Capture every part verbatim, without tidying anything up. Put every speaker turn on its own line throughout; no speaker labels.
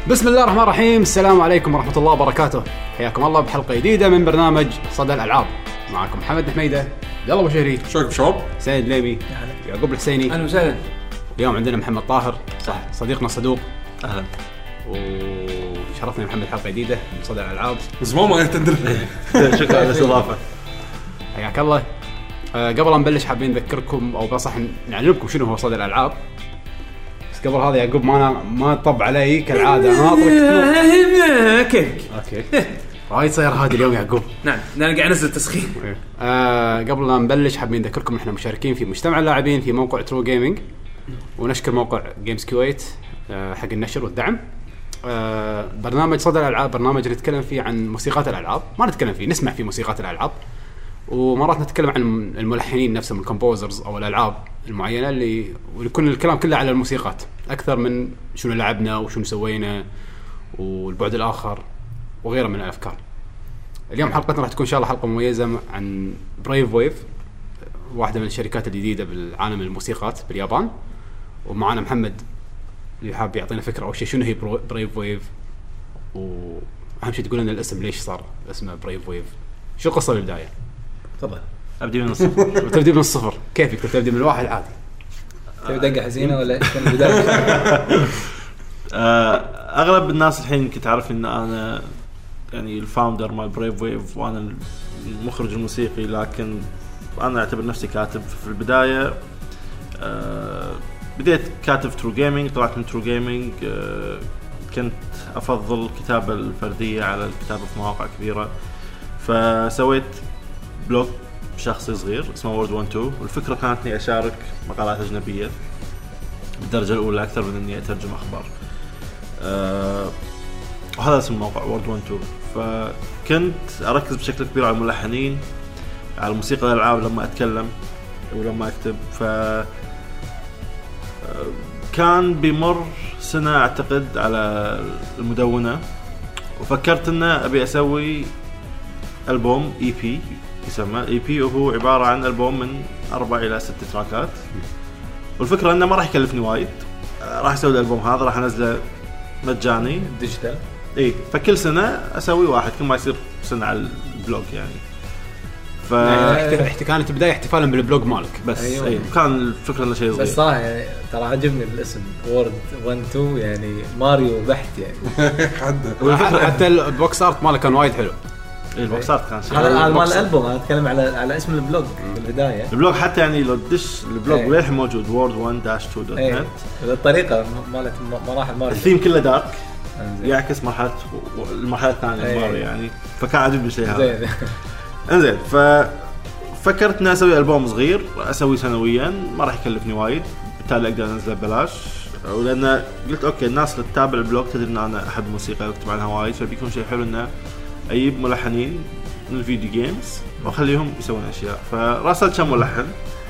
بسم الله الرحمن الرحيم. السلام عليكم ورحمة الله وبركاته. حياكم الله بحلقة جديدة من برنامج صدى الألعاب. معكم محمد نحميدة، يلا أبو شهري،
شوك شوب،
سيد ليبي، يعقوب الحسيني.
أهلا وسهلا.
اليوم عندنا محمد طاهر، صح صديقنا الصدوق.
أهلا.
وشرفنا محمد حلقة جديدة من صدى الألعاب.
بس ما ما يتندر.
شكرا على الاستضافة.
حياك الله. أه قبل أن نبلش حابين نذكركم أو بصح نعلمكم شنو هو صدى الألعاب. بس قبل هذا يعقوب ما أنا ما طب علي كالعادة ناطرك.
كيف؟
أوكي. رايد صير هذا اليوم يعقوب.
نعم، أنا قاعد أنزل تسخين.
آه قبل لا نبلش حابين نذكركم إحنا مشاركين في مجتمع اللاعبين في موقع ترو جيمينج، ونشكر موقع جيمز كويت آه حق النشر والدعم. آه برنامج صدى الألعاب برنامج نتكلم فيه عن موسيقات الألعاب، ما نتكلم فيه نسمع فيه موسيقات الألعاب، ومرات نتكلم عن الملحنين نفسهم الكومبوزرز أو الألعاب المعينة اللي ويكون الكلام كله على الموسيقات أكثر من شنو لعبنا وشنو سوينا والبعد الآخر وغيره من الأفكار. اليوم حلقتنا راح تكون إن شاء الله حلقة مميزة عن برايف ويف، واحدة من الشركات الجديدة بالعالم الموسيقات باليابان. ومعنا محمد اللي حاب يعطينا فكرة أول شيء شنو هي برايف ويف، وأهم شيء تقول لنا الاسم ليش صار اسمه برايف ويف، شو القصة بالبداية؟
تفضل. أبدي من الصفر.
تبدي من الصفر، كيفك تبدي من الواحد عادي؟
تبي دقة حزينة ولا كان بداية؟
أغلب الناس الحين كنت عارف إن أنا يعني الفاوندر مال برايف ويف وأنا المخرج الموسيقي، لكن أنا أعتبر نفسي كاتب. في البداية أه بديت كاتب ترو جيمينج، طلعت من ترو جيمينج أه كنت أفضل الكتابة الفردية على الكتابة في مواقع كبيرة، فسويت بلوج شخصي صغير اسمه وورد واحد اثنين، والفكرة كانت إني أشارك مقالات أجنبية بالدرجة الأولى أكثر من إني أترجم أخبار. أه وهذا اسم الموقع وورد واحد اثنين. فكنت أركز بشكل كبير على الملحنين، على الموسيقى الألعاب لما أتكلم ولما أكتب. ف كان بمر سنة أعتقد على المدونة، وفكرت إن أبي أسوي ألبوم إي بي يسمى إي بي، وهو عبارة عن ألبوم من أربع إلى ست تراكات. والفكرة إنه ما راح يكلفني وايد، راح أسوي الألبوم هذا راح أنزله مجاني
ديجيتال.
إيه، فكل سنة أسوي واحد كل ما يصير سنة على البلوج يعني.
ف يعني كانت بداية احتفالا بالبلوج مالك
بس. أيوة. أيه. كان الفكرة إنه شيء صغير.
بس صراحة يعني ترى عجبني الاسم وورد واحد اثنين، يعني ماريو بحت يعني.
حتى البوكس ارت ماله كان وايد حلو.
إيه البوكس ارت كان شيء.
هذا مال الألبوم، أنا أتكلم على على اسم البلوج بالبداية.
البلوج حتى يعني لو تدش البلوج
أيه.
ليه موجود وورد واحد داش تو دوت نت.
الطريقة مالت مراحل ماريو.
الثيم كله دارك، يعكس مرحلة المرحلة الثانية
أيه.
ماريو يعني، فكان عجبني الشيء هذا.
زين.
انزين، ففكرت اني اسوي البوم صغير اسوي سنويا، ما راح يكلفني وايد، بالتالي اقدر انزله ببلاش. ولان قلت اوكي الناس اللي تتابع البلوج تدري ان انا احب الموسيقى واكتب عنها وايد، فبيكون شيء حلو انه اجيب ملحنين من الفيديو جيمز واخليهم يسوون اشياء. فراسلت كم ملحن،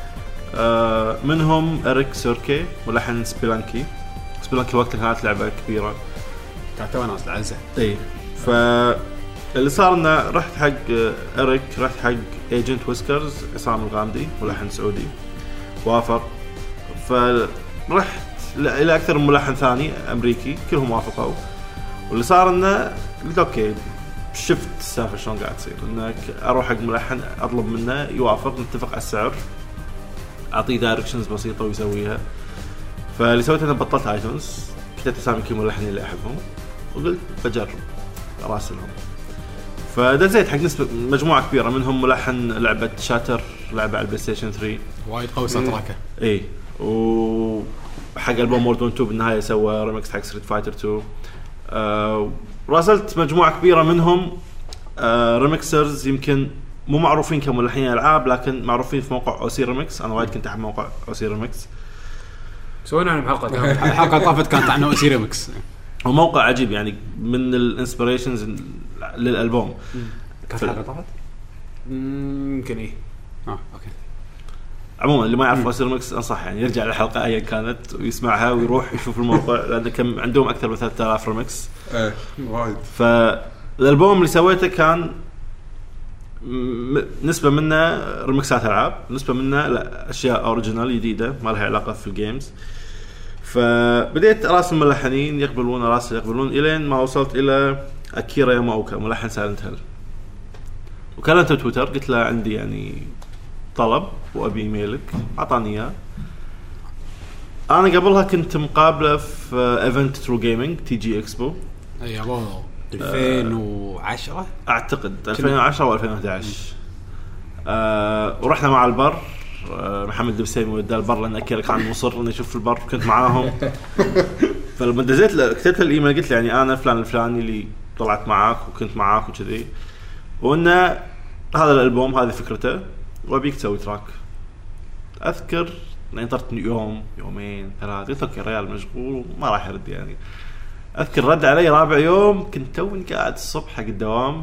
منهم اريك سيركي ملحن سبيلانكي. سبيلانكي وقتها كانت لعبه كبيره،
كانت ناس العزة.
اي ف اللي صار انه رحت حق اريك، رحت حق ايجنت ويسكرز عصام الغامدي ملحن سعودي، وافق. فرحت الى اكثر من ملحن ثاني امريكي كلهم وافقوا. واللي صار انه قلت اوكي شفت السالفه شلون قاعد تصير، انك اروح حق ملحن اطلب منه يوافق، نتفق على السعر، اعطيه دايركشنز بسيطه ويسويها. فاللي سويته انا بطلت ايتونز، كتبت اسامي كل ملحنين اللي احبهم وقلت بجرب اراسلهم. فدزيت حق نسبة مجموعة كبيرة منهم ملحن لعبة شاتر، لعبة على البلاي ستيشن ثلاثة
وايد قوي ساتراكه.
اي وحق البوم وورد واحد اثنين بالنهاية سوى ريمكس حق ستريت فايتر اثنين. آه راسلت مجموعة كبيرة منهم، آه ريمكسرز يمكن مو معروفين كملحنين ألعاب لكن معروفين في موقع أوسي ريمكس. أنا وايد كنت أحب موقع أوسي ريمكس.
سوينا عنهم حلقة.
الحلقة طافت كانت عن أوسي ريمكس،
وموقع عجيب يعني من الانسبيريشنز للألبوم.
كانت حلقة طافت؟ يمكن إيه. آه أوكي.
عموما اللي ما يعرف أوسي ريمكس أنصح يعني يرجع للحلقة أيا كانت ويسمعها ويروح يشوف الموقع، لأن كم عندهم أكثر من ثلاثة آلاف ريمكس.
إيه وايد.
فالألبوم اللي سويته كان نسبة منه ريمكسات ألعاب، نسبة منه لا أشياء أوريجينال جديدة ما لها علاقة في الجيمز. فبديت اراسل ملحنين يقبلون راسل يقبلون الين ما وصلت الى اكيرا ياماوكا ملحن سايلنت هيل. وكلمته تويتر قلت له عندي يعني طلب وابي ايميلك، اعطاني اياه. انا قبلها كنت مقابله في ايفنت ترو جيمنج تي جي اكسبو
اي والله ألفين وعشرة
اعتقد ألفين وعشرة او ألفين وأحد عشر. أه ورحنا مع البر، أه محمد البسيمي ودى البر لان اكيرا كان مصر انه يشوف البر، كنت معاهم. فلما دزيت له كتبت الايميل قلت له يعني انا فلان الفلاني اللي طلعت معاك وكنت معاك وكذي، وان هذا الالبوم هذه فكرته وابيك تسوي تراك. اذكر انطرتني يوم يومين ثلاثه، قلت اوكي ريال مشغول وما راح يرد يعني. اذكر رد علي رابع يوم، كنت توني قاعد الصبح حق الدوام،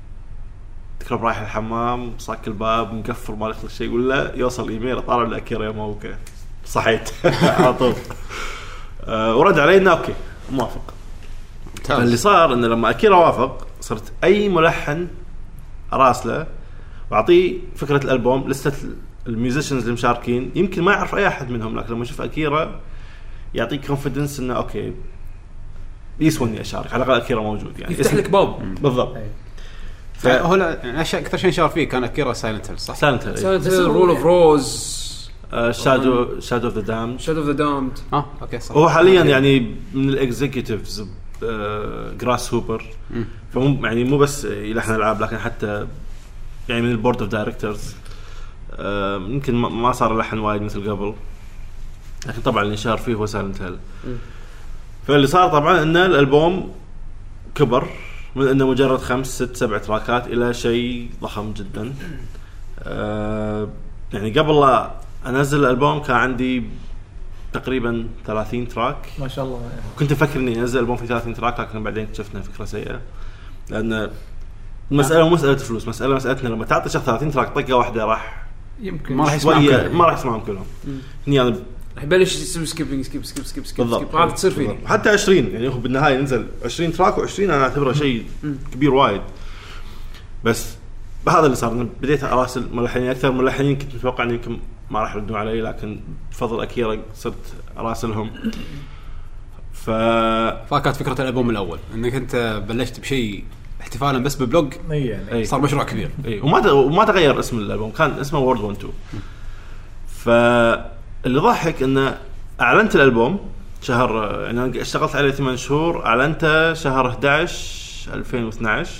تكرم رايح الحمام صاك الباب مقفل ما يخلص شيء، ولا يوصل ايميل اطالع لاكيرا ياماوكا، صحيت على طول. أه ورد علي انه اوكي موافق. اللي صار انه لما اكيرا وافق صرت اي ملحن اراسله واعطيه فكره الالبوم، لسته الميوزيشنز اللي مشاركين يمكن ما يعرف اي احد منهم، لكن لما يشوف اكيرا يعطيك كونفيدنس انه اوكي يسوى اشارك، على الاقل اكيرا موجود يعني
يفتح لك باب
بالضبط.
فهو يعني اشياء اكثر شيء شار فيه كان اكيرا سايلنت هيل صح؟
سايلنت هيل،
سايلنت هيل، رول اوف روز،
شادو شادو اوف ذا دام،
شادو اوف ذا دامد.
اه اوكي صح.
هو حاليا يعني من الاكزيكتيفز جراس هوبر، فمو يعني مو بس يلحن العاب لكن حتى يعني من البورد اوف دايركتورز. يمكن ما صار لحن وايد مثل قبل، لكن طبعا اللي شار فيه هو سايلنت هيل. فاللي صار طبعا ان الالبوم كبر من انه مجرد خمس ست سبع تراكات الى شيء ضخم جدا. أه يعني قبل لا انزل الالبوم كان عندي تقريبا ثلاثين تراك
ما شاء الله.
كنت افكر اني انزل البوم في ثلاثين تراك، لكن بعدين اكتشفنا فكره سيئه، لان المساله مو مساله فلوس، مساله مسالتنا لما تعطي شخص ثلاثين تراك طقه واحده راح
يمكن
ما راح يسمعهم كلهم،
ما راح يسمعهم كلهم. هني انا
يبلش يسوي سكيبينج سكيب سكيب سكيب سكيب هذا تصير فيني.
حتى عشرين يعني هو بالنهايه نزل عشرين تراك و20 انا اعتبره شيء كبير وايد. بس بهذا اللي صار، بديت اراسل ملحنين اكثر. ملحنين كنت متوقع ان يمكن ما راح يردون علي، لكن بفضل اكيرا صرت اراسلهم. ف
فكانت فكره الالبوم الاول انك انت بلشت بشيء احتفالا بس ببلوج،
اي يعني
صار مشروع كبير.
اي وما وما تغير اسم الالبوم، كان اسمه وورد واحد اثنين. فاللي ضحك انه اعلنت الالبوم شهر، يعني انا اشتغلت عليه ثمان شهور، اعلنته شهر أحد عشر ألفين واثناشر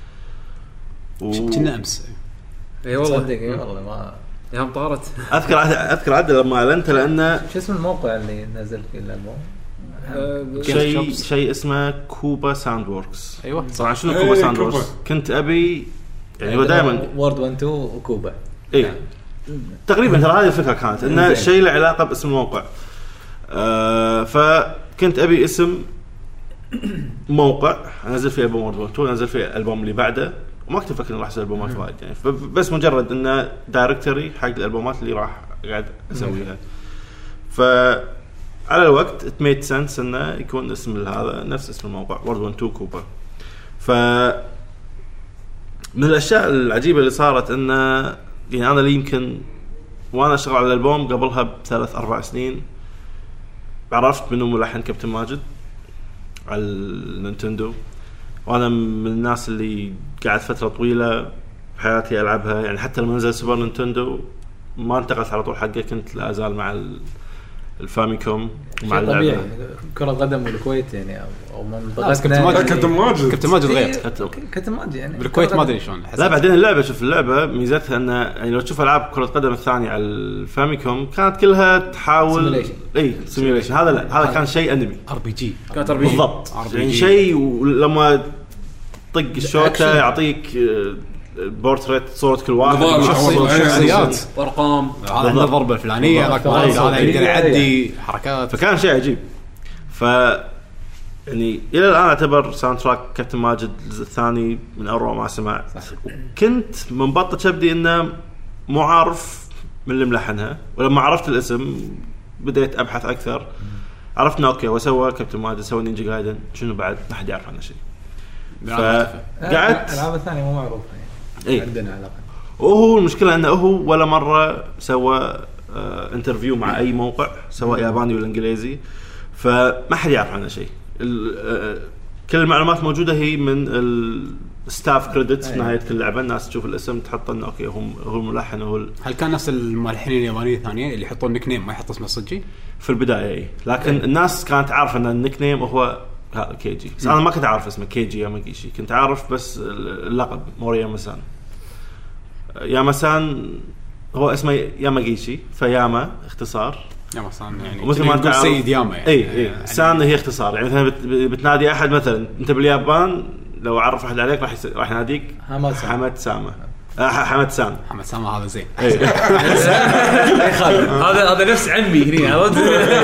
كنا امس.
اي والله
صدق اي والله ما
يا هم طارت.
اذكر اذكر عدل لما اعلنته، لانه
شو اسم الموقع اللي نزل فيه الالبوم؟
شيء شيء اسمه كوبا ساوند ووركس.
ايوه
طبعا شنو
أيه
كوبا ساوند
كوبا.
ووركس؟ كنت ابي يعني هو دائما
وورد واحد اثنين وكوبا.
اي تقريبا ترى هذه الفكره كانت انه شيء له علاقه باسم الموقع. آه فكنت ابي اسم موقع انزل فيه البوم وورد واحد اثنين، انزل فيه الالبوم اللي بعده، وما كنت افكر انه راح اسوي البومات وايد يعني، بس مجرد انه دايركتوري حق الالبومات اللي راح قاعد اسويها. ف على الوقت it made sense انه يكون اسم هذا نفس اسم الموقع وورد واحد اثنين كوبا. ف من الاشياء العجيبه اللي صارت انه يعني انا اللي يمكن وانا اشتغل على الالبوم قبلها بثلاث اربع سنين عرفت منه ملحن كابتن ماجد على النينتندو، وانا من الناس اللي قاعد فتره طويله بحياتي العبها يعني. حتى لما نزل سوبر نينتندو ما انتقلت على طول حقه، كنت لا ازال مع الفاميكوم مع اللعبه.
كرة قدم بالكويت يعني او منطقتنا.
كابتن ماجد
كابتن ماجد
كابتن ماجد غير
كابتن ماجد يعني
بالكويت ما ادري شلون.
لا بعدين اللعبه شوف اللعبه ميزتها انه يعني لو تشوف العاب كره قدم الثانيه على الفاميكوم كانت كلها تحاول اي سيميوليشن. هذا لا، هذا كان شيء انمي
ار بي جي
كانت ار بي جي
بالضبط يعني شيء. ولما طق الشوكه يعطيك بورتريت صوره كل واحد،
شخصيات
وارقام،
هذا عنده ضربه الفلانيه، هذاك هذا يقدر يعدي حركات،
فكان شيء عجيب. ف يعني الى الان اعتبر ساوند تراك كابتن ماجد الجزء الثاني من اروع ما سمع. كنت منبطط شبدي انه مو عارف من اللي ملحنها، ولما عرفت الاسم بديت ابحث اكثر، عرفنا اوكي وسوى كابتن ماجد، سوى نينجا جايدن، شنو بعد ما حد يعرف عنه شيء. فقعدت
الالعاب الثانيه مو معروفه يعني.
إيه؟
عندنا علاقه.
وهو المشكله انه هو ولا مره سوى آه انترفيو مع اي موقع سواء ياباني ولا انجليزي، فما حد يعرف عنها شيء. كل المعلومات موجوده هي من الستاف كريدتس في نهايه كل لعبه. الناس تشوف الاسم تحط انه اوكي هم هو الملحن وهو ال...
هل كان نفس الملحنين اليابانيين الثانيين اللي يحطون نيك نيم ما يحط اسمه الصجي
في البدايه؟ اي لكن أي. الناس كانت عارفه ان النيك نيم هو كيجي، بس انا ما كنت عارف اسمه كيجي ياماغيشي، كنت عارف بس اللقب مورياما سان. ياما سان هو اسمه ياماغيشي، فياما اختصار
ياما سان، يعني
مثل ما
تقول سيد ياما يعني.
اي اي يعني سان هي اختصار، يعني مثلا بتنادي احد مثلا انت باليابان لو عرف احد عليك راح راح يناديك حمد سامة. حمد سام
حمد سام هذا زين.
هذا هذا نفس عمي هنا عرفت.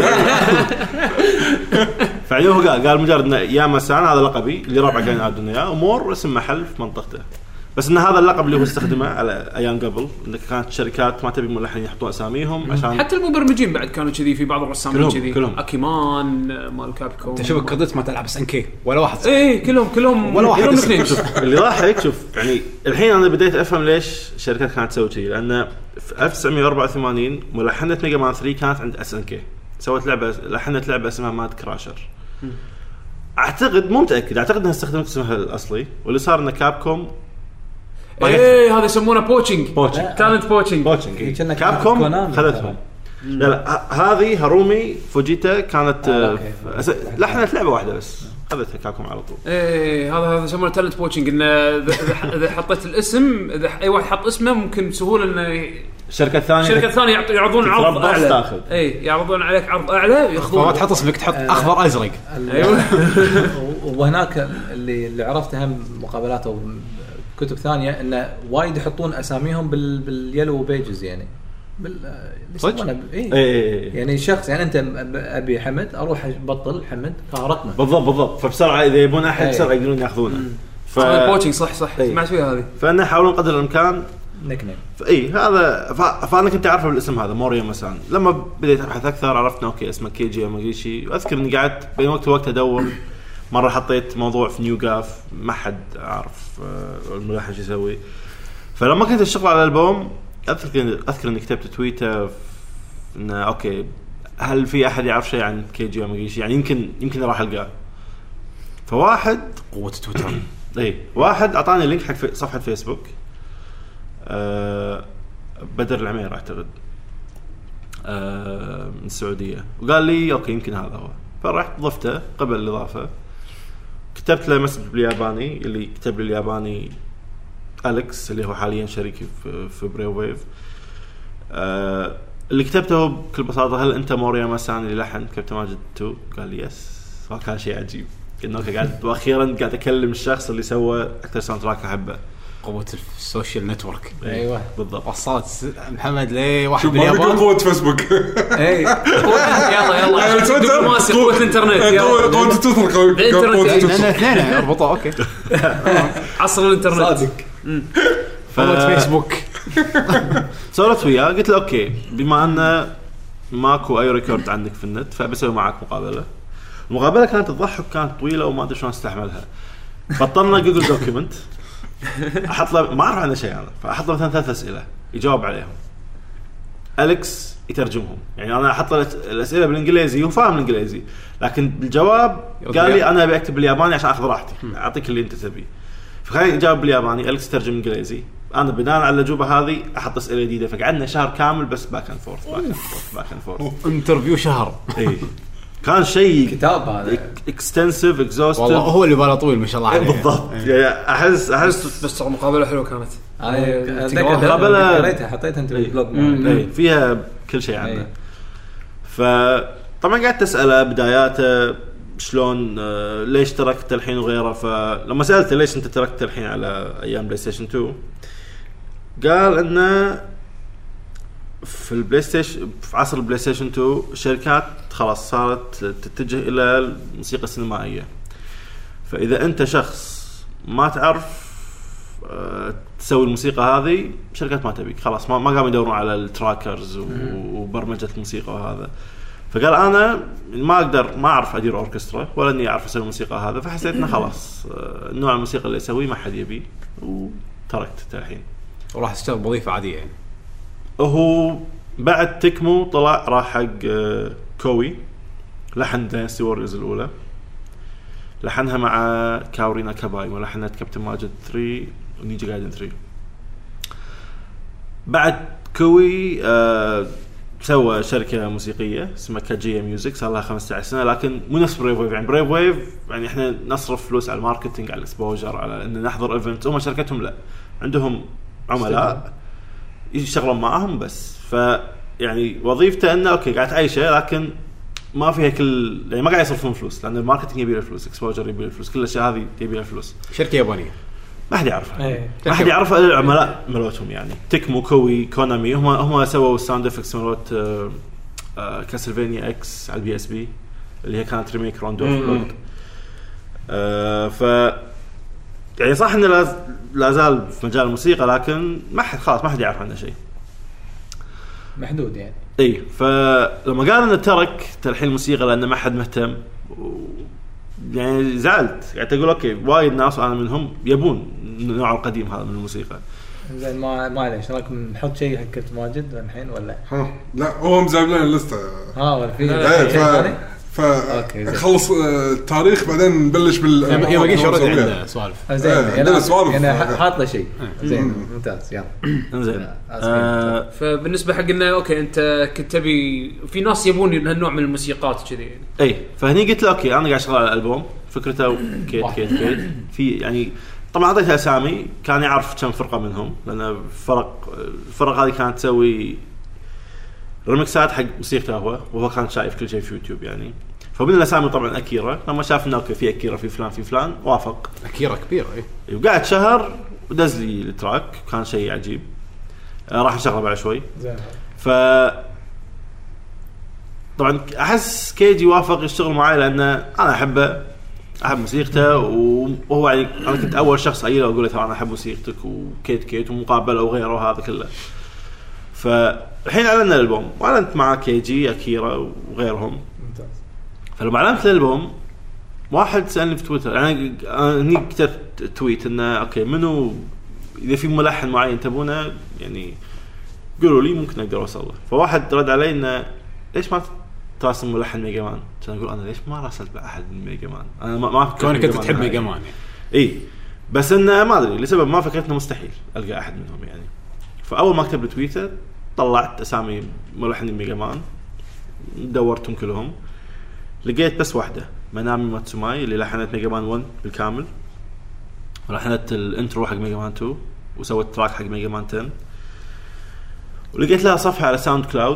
فعليه قال قال مجرد انه ياما سان هذا لقبي اللي ربعه كان ينادون اياه، ومور اسم محل في منطقته. بس ان هذا اللقب اللي هو استخدمه على ايام قبل، انك كانت شركات ما تبي ملحنين يحطوا اساميهم عشان
حتى المبرمجين بعد كانوا كذي، في بعض الرسامين كذي اكيمان مال كابكوم.
انت شوف كردت ما تلعب اس ان كي ولا واحد.
ايه كلهم كلهم
ولا واحد
اثنين.
اللي ضاحك شوف يعني الحين انا بديت افهم ليش الشركات كانت تسوي كذي، لان في ألف وتسعمية وأربعة وثمانين ملحنه ميجا مان ثري كانت عند اس ان كي، سوت لعبه لحنت لعبه اسمها ماد كراشر. اعتقد مو متاكد، اعتقد انها استخدمت اسمها الاصلي، واللي صار ان كابكوم
ايه هذا يسمونه بوتشنج
بوتشنج
تالنت بوتشنج
بوتشنج كابكوم خذتهم. لا لا هذه هارومي فوجيتا كانت آه لحنت لعبه واحده بس خذتها كابكوم على طول.
ايه هذا هذا يسمونه تالنت بوتشنج، انه اذا حطيت الاسم، اذا اي واحد حط اسمه ممكن بسهوله انه
شركه ثانيه
شركه ثانيه يعرضون عرض اعلى.
اي
يعرضون عليك عرض اعلى ياخذون.
فما تحط اسمك تحط اخضر ازرق.
ايوه. وهناك اللي اللي عرفته هم مقابلات او كتب ثانيه انه وايد يحطون اساميهم بال باليلو بيجز، يعني بال يسمونه اي
إيه.
يعني شخص، يعني انت ابي حمد اروح ابطل حمد فارقمه
بالضبط بالضبط، فبسرعه اذا يبون احد بسرعه يقدرون ياخذونه.
ف البوتشنج صح صح سمعت فيها هذه،
فانا حاولون قدر الامكان
نيك نيم.
اي هذا ف... فانا كنت اعرفه بالاسم هذا مورياما سان. لما بديت ابحث اكثر عرفت اوكي اسمه كيجي ياماغيشي. واذكر اني قعدت بين وقت ووقت ادور. مره حطيت موضوع في نيو جاف ما حد عارف الملحن شو يسوي. فلما كنت اشتغل على الالبوم اذكر اذكر اني كتبت تويتر انه اوكي هل في احد يعرف شيء عن كيجي ياماغيشي، يعني يمكن يمكن راح القاه. فواحد
قوه تويتر
اي واحد اعطاني لينك حق في صفحه فيسبوك أه بدر العمير اعتقد أه من السعوديه، وقال لي اوكي يمكن هذا هو. فرحت ضفته قبل الاضافه، كتبت له مسج بالياباني، اللي كتب لي الياباني أليكس اللي هو حاليا شريكي في, في بريو ويف. أه اللي كتبته بكل بساطه هل انت مورياما سان اللي لحن كابتن ماجد تو؟ قال لي يس. فكان شيء عجيب انه قاعد واخيرا قاعد اكلم الشخص اللي سوى اكثر ساوند تراك احبه.
قوة السوشيال نتورك.
ايوه
بالضبط.
وصلت محمد ليه واحد
باليابان قوة فيسبوك.
اي يلا يلا دبلوماسي قوة الانترنت.
قوة تويتر قوة
انا اثنين اربطوا اوكي.
عصر الانترنت
صادق.
قوة فيسبوك.
صارت وياه قلت له اوكي بما انه ماكو اي ريكورد عندك في النت فبسوي معك مقابلة. المقابلة كانت تضحك كانت طويلة وما ادري شلون استحملها. بطلنا جوجل دوكيمنت احط له ما اعرف عنه شيء انا، فاحط له مثلا ثلاث اسئله يجاوب عليهم، أليكس يترجمهم. يعني انا احط له الاسئله بالانجليزي وفاهم الانجليزي، لكن بالجواب قال لي انا ابي اكتب بالياباني عشان اخذ راحتي، اعطيك اللي انت تبيه. فخليني اجاوب بالياباني، أليكس ترجم انجليزي، انا بناء على الاجوبه هذه احط اسئله جديده. فقعدنا شهر كامل بس باك اند فورث باك اند فورث باك اند فورث
انترفيو شهر.
اي كان شيء
كتاب هذا
اكستنسيف اكزوستيف
والله هو اللي باله طويل ما شاء الله عليه.
بالضبط. يعني احس احس
بس مقابله حلوه كانت.
انا مقابله قريتها حطيتها انت بالبلوج
مالك فيها كل شيء عنه. فطبعا قعدت اساله بداياته شلون آه ليش تركت الحين وغيره. فلما سالته ليش انت تركت الحين على ايام بلاي ستيشن تو قال انه في البلاي ستيشن في عصر البلاي ستيشن تو الشركات خلاص صارت تتجه الى الموسيقى السينمائيه. فاذا انت شخص ما تعرف أه تسوي الموسيقى هذه شركات ما تبيك خلاص. ما ما قاموا يدورون على التراكرز وبرمجه الموسيقى وهذا. فقال انا ما اقدر ما اعرف ادير اوركسترا ولا اني اعرف اسوي الموسيقى هذا. فحسيت انه خلاص نوع الموسيقى اللي اسويه ما حد يبي وتركت الحين
وراح اشتغل وظيفه عاديه. يعني
هو بعد تكمو طلع راح حق كوي لحن داينستي ووريرز الاولى، لحنها مع كاورينا كاباي، ولحنت كابتن ماجد ثلاثة ونينجا جايدن ثلاثة. بعد كوي آه سوى شركة موسيقية اسمها كاجيا ميوزك، صار لها خمسة عشر سنة، لكن مو نفس بريف ويف. يعني بريف ويف يعني احنا نصرف فلوس على الماركتينج، على الاكسبوجر، على ان نحضر ايفنت. هم شركتهم لا، عندهم عملاء يشتغلون معاهم بس. ف يعني وظيفته انه اوكي قاعد تعيشه، لكن ما فيها كل يعني ما قاعد يصرفون فلوس، لان الماركتينج يبي له فلوس، اكسبوجر يبي له فلوس، كل الاشياء هذه يبي لها فلوس.
شركه يابانيه
ما حد يعرفها،
ايه.
ما حد يعرفها الا العملاء ملوتهم. يعني تكمو، كوي، كونامي، هم هم سووا الساوند افكتس ملوت آه آه كاسلفينيا اكس على البي اس بي اللي هي كانت ريميك راوند اوف بلود. آه ف يعني صح انه لاز... لازال في مجال الموسيقى، لكن ما حد خلاص ما حد يعرف عنه شيء،
محدود يعني.
اي فلما قال انه ترك تلحين الموسيقى لانه ما حد مهتم و... يعني زعلت. يعني تقول اوكي وايد ناس وانا منهم يبون النوع القديم هذا من الموسيقى.
زين ما ما عليه، رايكم نحط شيء حق كابتن ماجد الحين ولا؟
ها لا هو مزايد لنا اللسته.
ها ولا في
ايه
شيء ثاني؟
ف خلص التاريخ بعدين نبلش بال
هي باقي شو رد عنده سوالف.
زين
عندنا سوالف
يعني حاط له شيء. زين ممتاز يلا.
زين
آه فبالنسبه حق انه اوكي انت كنت تبي في ناس يبون هالنوع من الموسيقات كذي يعني.
اي فهني قلت له اوكي انا قاعد اشتغل على الالبوم، فكرته كيت كيت كيت في يعني طبعا اعطيته اسامي، كان يعرف كم فرقه منهم، لان فرق الفرق هذه كانت تسوي ريمكسات حق موسيقته هو، وهو كان شايف كل شيء في يوتيوب يعني. فمن الاسامي طبعا اكيرا، لما شاف انه اوكي في اكيرا في فلان في فلان وافق.
اكيرا كبيره اي،
وقعد شهر ودز لي التراك، كان شيء عجيب. آه راح نشغله بعد شوي.
زين.
ف طبعا احس كيجي وافق يشتغل معي لانه انا احبه، احب موسيقته، وهو يعني انا كنت اول شخص اجي له اقول له ترى انا احب موسيقتك وكيت كيت ومقابله وغيره وهذا كله. فالحين اعلنا الالبوم واعلنت مع كيجي اكيرا وغيرهم.
ممتاز.
فلما اعلنت الالبوم واحد سالني في تويتر، يعني انا هني كتبت تويت انه اوكي منو اذا في ملحن معين تبونه يعني قولوا لي ممكن اقدر اوصل له. فواحد رد علي انه ليش ما تراسل ملحن ميجا مان؟ كان اقول انا ليش ما راسلت باحد من ميجا مان؟ انا ما ما
كونك كنت تحب ميجا مان يعني.
اي بس انه ما ادري لسبب ما فكرت انه مستحيل القى احد منهم يعني. فاول ما اكتب تويتر طلعت اسامي ملحنين ميجا مان، دورتهم كلهم، لقيت بس واحده منامي ماتسوماي اللي لحنت ميجا مان واحد بالكامل، ولحنت الانترو حق ميجا مان اثنين، وسوت تراك حق ميجا مان عشرة. ولقيت لها صفحه على ساوند كلاود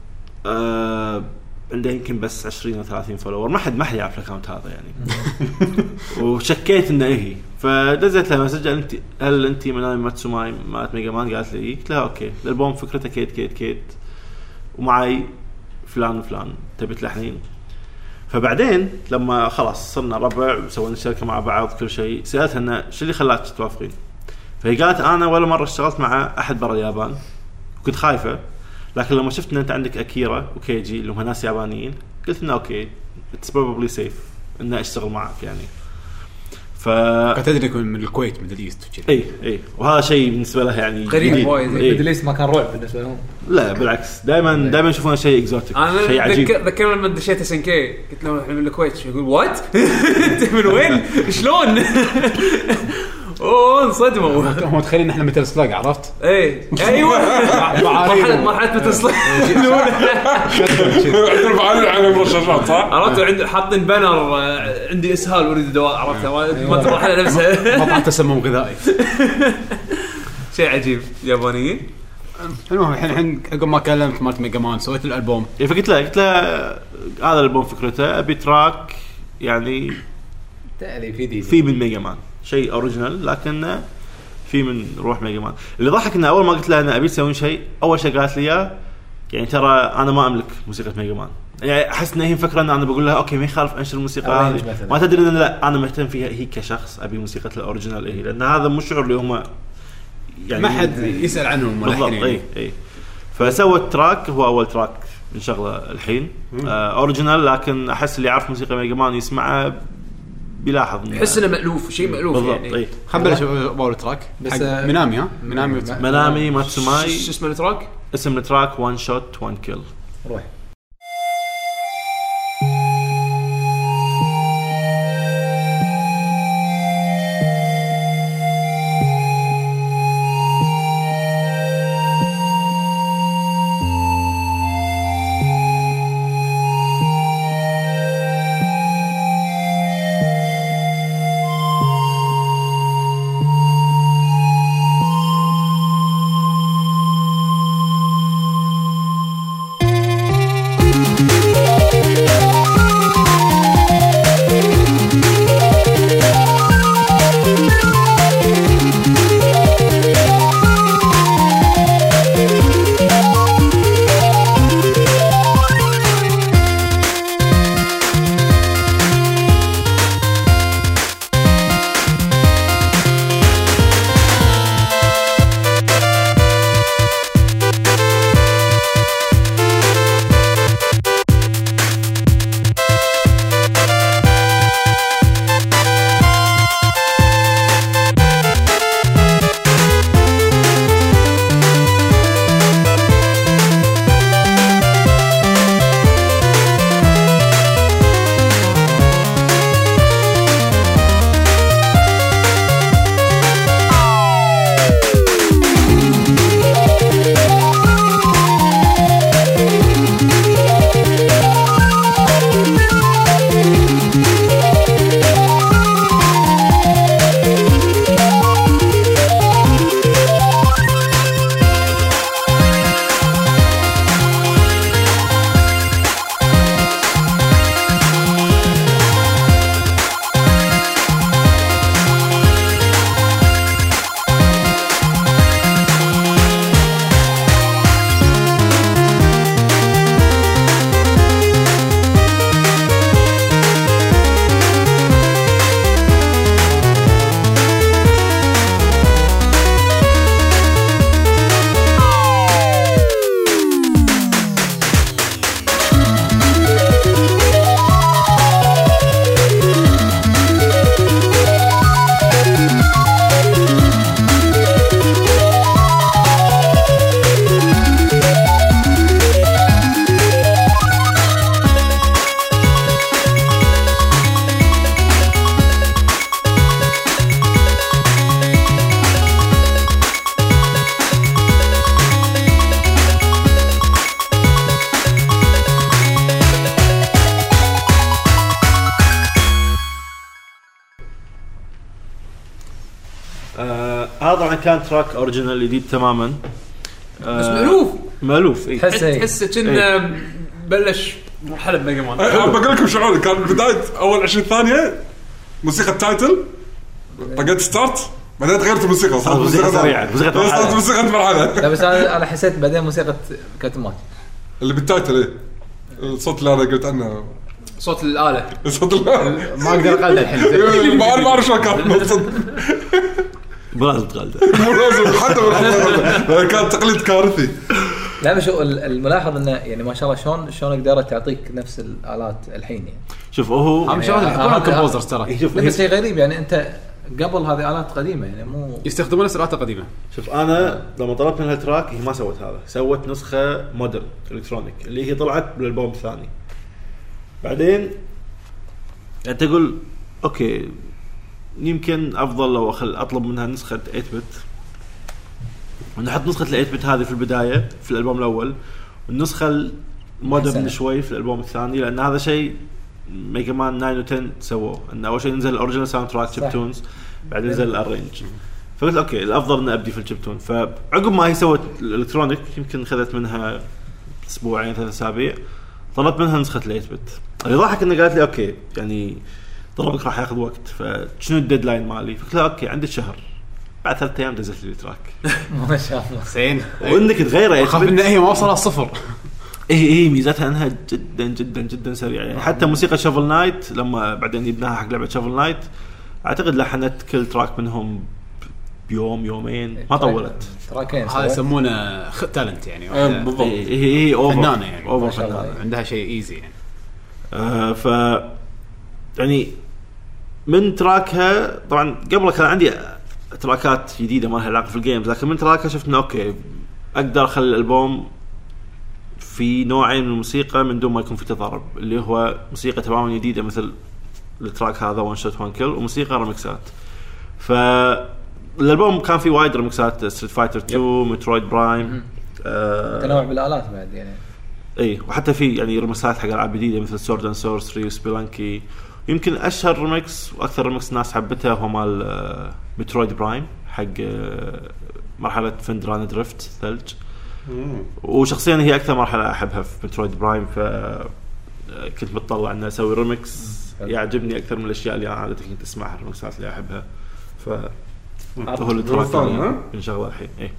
أه عنده يمكن بس عشرين أو ثلاثين فولور، ما حد ما حد يعرف الاكونت هذا يعني. وشكيت انه هي، فدزت لها مسج انت هل انت منامي ماتسوماي مالت ميجا مان؟ قالت لي قلت لها اوكي الالبوم فكرته كيت كيت كيت ومعي فلان وفلان تبي تلحنين. فبعدين لما خلاص صرنا ربع وسوينا الشركه مع بعض كل شيء، سالتها انه شو اللي خلاك توافقين؟ فهي قالت انا ولا مره اشتغلت مع احد برا اليابان وكنت خايفه، لكن لما شفت ان انت عندك اكيرا وكيجي اللي هم ناس يابانيين قلت انه اوكي اتس بروبلي سيف ان اشتغل معك يعني. ف
كنت ادري من الكويت ميدل ايست وكذا.
اي اي وهذا شيء بالنسبه لها يعني
غريب وايد.
ميدل ايست ما كان رعب بالنسبه لهم.
لا بالعكس دائما دائما يشوفون شيء اكزوتيك، شيء عجيب.
انا ذكر لما دشيت سنكي قلت له احنا من الكويت، يقول وات انت من وين شلون؟ اوه انصدموا.
هم متخيلين احنا مثل سلاج عرفت؟
اي ايوه مرحله مرحله مثل سلاج
عندنا فعالين على مرشحات صح؟
عرفت عنده حاطين بانر عندي اسهال اريد دواء، عرفت ما المرحله نفسها
مطعم تسمم غذائي.
شيء عجيب يابانيين.
المهم الحين الحين عقب ما كلمت مالت ميجا مان سويت الالبوم.
إيه فقلت له قلت له هذا الالبوم فكرته ابي تراك يعني
تالي في دي
في من ميجا مان شيء اوريجينال، لكن في من روح ميجا مان. اللي ضحك انه اول ما قلت له انا ابي اسوي شيء اول شيء قالت لي اياه يعني ترى انا ما املك موسيقى ميجا مان. يعني احس ان هي مفكره ان انا بقول لها اوكي ما يخالف انشر الموسيقى هذه، ما تدري ان لا انا مهتم فيها هي كشخص، ابي موسيقى الاوريجينال هي، لان هذا مو شعور اللي هم
يعني ما حد يسال عنهم
ملحنين. اي اي فسوت تراك هو اول تراك نشغله الحين آه اوريجينال، لكن احس اللي يعرف موسيقى ميجا مان يسمعه بيلاحظ
يحس انه مألوف شيء مألوف يعني.
اي
خلينا نبلش باول تراك بس منامي. ها منامي
منامي ماتسوماي.
شو اسم التراك؟
اسم التراك وان شوت وان كيل.
روح
آه هذا طبعا كان تراك اوريجينال جديد تماما.
بس مألوف
مألوف اي
تحسه
تحسه كنا بلش مرحله بميجا مان.
أنا بقول لكم شعوري كان بداية أول عشرين ثانية موسيقى التايتل طقت ستارت بعدين غيرت الموسيقى صارت موسيقى
سريعه موسيقى
صارت موسيقى مرحلة
لا بس انا انا حسيت بعدين موسيقى كابتن مات
اللي بالتايتل إيه الصوت اللي أنا قلت عنه
صوت الآلة
الصوت اللي
ما اقدر اقلد الحين
ما ما أعرف شو كان
بلازم تقلده
مو لازم حتى من كان تقليد كارثي.
لا بس الملاحظ انه يعني ما شاء الله شلون شلون قدرت تعطيك نفس الالات الحين يعني.
شوف هو
هم شلون يحطون الكومبوزرز ترى
شوف
بس شيء غريب يعني انت قبل هذه آلات قديمه يعني مو
يستخدمون نفس الآلات القديمه.
شوف انا لما طلبت منها تراك هي ما سوت هذا سوت نسخه مودرن الكترونيك اللي هي طلعت بالالبوم الثاني. بعدين انت تقول اوكي يمكن افضل لو اخل اطلب منها نسخه ثمانية بت ونحط نسخه ال ثمانية بت هذه في البدايه في الالبوم الاول والنسخه المودرن شوي في الالبوم الثاني لان هذا شيء ميجا مان تسعة و عشرة سووه ان اول شيء نزل الاوريجينال ساوند تراك شيب تونز بعدين نزل الارينج. فقلت اوكي الافضل ان ابدي في الشيب تون. فعقب ما هي سوت الالكترونيك يمكن خذت منها اسبوعين ثلاث اسابيع طلبت منها نسخه ال ثمانية بت. اللي ضحك انه قالت لي اوكي يعني طلبك راح ياخذ وقت فشنو الديدلاين مالي. فقلت له اوكي عندي شهر بعد ثلاث ايام نزلت لي تراك
ما شاء الله
زين
وانك تغيره
اخاف ان هي ما وصلها صفر.
اي اي ميزتها انها جدا جدا جدا سريعه يعني حتى موسيقى شافل نايت لما بعدين يبناها حق لعبه شافل نايت اعتقد لحنت كل تراك منهم بيوم يومين ما طولت.
تراكين
هذا يسمونه تالنت يعني
بالضبط
هي هي
فنانه يعني
اوفر فنانه
عندها شيء ايزي يعني.
آه ف يعني من تراكها طبعا قبل كان عندي تراكات جديده ما لها علاقه في الجيمز لكن من تراكها شفت انه اوكي اقدر اخلي الالبوم في نوعين من الموسيقى من دون ما يكون في تضارب اللي هو موسيقى تماما جديده مثل التراك هذا وان شوت وان كيل وموسيقى ريمكسات. فالالبوم كان في وايد ريمكسات ستريت فايتر تو مترويد برايم
آه تنوع بالالات بعد يعني
اي وحتى في يعني ريمكسات حق العاب جديده مثل سورد اند سورسري وسبيلانكي. يمكن اشهر ريمكس واكثر ريمكس الناس حبتها هو مال مترويد برايم حق مرحله فندران دريفت ثلج وشخصيا هي اكثر مرحله احبها في مترويد برايم فكنت متطلع ان اسوي ريمكس يعجبني اكثر من الاشياء اللي عاده كنت اسمعها الريمكسات اللي احبها. ف هو التراك اللي بنشغله الحين اي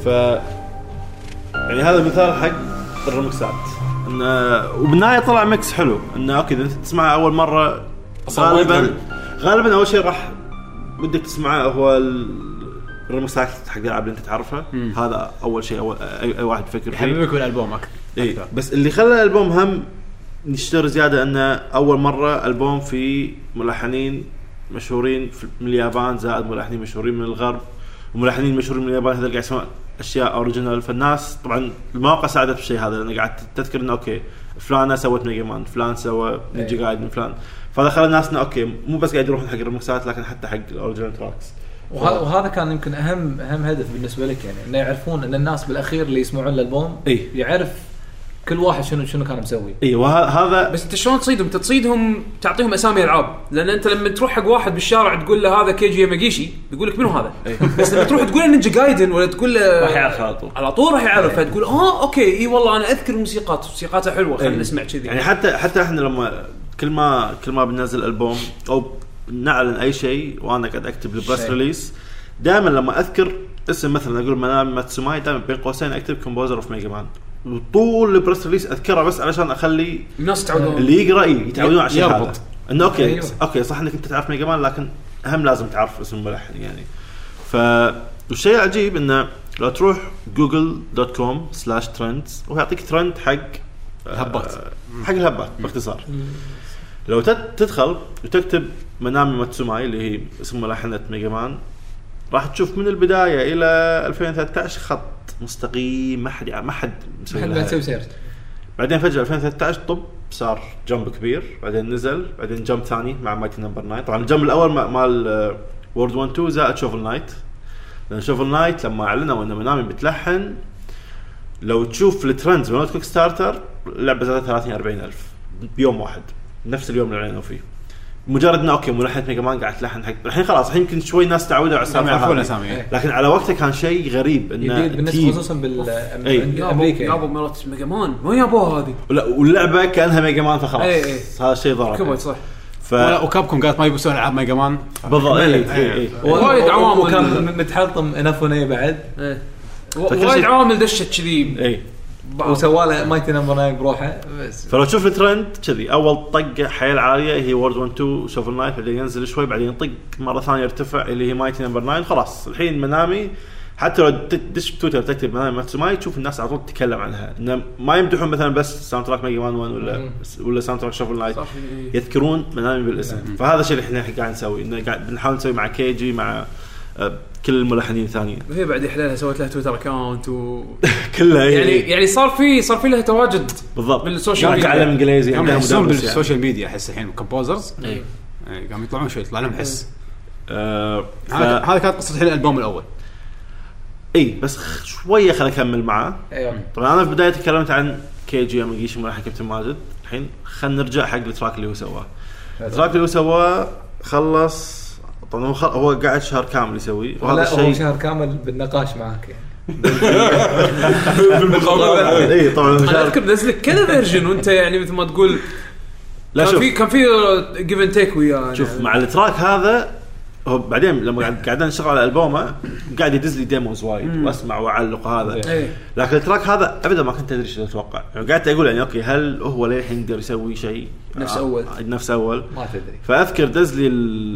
ف يعني هذا مثال حق الريمكسات انه وبالنهايه طلع ميكس حلو انه اوكي اذا تسمعه اول مره غالبا غالبا اول شيء راح بدك تسمعه هو الريمكسات حق الالعاب اللي انت تعرفها. مم. هذا اول شيء اول اي, أي واحد يفكر فيه
يحببك بالالبوم اكثر.
إيه. بس اللي خلى الالبوم هم نشتري زياده انه اول مره البوم في ملحنين مشهورين من اليابان زائد ملحنين مشهورين من الغرب وملحنين مشهورين من اليابان. هذا قاعد يسمع اشياء اوريجينال. فالناس طبعا المواقع ساعدت بالشيء هذا لانه قاعد تذكر انه اوكي فلانه سوت ميجا مان فلان سوى نينجا جايدن فلان. فهذا خلى الناس اوكي مو بس قاعد يروحون حق الريمكسات لكن حتى حق الاوريجينال تراكس.
وهذا كان يمكن اهم اهم هدف بالنسبه لك يعني انه يعرفون ان الناس بالاخير اللي يسمعون الالبوم
إيه؟
يعرف كل واحد شنو شنو كان مسوي.
اي وهذا
بس انت شلون تصيدهم؟ تصيدهم تعطيهم اسامي العاب لان انت لما تروح حق واحد بالشارع تقول له هذا كيجي ياماغيشي بيقول لك منو هذا. بس لما تروح تقول نينجا جايدن ولا تقول له
راح يعرف على طول
على طول راح يعرف. فتقول اه اوكي اي والله انا اذكر الموسيقات موسيقاتها حلوه خلينا نسمع كذي.
يعني حتى حتى احنا لما كل ما كل ما بننزل البوم او نعلن اي شيء وانا قاعد اكتب البريس ريليس دائما لما اذكر اسم مثلا اقول منامي ماتسوماي دائما بين قوسين اكتب كومبوزر اوف ميجا مان وطول البريس ريليس اذكرها بس علشان اخلي
الناس يتعودون
اللي يقرا يتعودون على الشيء هذا انه اوكي
أيوة.
اوكي صح انك انت تعرف ميجا مان لكن اهم لازم تعرف اسم الملحن يعني. فالشيء العجيب انه لو تروح جوجل دوت كوم سلاش ترندز ويعطيك ترند حق
هبات
حق الهبات باختصار. لو تدخل وتكتب منامي ماتسوماي اللي هي اسم ملحنة ميجا مان راح تشوف من البداية إلى ألفين وثلاثة عشر خط مستقيم ما حد ما حد مسوي سيرت. بعدين فجأة ألفين وثلاثة عشر طب صار جمب كبير بعدين نزل بعدين جمب ثاني مع مايتي نمبر ناين. طبعا الجمب الأول مال وورد واحد اثنين زائد شوفل نايت لأن شوفل نايت لما أعلنوا إنه منامي بتلحن لو تشوف الترندز من كوك ستارتر لعبة زادت ثلاثين أربعين ألف بيوم واحد نفس اليوم اللي اعلنوا فيه. مجرد انه اوكي ملحنة ميجا مان قاعد تلحن حق الحين خلاص يمكن شوي ناس تعودوا على السالفه لكن على وقته كان شيء غريب انه
بالنسبه خصوصا بالامريكا
يابو مرات ميجا مان ما يابوها هذه
واللعبه كانها ميجا مان فخلاص ايه ايه. هذا الشيء ضرب
كبر صح.
ف... وكابكم قالت ما يبون العاب ميجا مان
بالضبط. اي اي
وايد عوامل كان متحطم انفونيه بعد
ايه. وايد عوامل دشت كذي
اي
وسواله مايتي نمبر ناين بروحه بس.
فلو تشوف الترند كذي اول طقه حيل عاليه هي وورد واحد اثنين شوفل نايت بعدين ينزل شوي بعدين يطق مره ثانيه يرتفع اللي هي مايتي نمبر ناين. خلاص الحين منامي حتى لو تدش تويتر تكتب منامي ماتسوماي تشوف الناس على طول تتكلم عنها انه ما يمدحون مثلا بس ساوند تراك ميجا مان واحد ولا ولا ساوند تراك شوفل نايت يذكرون منامي بالاسم. فهذا الشيء اللي احنا قاعد نسوي انه قاعد بنحاول نسوي مع كيجي مع كل الملحنين الثانيين.
وهي بعد يحللها سوت لها تويتر اكاونت و
كلها
يعني يعني صار في صار في لها تواجد
بالضبط
بالسوشيال
ميديا. تعلم انجليزي
عندهم مدرس بالسوشيال ميديا احس الحين كومبوزرز
اي
قاموا يطلعون شوي يطلع لهم حس.
آه ف...
هذا كانت قصه الحين الالبوم الاول.
اي بس شويه خلينا نكمل معاه.
ايوه
طبعا انا في بدايه تكلمت عن كيجي ياماغيشي ملحن كابتن ماجد. الحين خلينا نرجع حق التراك اللي هو سواه. التراك اللي هو سواه خلص طبعا هو, هو قاعد شهر كامل يسوي
وهذا الشيء هو شهر كامل بالنقاش معك يعني
بالمقابله.
اي طبعا
انا اذكر نزلك كذا فيرجن وانت يعني مثل ما تقول
لا
كان في كان في جيف اند تيك وياه.
شوف مع التراك هذا هو بعدين لما قاعد قاعدين نشتغل على الالبومه قاعد يدز لي ديموز وايد واسمع واعلق هذا. لكن التراك هذا ابدا ما كنت ادري ايش اتوقع يعني قاعد اقول يعني اوكي هل هو ليه الحين يقدر يسوي شيء
نفس اول
نفس اول
ما تدري.
فاذكر دز لي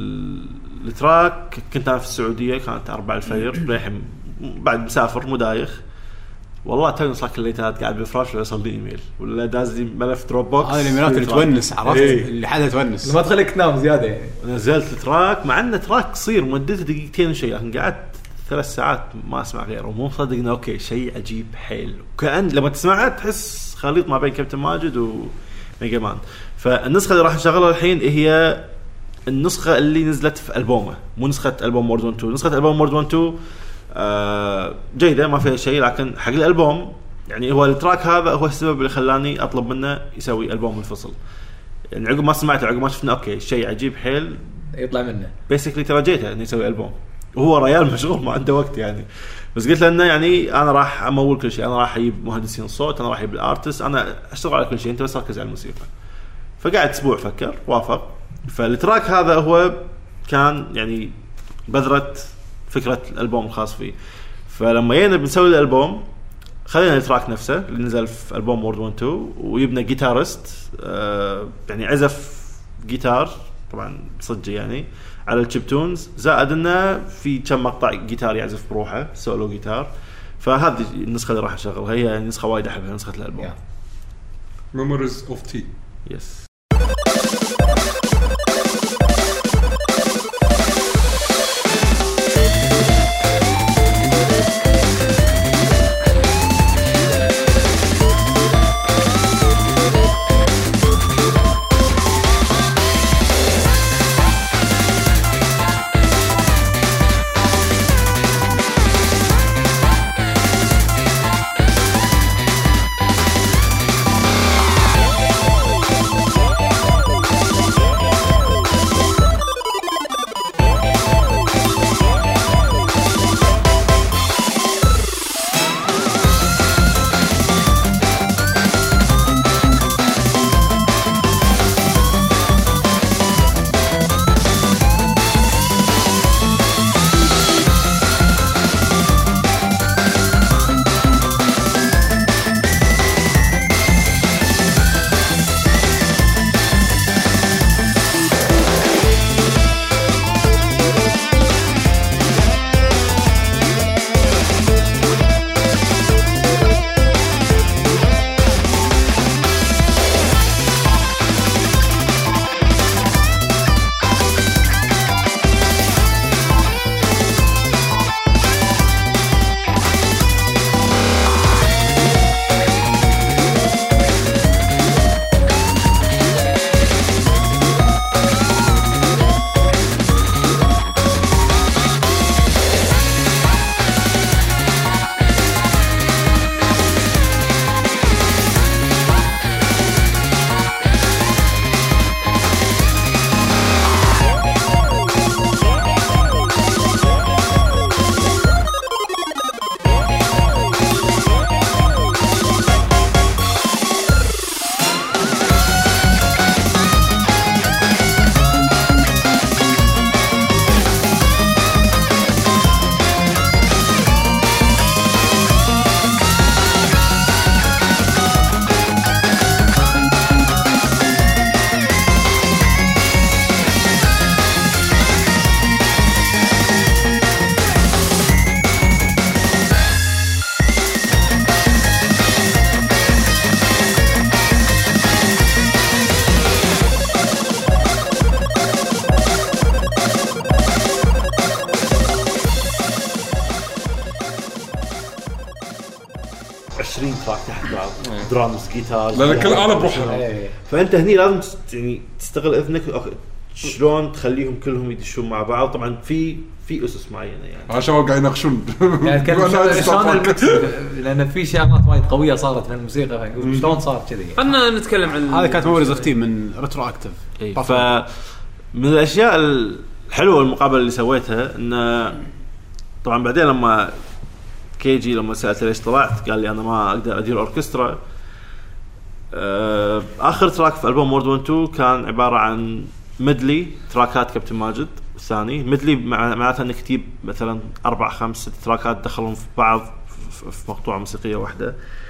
التراك كنت انا في السعوديه كانت أربعة الفجر للحين بعد مسافر مدايخ والله توني صاك الليتات قاعد بالفراش ولا يوصل لي ايميل ولا داز لي ملف دروب بوكس.
هذه الايميلات اللي تونس عرفت
إيه.
اللي حدا تونس
ما تخليك تنام زياده يعني.
نزلت التراك مع انه تراك قصير مدته دقيقتين وشيء لكن قعدت ثلاث ساعات ما اسمع غيره ومو مصدق انه اوكي شيء عجيب حيل وكأن لما تسمعها تحس خليط ما بين كابتن ماجد وميجا مان. فالنسخه اللي راح نشغلها الحين هي النسخه اللي نزلت في البومه مو نسخه البوم وورد واحد اثنين. نسخه البوم وورد واحد اثنين آه جيده ما فيها شيء لكن حق الالبوم يعني هو التراك هذا هو السبب اللي خلاني اطلب منه يسوي البوم منفصل. يعني عقب ما سمعته عقب ما شفنا اوكي شيء عجيب حيل
يطلع منه
بيسكلي تراجيته انه يسوي البوم وهو ريال مشغول ما عنده وقت يعني. بس قلت له انه يعني انا راح امول كل شيء انا راح اجيب مهندسين الصوت انا راح اجيب الارتست انا اشتغل على كل شيء انت بس ركز على الموسيقى. فقعد اسبوع فكر وافق. فالتراك هذا هو كان يعني بذرة فكرة الألبوم الخاص فيه. فلما جينا بنسوي الالبوم خلينا التراك نفسه اللي نزل في البوم وورد واحد اثنين ويبنى جيتارست آه يعني عزف جيتار طبعا صدق يعني على الشيبتونز زائد انه في كم مقطع جيتار يعزف بروحه سولو جيتار. فهذه النسخه اللي راح اشغلها هي نسخه وايد احبها نسخه الالبوم
Memories of Tea.
يس عشرين تراك تحت بعض درامز جيتار
لا لا كل آلة بروحها.
فأنت هني لازم يعني تستغل إذنك شلون تخليهم كلهم يدشون مع بعض. طبعا في في أسس معينة يعني
عشان قاعد يناقشون
يعني شلون الميكس لأن في شغلات وايد قوية صارت من الموسيقى شلون صار كذي.
خلنا نتكلم عن
هذا كانت موريز اوف تي من ريترو اكتيف.
فمن الأشياء الحلوة المقابلة اللي سويتها إن طبعا بعدين لما كيجي لما سألته ليش طلعت قال لي أنا ما أقدر أدير أوركسترا. آخر تراك في ألبوم وورد واحد اثنين كان عبارة عن ميدلي تراكات كابتن ماجد الثاني. ميدلي معناتها انك تجيب مثلا اربع خمس ست تراكات دخلهم في بعض في مقطوعه موسيقيه واحده.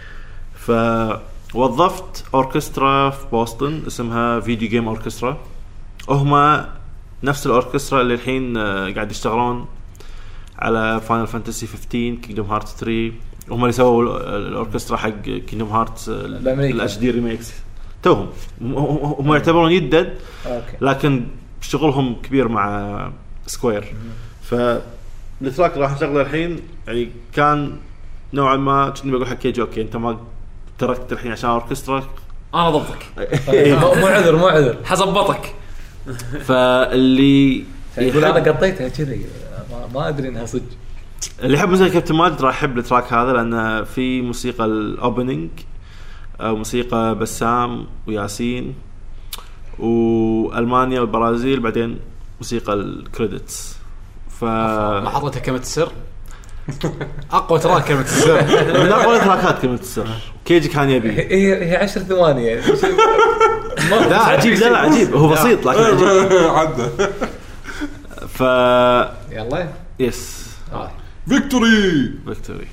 فوظفت اوركسترا في بوسطن اسمها فيديو جيم اوركسترا. هم نفس الاوركسترا اللي الحين قاعد يشتغلون على فاينل فانتسي خمسة عشر كينجدوم هارت ثلاثة. هم اللي سووا الاوركسترا حق كينجدوم هارت الاتش دي ريميكس توهم. هم يعتبرون يدد لكن شغلهم كبير مع سكوير. فالتراك راح نشغله الحين يعني كان نوعا ما كنت بقول حق كيجي اوكي انت ما تركت الحين عشان اوركسترا
انا ضبطك
مو عذر مو عذر
حزبطك.
فاللي
يقول انا قطيتها كذي ما ادري انها صدق.
اللي يحب موسيقى كابتن ماجد راح يحب التراك هذا لأن في موسيقى الأوبننج أو موسيقى بسام وياسين وألمانيا والبرازيل بعدين موسيقى الكريدتس. ف
ما حطيتها كلمة السر. أقوى تراك كلمة السر
من أقوى تراكات كلمة السر. كيجي كان يبي
هي هي عشر ثواني
لا عجيب لا لا عجيب هو بسيط لكن عجيب
عدى.
ف
يلا
يس
فيكتوري.
فيكتوري.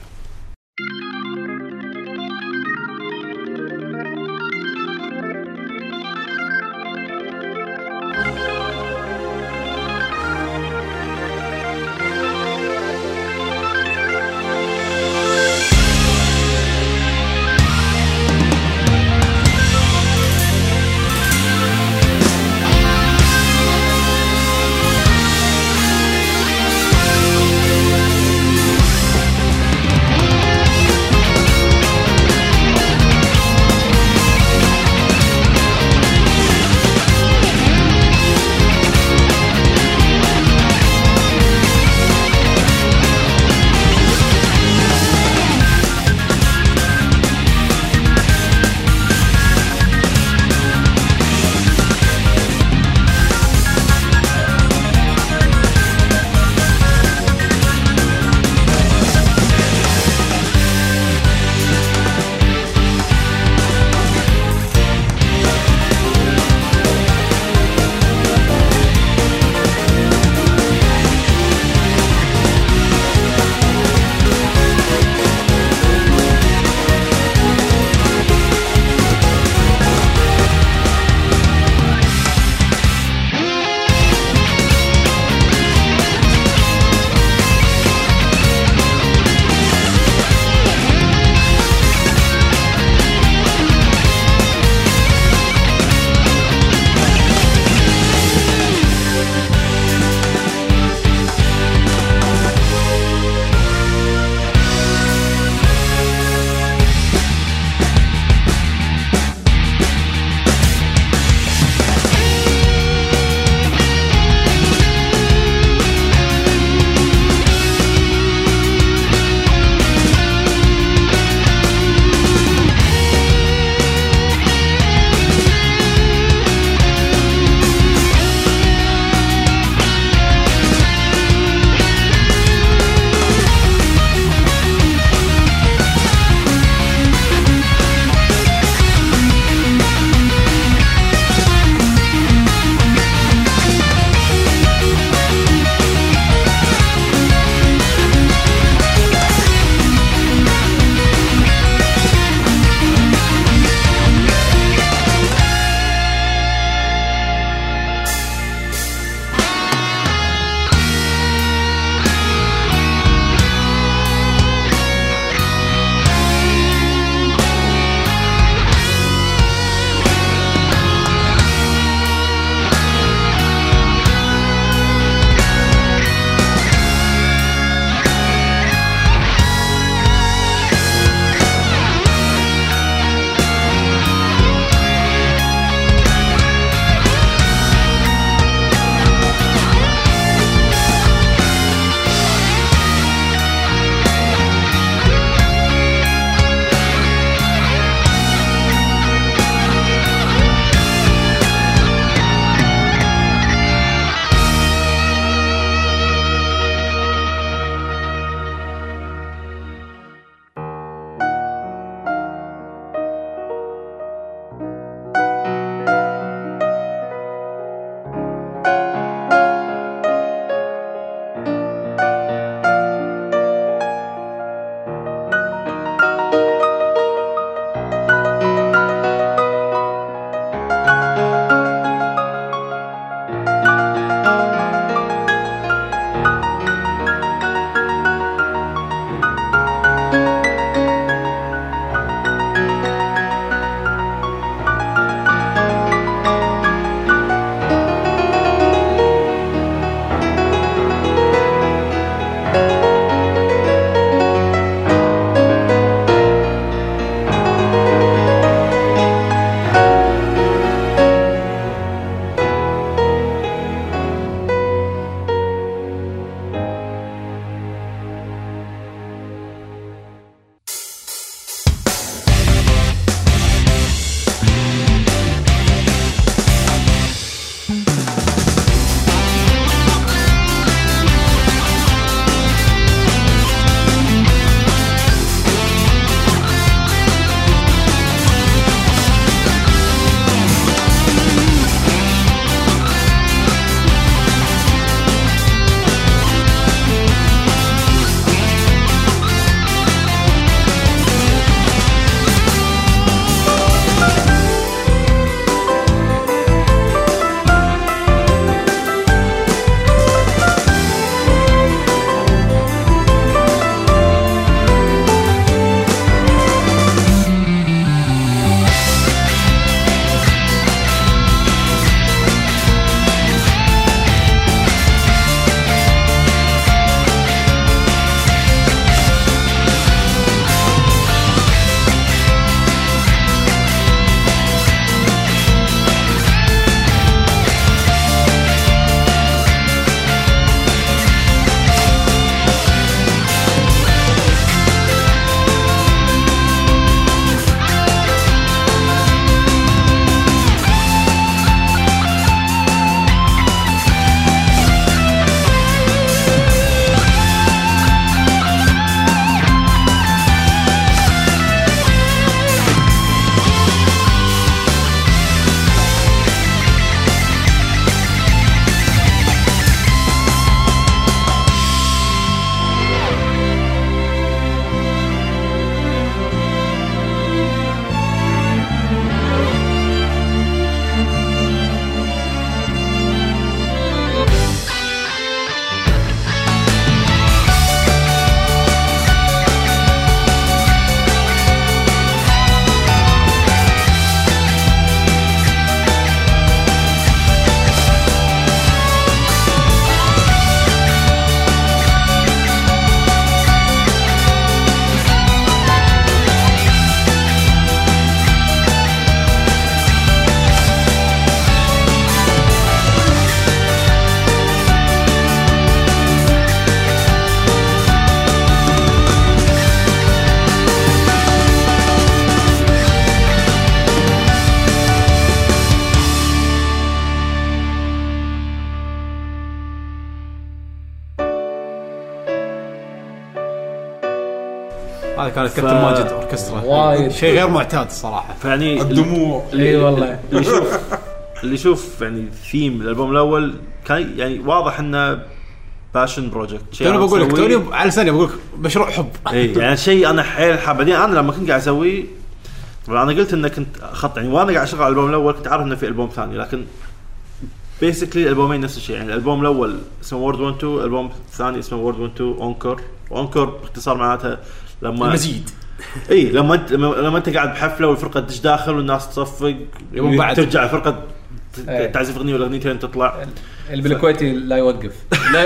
هذا كانت كابتن ماجد اوركسترا
وايد.
شيء غير معتاد الصراحه.
فيعني
الدموع
اي والله
اللي يشوف اللي يشوف يعني ثيم الالبوم الاول كان يعني واضح انه باشن بروجكت.
انا بقول لك توني على لساني بقول لك مشروع حب.
اي يعني شيء انا حيل حاب. بعدين انا لما كنت قاعد اسوي طبعا انا قلت انه كنت خط يعني وانا قاعد اشتغل على الالبوم الاول كنت عارف انه في البوم ثاني، لكن بيسكلي الالبومين نفس الشيء. يعني الالبوم الاول اسمه وورد واحد اثنين، الالبوم الثاني اسمه وورد واحد اثنين اونكور. اونكور باختصار معناتها لما
المزيد.
اي لما انت لما انت قاعد بحفله والفرقه تدش داخل والناس تصفق ترجع الفرقه تعزف اغنيه ولا اغنيتين تطلع.
اللي بالكويتي لا يوقف.
لا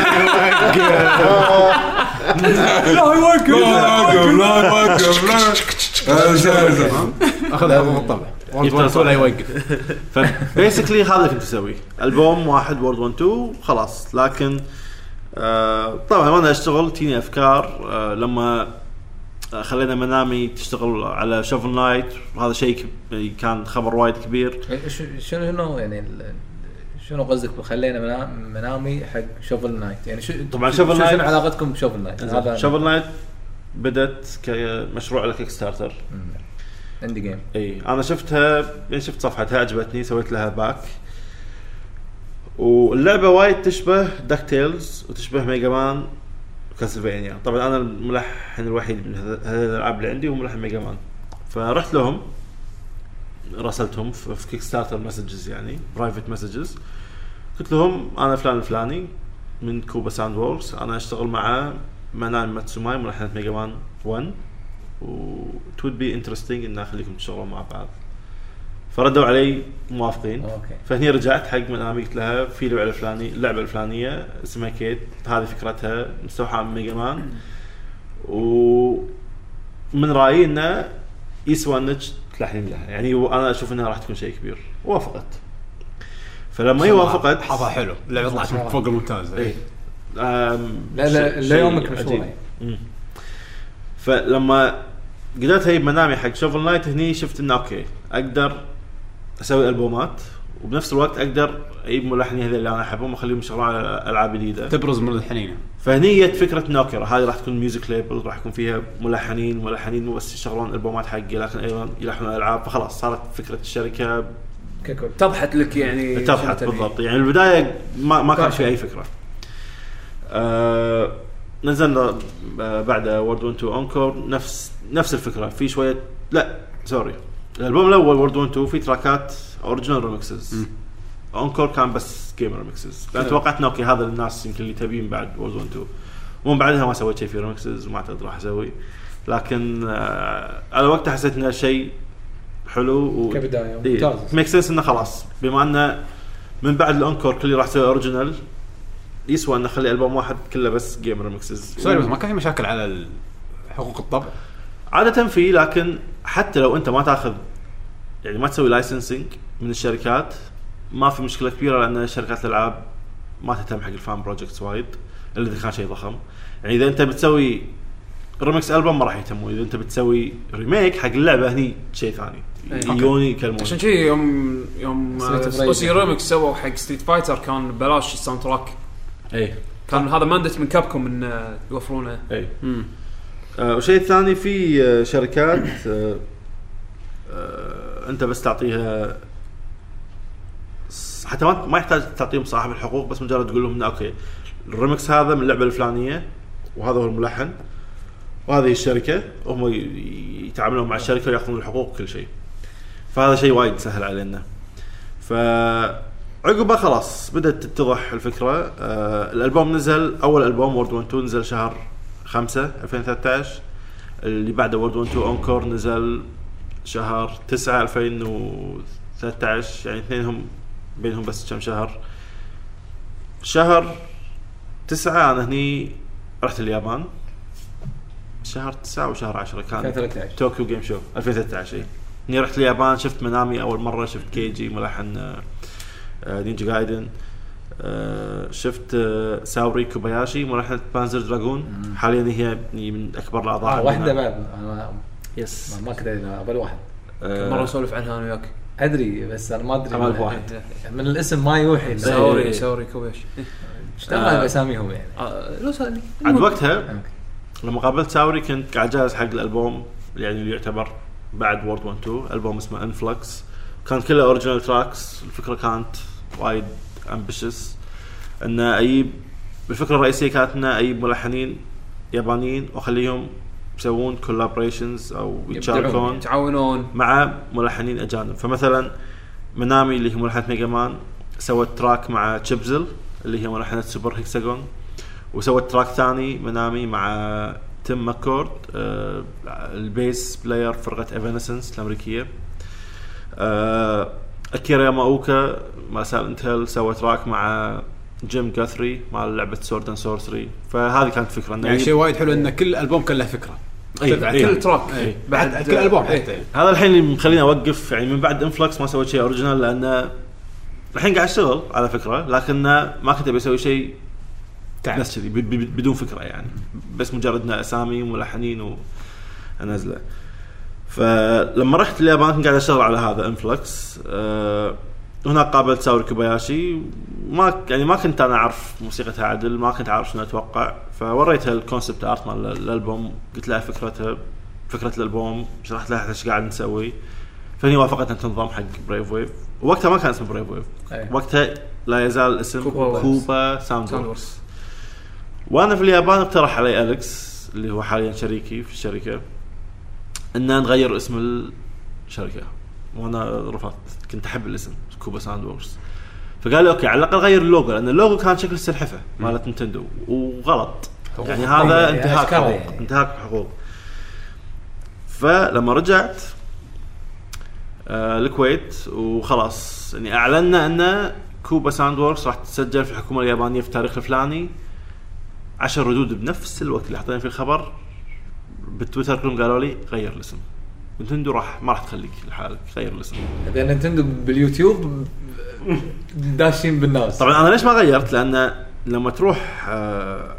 يوقف لا يوقف لا
اخذها بالطبع وورد لا يوقف.
فبيسكلي هذا كنت اسوي البوم واحد وورد واحد اثنين خلاص. لكن آه طبعا وانا اشتغل تيني افكار آه لما خلينا منامي تشتغل على شوفل نايت، وهذا شيء كان خبر وايد كبير.
شنو يعني شنو قصدك خلينا منامي حق شوفل نايت؟ يعني شو
طبعا شوفل نايت
شنو علاقتكم بشوفل نايت؟
هذا شوفل نايت بدت كمشروع على كيك ستارتر
عندي جيم.
اي انا شفتها يعني شفت صفحتها عجبتني سويت لها باك. واللعبه وايد تشبه داك تيلز وتشبه ميجا مان وكاسلفينيا. طبعا انا الملحن الوحيد من هذه الالعاب اللي عندي هو ملحن ميجا مان. فرحت لهم راسلتهم في كيك ستارتر مسجز يعني برايفت مسجز. قلت لهم انا فلان الفلاني من كوبا ساوند ووركس، انا اشتغل مع منان ماتسوماي ملحنة ميجا مان واحد و it would be interesting ان اخليكم تشتغلوا مع بعض. فردوا علي موافقين.
أوكي.
فهني رجعت حق منامي قلت لها في لعبه الفلانيه اللعبه الفلانيه اسمها كيت، هذه فكرتها مستوحاه من ميجا مان ومن رايي انه يسوى انك تلحنين لها، يعني انا اشوف انها راح تكون شيء كبير. وافقت. فلما هي وافقت
حظها حلو اللعبه طلعت فوق الممتاز.
اي
لا لا لا يومك مشروع.
فلما قدرت هي منامي حق شوفل نايت هني شفت انه اوكي اقدر اسوي البومات وبنفس الوقت اقدر اجيب ملحنين هذول اللي انا احبهم واخليهم يشتغلون على العاب جديده
تبرز من الحنين.
فهني جت فكره نوكر هذه راح تكون ميوزك ليبل، راح يكون فيها ملحنين ملحنين مو بس يشتغلون البومات حقي لكن ايضا يلحنون العاب. فخلاص صارت فكره الشركه
اتضحت لك يعني
اتضحت بالضبط. يعني البدايه ما ما كان في اي فكره. آه نزلنا بعد وورد واحد اثنين اونكور نفس نفس الفكره في شويه. لا سوري الالبوم الاول وورد واحد اثنين في تراكات اوريجينال ريمكسز. اونكور كان بس جيم ريمكسز. لان توقعت اوكي هذا الناس يمكن اللي تبين بعد وورد واحد اثنين ومن بعدها ما سويت شيء في ريمكسز وما اعتقد راح اسوي. لكن آه على وقتها حسيت انه شيء حلو و...
كبدايه
ممتاز ميك سنس انه خلاص بما انه من بعد الانكور كله راح يسوي اوريجينال يسوى ان نخلي البوم واحد كله بس جيم ريمكسز.
سوري بس ما كان في مشاكل على حقوق الطبع
عاده في. لكن حتى لو انت ما تاخذ يعني ما تسوي لايسنسنج من الشركات ما في مشكله كبيره لان شركات الالعاب ما تهتم حق الفان بروجكتس وايد الا اذا كان شيء ضخم. يعني اذا انت بتسوي ريمكس البوم ما راح يهتموا. اذا انت بتسوي ريميك حق اللعبه هني شيء ثاني يجوني يكلمون.
عشان شيء يوم يوم سبوسي ريمكس سووا حق ستريت فايتر كان بلاش الساوند تراك.
اي
كان هذا ماندت من كابكوم من يوفرونه.
اي آه وشيء ثاني في آه شركات آه آه انت بس تعطيها حتى ما ما يحتاج تعطيهم صاحب الحقوق بس مجرد تقول لهم اوكي الريمكس هذا من اللعبه الفلانيه وهذا هو الملحن وهذه الشركه هم يتعاملون مع الشركه وياخذون الحقوق كل شيء. فهذا شيء وايد سهل علينا. فعقبه خلاص بدأت تتضح الفكره. آه الالبوم نزل اول البوم وورد واحد اثنين نزل شهر خمسة ألفين وثلاثة عشر. اللي بعده وورد واحد اثنين اونكور نزل شهر تسعة ألفين وثلاثة عشر. يعني اثنينهم بينهم بس كم شهر. شهر تسعة انا هني رحت اليابان شهر تسعة وشهر عشرة كان طوكيو جيم شو ألفين وثلاثة عشر. هني رحت اليابان شفت منامي اول مره شفت كيجي ملحن نينجا جايدن. شفت ساوري كوباياشي ملحنة بانزر دراغون حاليا هي من اكبر الاعضاء.
آه واحده بعد انا
يس
ما كنت اول واحد
آه مره نسولف عنها انا وياك
ادري بس انا ما ادري
من واحد
من الاسم ما يوحي.
ساوري ساوري كوباياشي
اشتغل باساميهم يعني
آه لو سالني
عند وقتها لما قابلت ساوري كنت قاعد جاهز حق الالبوم يعني اللي يعتبر بعد وورد واحد اثنين البوم اسمه انفلكس كان كله اوريجينال تراكس. الفكره كانت وايد امبيشس ان اجيب الفكره الرئيسيه كانت ان اجيب ملحنين يابانيين واخليهم يسوون كولابريشنز او يتشاركون
يتعاونون
مع ملحنين اجانب. فمثلا منامي اللي هي ملحنه ميجا مان سوت تراك مع تشيبزل اللي هي ملحنه سوبر هيكساغون وسوت تراك ثاني منامي مع تيم ماكورد آه البيس بلاير فرقه ايفانسنس الامريكيه. آه اكيرا ياماوكا مع سايلنت سوى تراك مع جيم جاثري مع لعبه سورد اند سورسري. فهذه كانت فكره
يعني شيء وايد حلو ان كل البوم كان له فكره
أي
كل
أي
تراك
أي.
بعد
بعد كل البوم حتى
هذا الحين اللي مخليني اوقف يعني من بعد انفلكس ما سويت شيء اوريجينال لان الحين قاعد اشتغل على فكره لكن ما كنت ابي اسوي شيء نفس كذي بدون فكره يعني بس مجردنا اسامي وملحنين ونزله. فلما رحت اليابان كنت قاعد اشتغل على هذا انفلكس. أه هناك قابلت ساوري كوباياشي ما يعني ما كنت انا اعرف موسيقتها عدل ما كنت عارف شنو اتوقع. فوريتها الكونسبت ارت مال الالبوم قلت لها فكرتها فكره الالبوم شرحت لها ايش قاعد نسوي. فهني وافقت ان تنضم حق بريف ويف. وقتها ما كان اسمه بريف ويف وقتها لا يزال الاسم كوبا, كوبا ساوندوركس. وانا في اليابان اقترح علي أليكس اللي هو حاليا شريكي في الشركه ان نغير اسم الشركه وانا رفضت كنت احب الاسم كوبا ساوندوركس. فقال لي اوكي على الاقل غير اللوجو لان اللوجو كان شكل السلحفه مالت نينتندو وغلط يعني هذا انتهاك حقوق انتهاك حقوق. فلما رجعت آه الكويت وخلاص يعني اعلنا ان كوبا ساوندوركس راح تسجل في الحكومه اليابانيه في التاريخ الفلاني. عشر ردود بنفس الوقت اللي حطينا في الخبر بالتويتر كلهم قالوا لي غير الاسم نينتندو راح ما راح تخليك لحالك غير الاسم.
اذا نينتندو باليوتيوب داشين بالناس.
طبعا انا ليش ما غيرت لان لما تروح آآ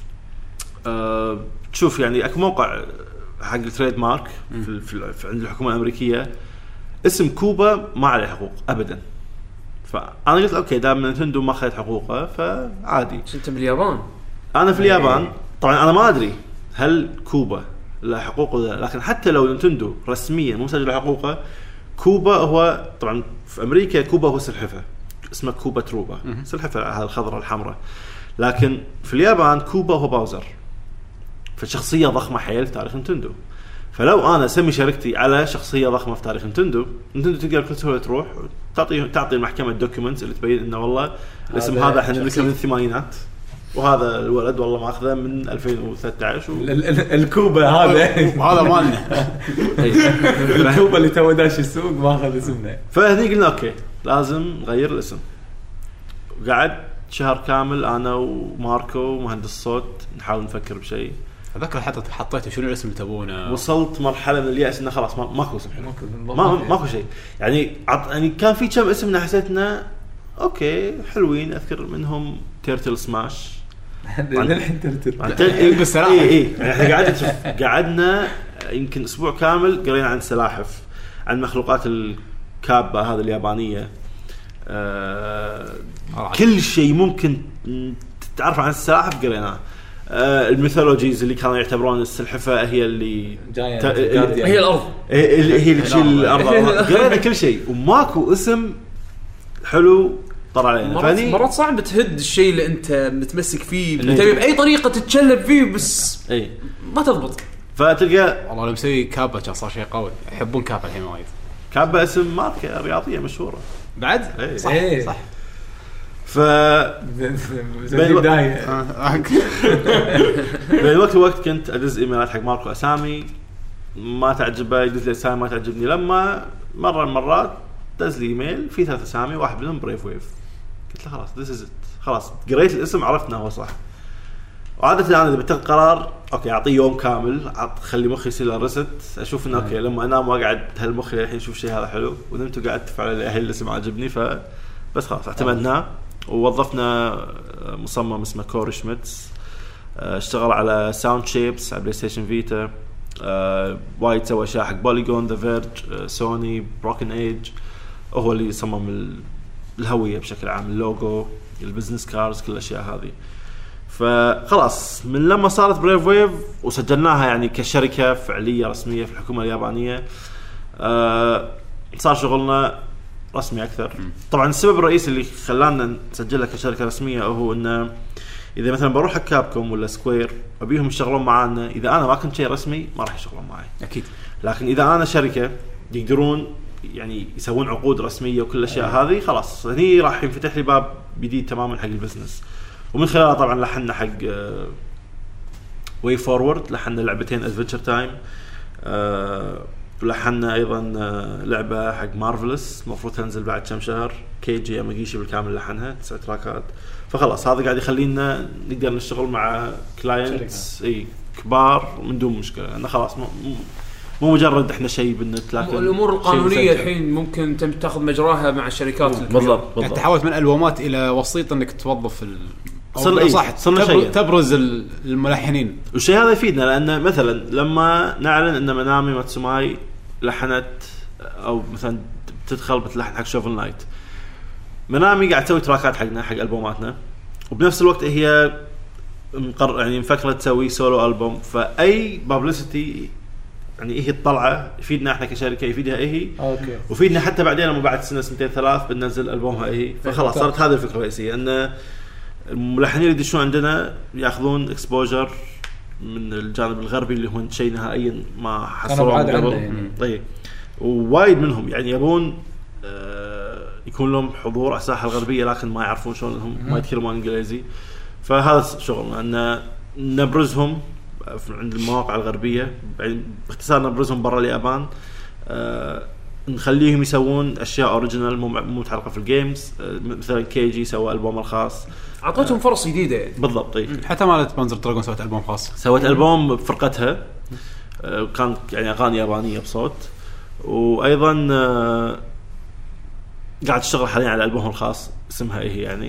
آآ تشوف يعني اكو موقع حق التريد مارك في, في, في عند الحكومه الامريكيه اسم كوبا ما عليه حقوق ابدا. فانا قلت اوكي دام نينتندو ما اخذت حقوقه فعادي.
انت باليابان
انا في اليابان طبعا انا ما ادري هل كوبا له حقوق ولا لكن حتى لو نينتندو رسميا مو مسجل حقوقه كوبا هو طبعا في امريكا كوبا هو سلحفه اسمه كوبا تروبا سلحفه هذه الخضراء الحمراء. لكن في اليابان كوبا هو باوزر فشخصيه ضخمه حيل في تاريخ نينتندو. فلو انا اسمي شركتي على شخصيه ضخمه في تاريخ نينتندو نينتندو تقدر بكل سهوله تروح تعطي تعطي المحكمه الدوكيومنتس اللي تبين انه والله الاسم هذا احنا نملكه من الثمانينات وهذا الولد والله ما اخذه من ألفين وثلاثة عشر و...
الكوبا هذا
وهذا مالنا
الكوبا اللي تو داش السوق ما اخذ اسمنا.
فهني قلنا اوكي لازم نغير الاسم. قعد شهر كامل انا وماركو ومهندس الصوت نحاول نفكر بشيء.
اذكر حطيت حطيته شنو الاسم اللي تبونه.
وصلت مرحله من الياس انه خلاص ما ماكو اسم ما ماكو شيء يعني عط... يعني كان في كم اسم حسيتنا اوكي حلوين اذكر منهم تيرتل سماش
الحين ترتب
بالسلاحف. اي اي احنا قاعدين قعدنا يمكن اسبوع كامل قرينا عن السلاحف عن مخلوقات الكابة هذه اليابانيه. آه كل شيء ممكن تعرف عن السلاحف قريناه. آه الميثولوجيز اللي كانوا يعتبرون السلحفه هي اللي
تا... هي الارض
هي اللي تشيل الارض قرينا كل شيء وماكو اسم حلو طلع علينا.
مرات, مرات صعب تهد الشيء اللي انت متمسك فيه تبي باي طريقه تتشلب فيه بس
اي
ما تضبط.
فتلقى
والله لو مسوي كابا كان صار شيء قوي يحبون كابا الحين وايد.
كابا اسم ماركه رياضيه مشهوره
بعد
ايه.
صح
ايه.
صح.
ف بدايه
بين وقت وقت كنت ادز ايميلات حق ماركو اسامي ما تعجبه يدز لي اسامي ما تعجبني. لما مره من المرات دز لي ايميل في ثلاث اسامي واحد منهم بريف ويف. قلت له خلاص this is it خلاص قريت الاسم عرفنا هو صح. وعادة انا اذا بتاخذ قرار اوكي اعطيه يوم كامل خلي مخي يصير له ريست اشوف انه اوكي لما انام واقعد هالمخي الحين اشوف شيء هذا حلو ونمت وقعدت فعلا اهل الاسم عجبني فبس خلاص اعتمدناه. ووظفنا مصمم اسمه كوري شميتس اشتغل على ساوند شيبس على بلاي ستيشن فيتا. أه وايد سوى اشياء حق بوليجون ذا فيرج أه سوني بروكن ايج. هو اللي صمم الهويه بشكل عام اللوجو البزنس كارز كل الاشياء هذه. فخلاص من لما صارت بريف ويف وسجلناها يعني كشركه فعليه رسميه في الحكومه اليابانيه آه صار شغلنا رسمي اكثر. طبعا السبب الرئيسي اللي خلانا نسجلها كشركه رسميه هو انه اذا مثلا بروح حق كابكوم ولا سكوير ابيهم يشتغلون معنا، اذا انا ما كنت شيء رسمي ما راح يشتغلون معي
اكيد.
لكن اذا انا شركه يقدرون يعني يسوون عقود رسميه وكل الاشياء هذه خلاص هني راح ينفتح لي باب جديد تماما حق البزنس. ومن خلالها طبعا لحنا حق واي فورورد، لحنا لعبتين ادفنتشر تايم، ولحنا ايضا لعبه حق مارفلس المفروض تنزل بعد كم شهر، كي جي ياماغيشي بالكامل لحنها تسع تراكات. فخلاص هذا قاعد يخلينا نقدر نشتغل مع كلاينتس اي كبار من دون مشكله، انه خلاص مو مو مجرد احنا شيء بالنت، لكن
الامور القانونيه الحين ممكن تم تاخذ مجراها مع الشركات
بالضبط بالضبط.
يعني تحولت من البومات الى وسيط انك توظف ال
صار إيه؟
صح تبرز, تبرز الملحنين.
والشيء هذا يفيدنا لان مثلا لما نعلن ان منامي ماتسوماي لحنت او مثلا تدخل بتلحن حق شوفل نايت، منامي قاعد تسوي تراكات حقنا حق البوماتنا وبنفس الوقت هي مقر يعني مفكره تسوي سولو البوم، فاي بابليستي يعني ايه الطلعه يفيدنا احنا كشركه، يفيدها ايه
اوكي
وفيدنا حتى بعدين لما بعد سنه سنتين ثلاث بننزل البومها ايه. فخلاص صارت هذه الفكره الرئيسيه ان الملحنين اللي يدشون عندنا ياخذون اكسبوجر من الجانب الغربي اللي هو شيء نهائيا ما حصلوه قبل يعني. طيب ووايد منهم يعني يبون آه يكون لهم حضور على الساحه الغربيه لكن ما يعرفون شلون هم ما يتكلمون انجليزي. فهذا شغلنا ان نبرزهم عند المواقع الغربيه، يعني باختصار نبرزهم برا اليابان، آه نخليهم يسوون اشياء اوريجينال مو متعلقه في الجيمز. آه مثلا كي جي سوى البوم الخاص،
اعطيتهم فرص جديده يعني.
بالضبط. طيب
حتى مالت بانزر دراجون سوت البوم خاص،
سوت البوم بفرقتها آه كانت يعني اغاني يابانيه بصوت. وايضا آه قاعد تشتغل حاليا على البوم الخاص اسمها ايه يعني.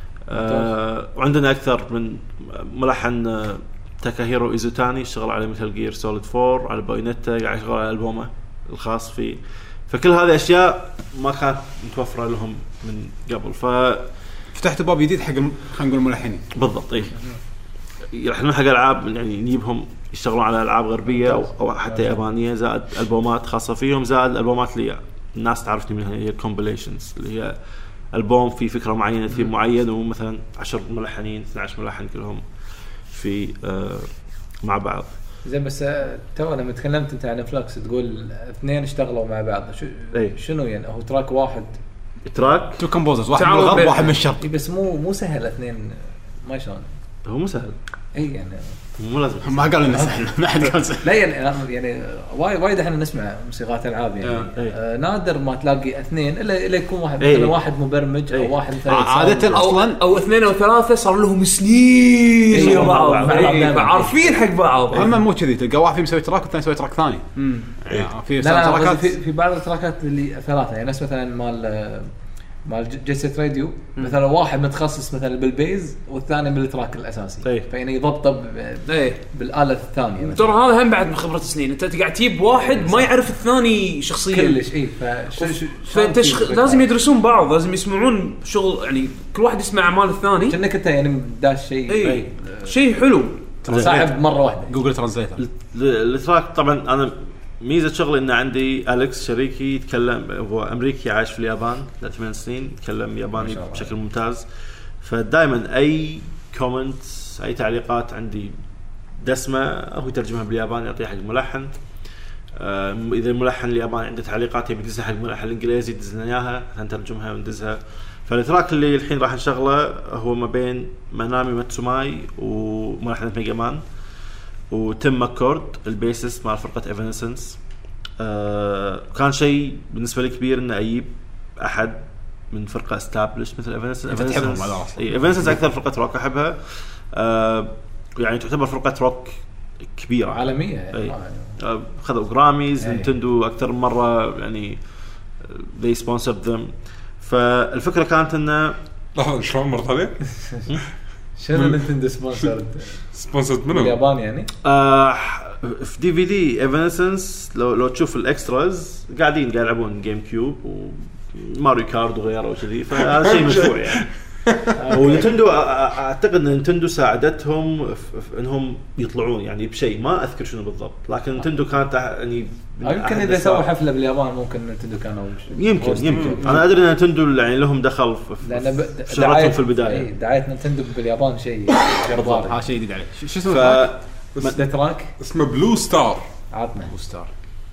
آه وعندنا اكثر من ملحن آه تاكاهيرو إيزوتاني اشتغل على مثل جير سوليد فور، على بايونيتا قاعد يشتغل على البومه الخاص فيه. فكل هذه اشياء ما كانت متوفره لهم من قبل، ف
فتحت باب جديد حق خلينا نقول الملحنين.
بالضبط. اي احنا حق العاب يعني نجيبهم يشتغلون على العاب غربيه او, أو حتى يابانيه، زائد البومات خاصه فيهم، زائد الالبومات اللي الناس تعرفني منها هي الكومبيليشنز اللي هي البوم في فكره معينه ثيم معين ومثلا عشر ملحنين اثنا عشر ملحن كلهم في آه مع بعض.
زي بس تو لما تكلمت انت عن فلكس تقول اثنين اشتغلوا مع بعض، شو
أي.
شنو يعني هو تراك واحد
تراك
تو كومبوزرز، واحد من الغرب واحد من الشرق،
بس مو مو سهل اثنين ما شلون
هو مو سهل.
اي يعني
مو لازم
ما قالوا انه سهل ما حد قال سهل.
لا يعني يعني وايد وايد احنا نسمع موسيقات العاب يعني آه نادر ما تلاقي اثنين الا الا يكون واحد مثلا واحد مبرمج او واحد مثلا
عاده اصلا
او اثنين او ثلاثه صار لهم سنين يا بعض عارفين حق بعض.
اما مو كذي تلقى واحد مسوي تراك والثاني يسوي تراك ثاني.
في تراكات في, في بعض التراكات اللي ثلاثه يعني ناس مثلا مال مال جيست راديو مثلا واحد متخصص مثلا بالبيز والثاني بالتراك الاساسي
أيه.
فيعني يضبط
ايه
بالاله الثانيه.
ترى هذا هم بعد من خبره سنين، انت قاعد تجيب واحد ما يعرف الثاني شخصيا
كلش. اي
فانت لازم يدرسون بعض، لازم يسمعون شغل يعني كل واحد يسمع اعمال الثاني
كأنك انت يعني داش شيء
اي شيء حلو
صعب مره واحده.
جوجل ترانزليتر
التراك طبعا انا ميزه شغلي ان عندي أليكس شريكي يتكلم، هو امريكي عايش في اليابان ثمان سنين، يتكلم ياباني بشكل ممتاز. فدائما اي كومنتس اي تعليقات عندي دسمه هو يترجمها بالياباني يعطيها حق الملحن. اذا الملحن الياباني عنده تعليقات يبي يدزها حق الملحن الانجليزي يدز لنا اياها نترجمها وندزها. فالتراك اللي الحين راح نشغله هو ما بين منامي ماتسوماي وملحن ميجا مان وتيم ماكورد البيسس مع فرقة ايفانسنس. آه كان شيء بالنسبة لي كبير ان اجيب احد من فرقة استابلش مثل ايفانسنس. ايفانسنس اكثر فرقة روك احبها، آه يعني تعتبر فرقة روك كبيرة
عالمية يعني.
آه خذوا جراميز نينتندو اكثر مرة يعني they sponsored them. فالفكرة كانت انه
لحظة شلون مرة ثانية
شنو نينتندو سبونسرد
سبونسرد منو
اليابان يعني.
آه في دي في دي ايفانسنس لو لو تشوف الاكستراز قاعدين قاعد يلعبون جيم كيوب وماريو كارد وغيره وكذي، فهذا شيء مشروع يعني. ونينتندو اعتقد ان نينتندو ساعدتهم في انهم يطلعون يعني بشيء ما اذكر شنو بالضبط، لكن نينتندو كانت يعني
يمكن اذا سووا حفله باليابان ممكن نينتندو كانوا
يمكن يمكن انا ادري ان نينتندو يعني لهم دخل في دعايتهم في البدايه.
دعايه نينتندو باليابان شيء جبار،
ها شيء جديد عليه. شو اسمه
بس تراك
اسمه بلو ستار.
عطنا
بلو ستار.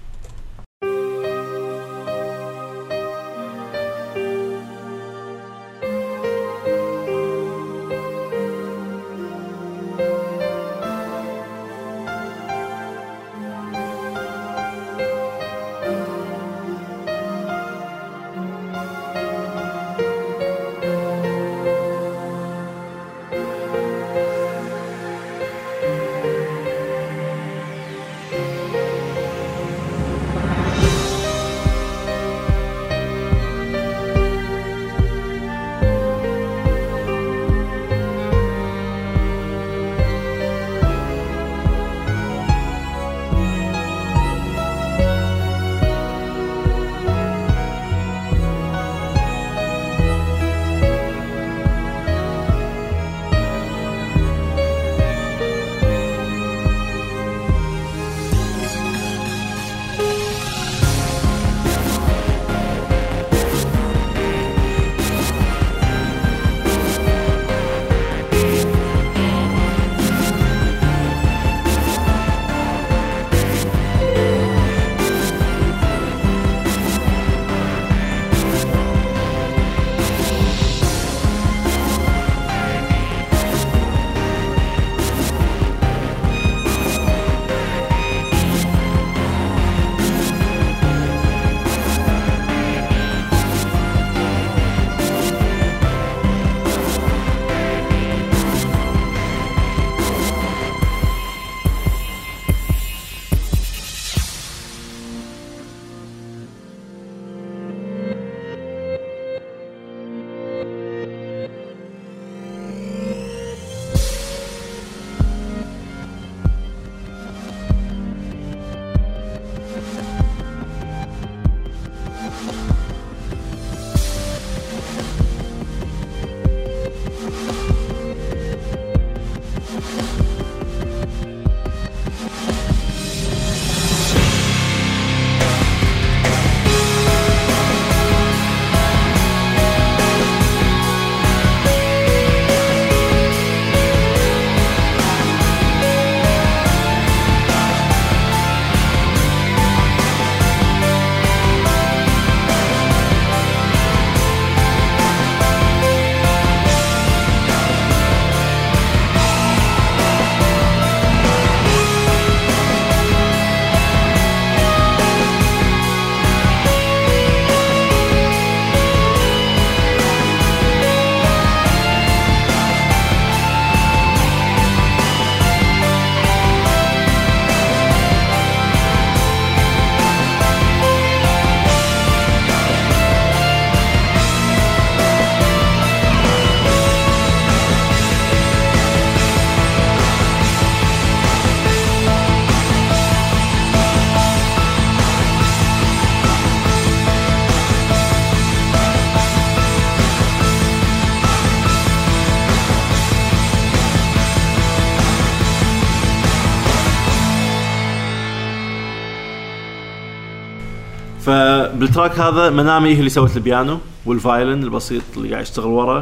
فبالتراك هذا منامي هي اللي سوت البيانو والفايلن البسيط اللي قاعد يشتغل ورا،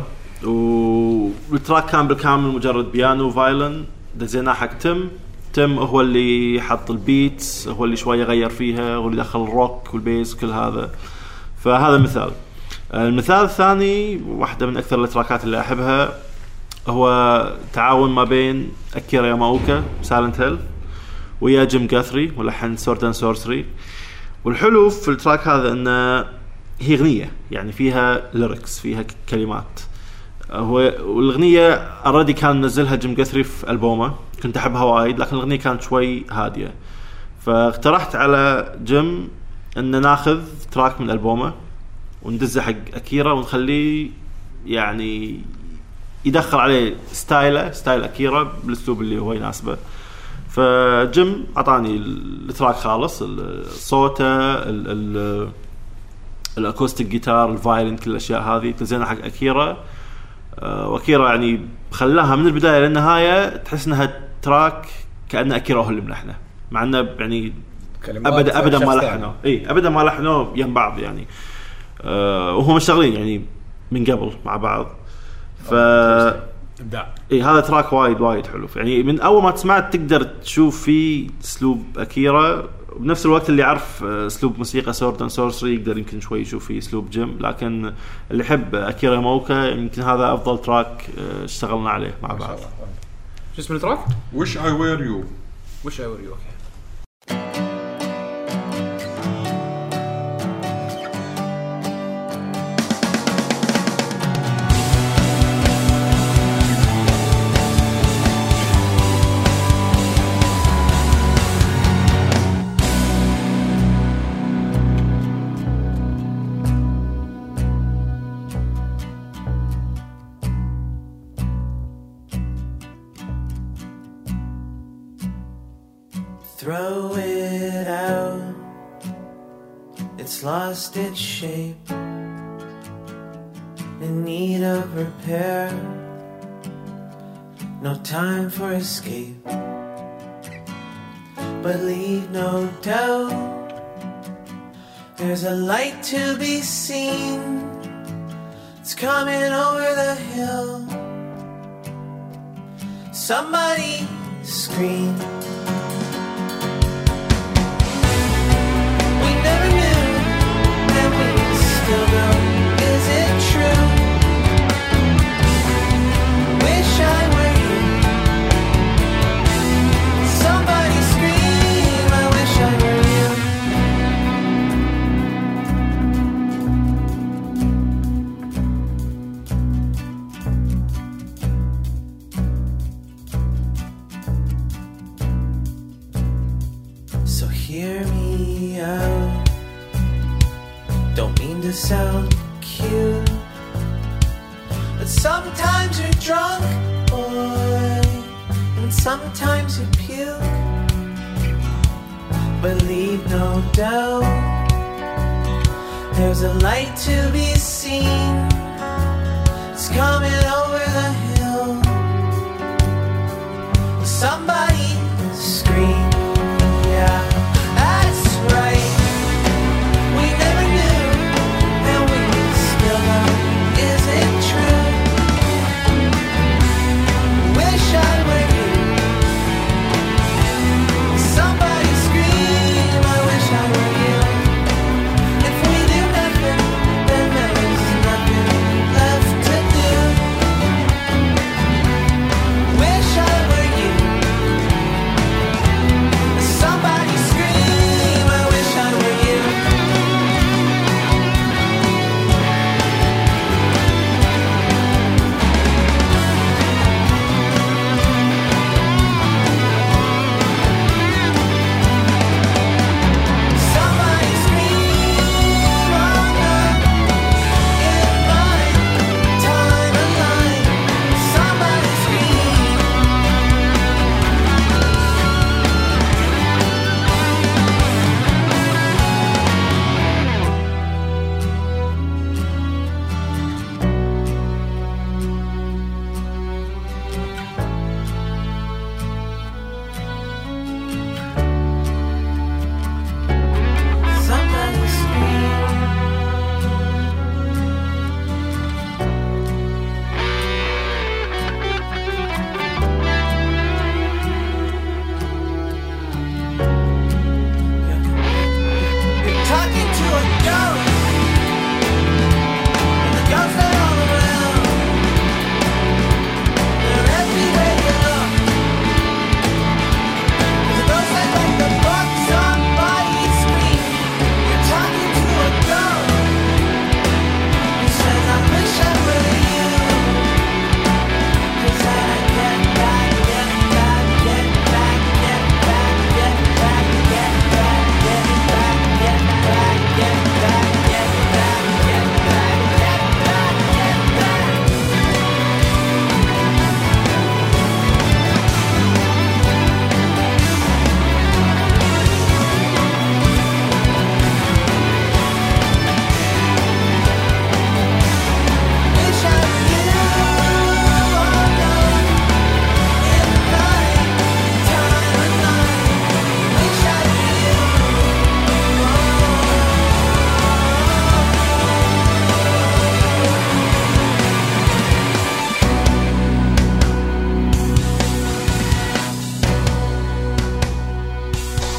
والتراك كان بالكامل مجرد بيانو وفايلن دزيناه حق تم. تم هو اللي حط البيتس، هو اللي شويه غير فيها، هو اللي دخل الروك والبيس وكل هذا. فهذا مثال. المثال الثاني واحدة من أكثر التراكات اللي أحبها هو تعاون ما بين أكيرا ياماوكا سايلنت هيل ويا جيم جاثري ملحن سورد اند سورسري. والحلو في التراك هذا أنه هي أغنية يعني فيها ليركس، فيها كلمات. هو والأغنية أرادي كان نزلها جيم جاثري في ألبومه، كنت أحبها وايد لكن الأغنية كانت شوي هادية، فاقترحت على جيم أن ناخذ تراك من ألبومه وندزه حق أكيرا ونخليه يعني يدخل عليه ستايله ستايل أكيرا بالأسلوب اللي هو يناسبه. فجيم عطاني التراك خالص، الصوت الأكوستيك جيتار الفايلن كل الأشياء هذه تزينها حق أكيرا. آه واكيرا يعني خلاها من البدايه للنهايه تحس انها تراك كأن اكيرا هو اللي ملحنه، مع انه يعني ابدا ابدا ما لحنوا اي ابدا ما لحنوا يم بعض يعني. أه وهم مشتغلين يعني من قبل مع بعض. ف
ابداع.
اي هذا تراك وايد وايد حلو يعني. من اول ما تسمعت تقدر تشوف فيه اسلوب اكيرا، بنفس الوقت اللي يعرف اسلوب موسيقى سورد اند سورسري يقدر يمكن شوي يشوف فيه اسلوب جيم. لكن اللي يحب اكيرا ياماوكا يمكن هذا افضل تراك اشتغلنا عليه مع بعض.
شو اسم التراك؟
Wish I Were You.
Wish I Were You. اوكي.
Throw it out, it's lost its shape, in need of repair, no time for escape, but leave no doubt, there's a light to be seen, it's coming over the hill, somebody scream. Is it true? Wish I were you. Somebody scream, I wish I were you. So hear me out. Don't mean to sound cute, but sometimes you're drunk, boy, and sometimes you puke. But leave no doubt, there's a light to be seen. It's coming over the hill. Somebody scream, yeah, that's right. We never knew. Is it true? Wish I were you. Somebody scream, I wish I were you. If we do nothing, then there is nothing left to do.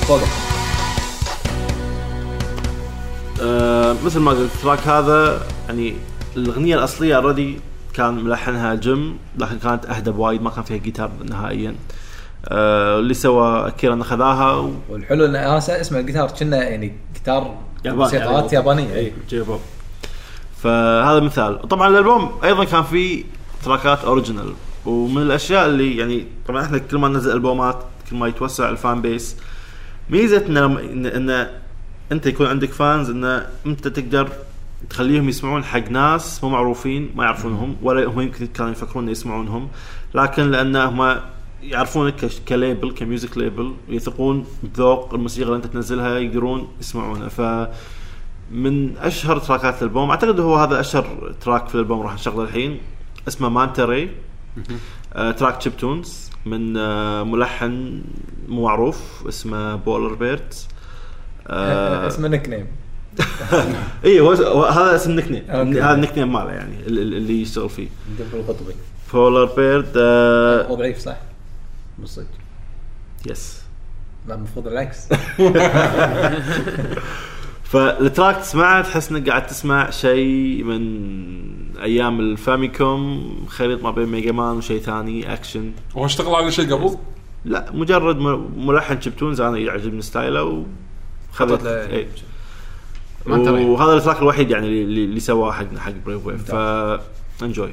فوق.
آه مثل ما قلت التراك هذا يعني الاغنيه الاصليه اوريدي كان ملحنها جيم، لكن كانت اهدى وايد، ما كان فيها جيتار نهائيا. آه اللي سوى اكيرا اخذاها و...
والحلو ان انا اسمع الجيتار كنا يعني جيتار
ياباني،
موسيقات يابانيه.
اي جيبوب. فهذا مثال. طبعا الالبوم ايضا كان فيه تراكات اوريجينال، ومن الاشياء اللي يعني طبعا احنا كل ما ننزل البومات كل ما يتوسع الفان بيس. ميزه ان ان, إن انت يكون عندك فانز ان انت تقدر تخليهم يسمعون حق ناس مو معروفين ما يعرفونهم، ولا هم يمكن كانوا يفكرون ان يسمعونهم، لكن لانهم يعرفونك كليبل كميوزك ليبل ويثقون بذوق الموسيقى اللي انت تنزلها يقدرون يسمعونها. ف من اشهر تراكات الالبوم اعتقد هو هذا اشهر تراك في الالبوم راح نشغله الحين، اسمه مانتري. آه تراك تشيب تونز من آه ملحن مو معروف اسمه بولر بيرد.
آه اسمه نيك نيم.
اي هو هذا اسم نيك نيم، هذا النيك نيم ماله يعني اللي يشتغل فيه
دبل القطبي.
بولر بيرد آه
هو ضعيف صح بالصدق.
يس
لا المفروض العكس.
فالتراك تسمعه تحس انك قاعد تسمع شيء من ايام الفاميكوم، خليط ما بين ميجا مان وشيء ثاني اكشن.
هو اشتغل على شيء قبل؟
لا مجرد ملحن شبتونز انا يعجبني ستايله وخذت ايه. وهذا التراك الوحيد يعني اللي, اللي سواه حق حق بريف ويف. ف انجوي.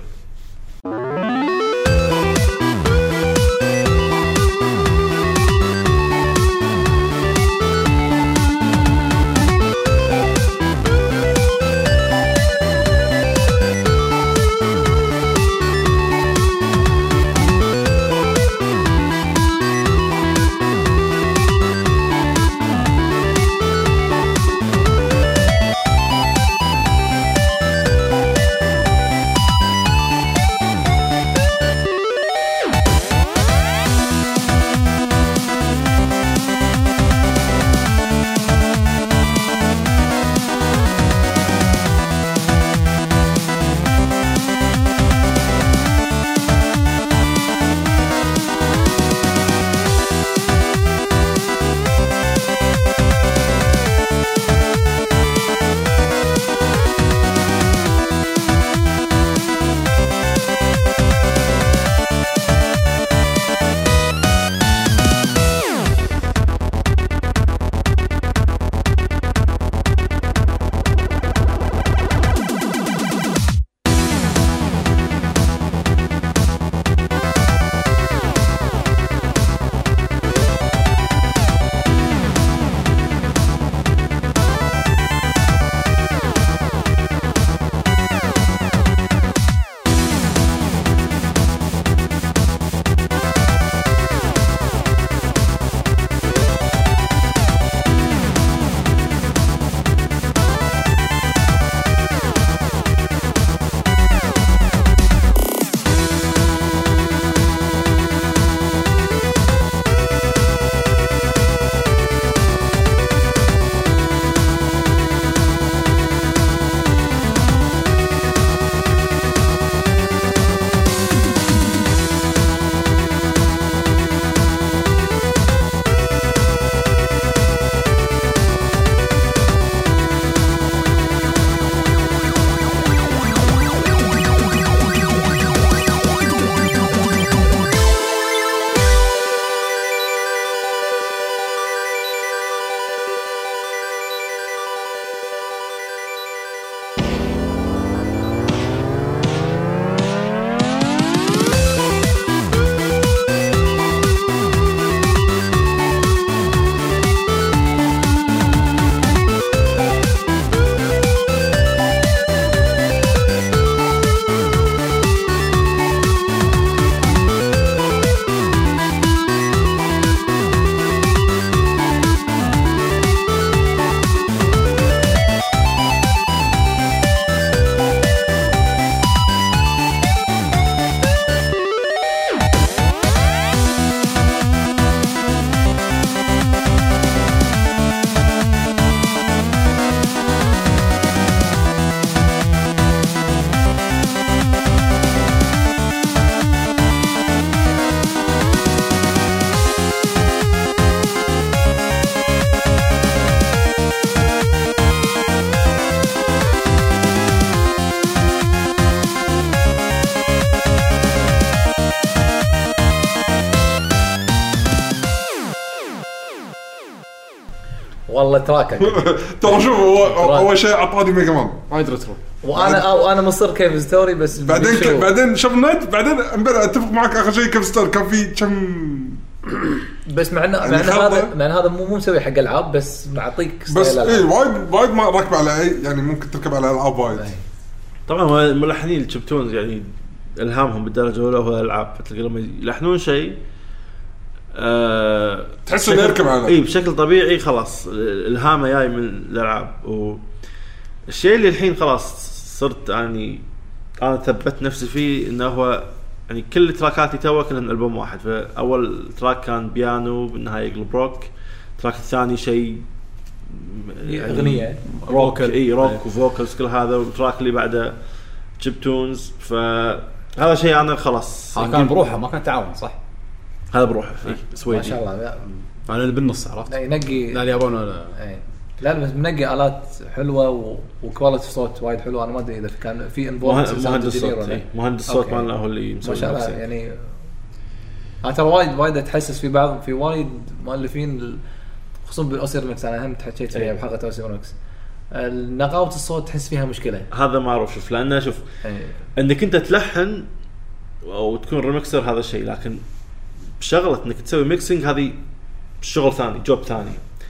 والله تراكك.
ترى شوف هو اول شيء عطاني ميجا مان
وايد ريترو.
وانا وانا مصر كيف ستوري بس
بعدين ك... بعدين شوف نايت بعدين امبارح اتفق معك اخر شيء كيف ستوري كان في كم
بس مع انه مع هذا مع هذا مو مو مسوي حق العاب بس معطيك
بس اي وايد وايد ما راكب على اي يعني ممكن تركب على العاب وايد.
طبعا الملحنين الشبتونز يعني الهامهم بالدرجه الاولى هو الالعاب. تلقى لما يلحنون شيء أه
تحس انه يركب على
اي بشكل طبيعي خلاص الهامه جاي من الالعاب. والشيء اللي الحين خلاص صرت يعني انا ثبت نفسي فيه انه هو يعني كل تراكاتي توا كلهم ألبوم واحد. فاول تراك كان بيانو بالنهايه يقلب روك. التراك الثاني شيء
يعني اغنيه
روك اي روك وفوكالز كل هذا. والتراك اللي بعده شيبتونز. فهذا شيء انا خلاص
كان بروحه ما كان تعاون صح.
هذا بروحه اي سويدي
ما شاء الله.
انا اللي بالنص عرفت
لا ينقي
لا اليابان ولا
اي لا بس منقي آلات حلوه و... وكواليتي صوت وايد حلوه. انا ما ادري اذا كان في انفولد
مهندس صوت اي مهندس صوت مالنا هو اللي مسوي
ما شاء الله يعني. انا ترى وايد وايد اتحسس في بعض في وايد مؤلفين خصوصا بالاوسير ميكس. انا هم تحكيت فيها بحلقه اوسير ميكس نقاوه الصوت تحس فيها مشكله.
هذا معروف شوف لانه شوف أي. انك انت تلحن او تكون ريمكسر هذا الشيء لكن شغله انك تسوي ميكسينج هذه شغل ثاني جوب ثاني.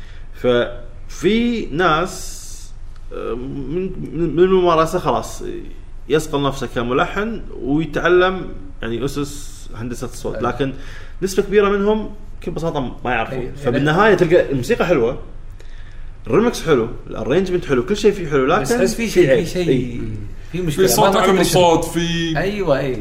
ففي ناس من من الممارسه خلاص يسقل نفسه كملحن ويتعلم يعني اسس هندسه الصوت. لكن نسبه كبيره منهم بكل بساطه ما يعرفون. فبالنهايه تلقى الموسيقى حلوه الريمكس حلو الارينجمنت حلو كل شيء فيه حلو لكن
بس في شيء في شيء في مشكله
في صوت عن الصوت في
ايوه اي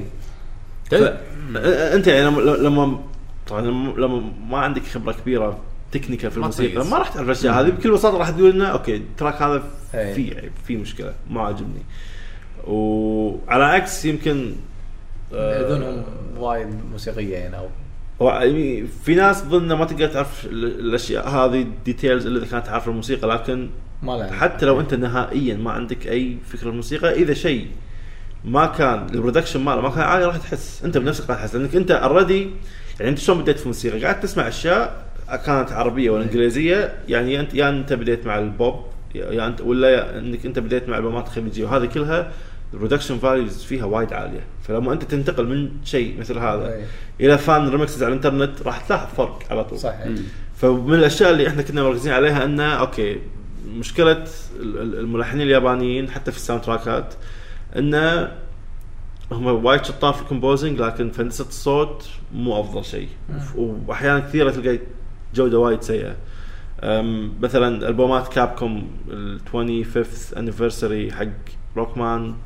انت يعني لما طبعا لما ما عندك خبره كبيره تكنيكال في الموسيقى ما راح تعرف الاشياء هذه. بكل بساطه راح تقول لنا اوكي التراك هذا في عيب في مشكله ما عجبني. وعلى عكس يمكن
يدونهم وايد موسيقيه يعني او
في ناس ظن ما تقدر تعرف الاشياء هذه ديتيلز اللي كانت تعرف الموسيقى. لكن
ما
حتى لو انت نهائيا ما عندك اي فكره الموسيقى اذا شيء ما كان البرودكشن ماله ما كان عالي راح تحس انت بنفسك راح تحس لانك انت اوريدي يعني انت شلون بديت في الموسيقى قاعد تسمع اشياء كانت عربيه ولا انجليزيه يعني انت يا يعني انت بديت مع البوب يا يعني انت ولا انك انت بديت مع البومات الخليجيه وهذه كلها البرودكشن فاليوز فيها وايد عاليه. فلما انت تنتقل من شيء مثل هذا أي. الى فان ريمكسز على الانترنت راح تلاحظ فرق على طول.
صحيح.
فمن الاشياء اللي احنا كنا مركزين عليها انه اوكي مشكله الملحنين اليابانيين حتى في الساوند تراكات انه هم وايد شطار في الكومبوزنج لكن في هندسه الصوت مو افضل شيء. واحيانا كثيره تلقى جوده وايد سيئه. مثلا البومات كابكوم ال خمسين anniversary حق روكمان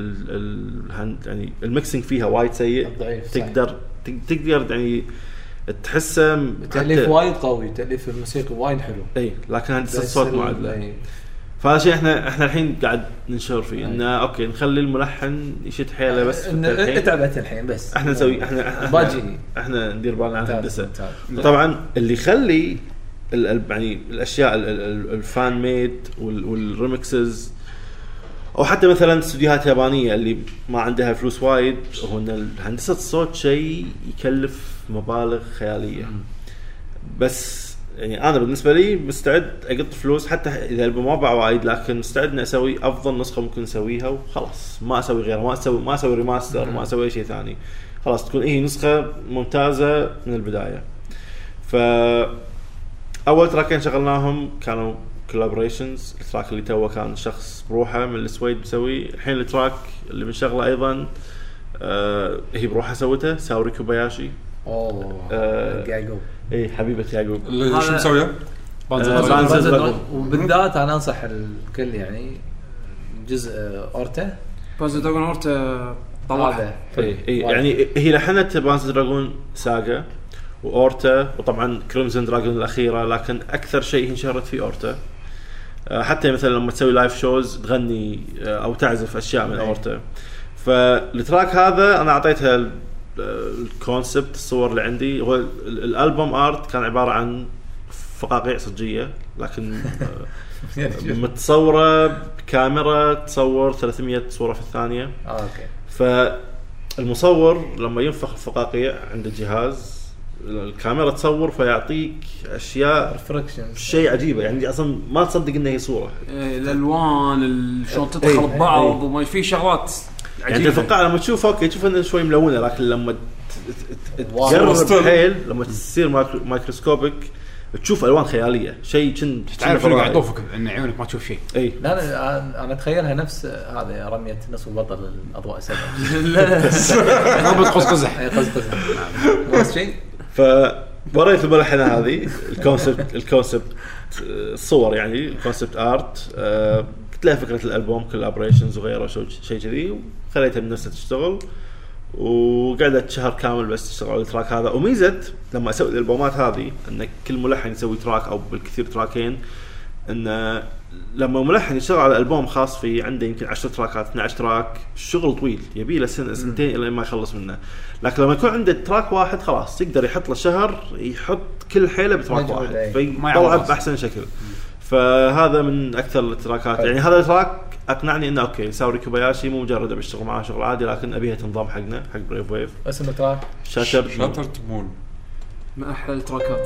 ال يعني الميكسينج فيها وايد سيء. تقدر تقدر يعني تحسه
تأليف وايد قوي تأليف الموسيقى وايد حلو
اي لكن هندسه الصوت معدله. فهذا شيء احنا احنا الحين قاعد ننشر فيه انه اوكي نخلي الملحن يشد حيله بس
اتعبت الحين بس
احنا نسوي احنا احنا,
باجي
احنا ندير بالنا على الهندسه. طبعا اللي يخلي يعني الاشياء الفان ميد والريمكسز او حتى مثلا استديوهات يابانيه اللي ما عندها فلوس وايد هو ان هندسه الصوت شيء يكلف مبالغ خياليه. بس يعني انا بالنسبه لي مستعد اقط فلوس حتى اذا ما باع وايد لكن مستعد اني اسوي افضل نسخه ممكن اسويها وخلاص ما اسوي غيرها ما اسوي ما اسوي ريماستر ما اسوي شيء ثاني خلاص تكون هي نسخه ممتازه من البدايه. ف اول تراكين شغلناهم كانوا كولابوريشنز. التراك اللي توه كان شخص بروحه من السويد مسوي. الحين التراك اللي بنشغله ايضا آه هي بروحها سوته ساوري كوباياشي.
اوه آه يعقوب
اي حبيبه يعقوب
اللي شو مسويه
آه وبالذات انا انصح الكل يعني جزء اورتا
بانز دراجون اورتا طلعها
اي يعني هي لحنت بانز دراجون ساغا واورتا وطبعا كريمزن دراجون الاخيره لكن اكثر شيء انشهرت فيه اورتا. حتى مثلا لما تسوي لايف شوز تغني او تعزف اشياء من اورتا. فالتراك هذا انا اعطيتها الكونسبت الصور اللي عندي هو الالبوم ارت كان عباره عن فقاقيع صجيه لكن متصوره بكاميرا تصور ثلاثمية صوره في الثانيه.
اوكي
فالمصور لما ينفخ الفقاقيع عنده جهاز الكاميرا تصور فيعطيك اشياء
ريفركشن
شيء عجيبه يعني اصلا ما تصدق انها هي صوره.
إيه، الالوان ال- شلون تدخل ببعض وما في شغلات
يعني
عجيبه.
انت في القاعه لما تشوف اوكي تشوف انه شوي ملونه لكن لما ت- ت- ت-
واو.
تقرب حيل لما تصير مايكرو- مايكروسكوبيك تشوف الوان خياليه شيء كن
تعرف اللي قاعد يطوفك ان عيونك ما تشوف شيء.
اي
لا انا انا اتخيلها نفس هذا رميه نصف البطل الاضواء سبعه.
ضربة قوس قزح.
اي قصد قصد نفس شيء.
فوريت الملحنه هذه الكونسبت الكونسبت الصور يعني الكونسبت ارت أه قلت لها فكره الالبوم كولابوريشنز وغيره شو شيء كذي وخليتها من نفسها تشتغل وقعدت شهر كامل بس تشتغل على التراك هذا. وميزه لما اسوي الالبومات هذه ان كل ملحن يسوي تراك او بالكثير تراكين ان لما ملحن يشتغل على البوم خاص فيه عنده يمكن عشرة تراكات اثنا عشر تراك الشغل طويل يبي له سنه سنتين الى ما يخلص منه. لكن لما يكون عنده تراك واحد خلاص يقدر يحط له شهر يحط كل حيله بتراك
مجهود،
واحد
أي.
فيطلع باحسن شكل. فهذا من اكثر التراكات يعني هذا التراك اقنعني انه اوكي ساوري كوباياشي مو مجرد بشتغل معاه شغل عادي لكن ابيها تنظام حقنا حق بريف ويف.
اسمه تراك
شاتر
شاترد مون
من احلى التراكات.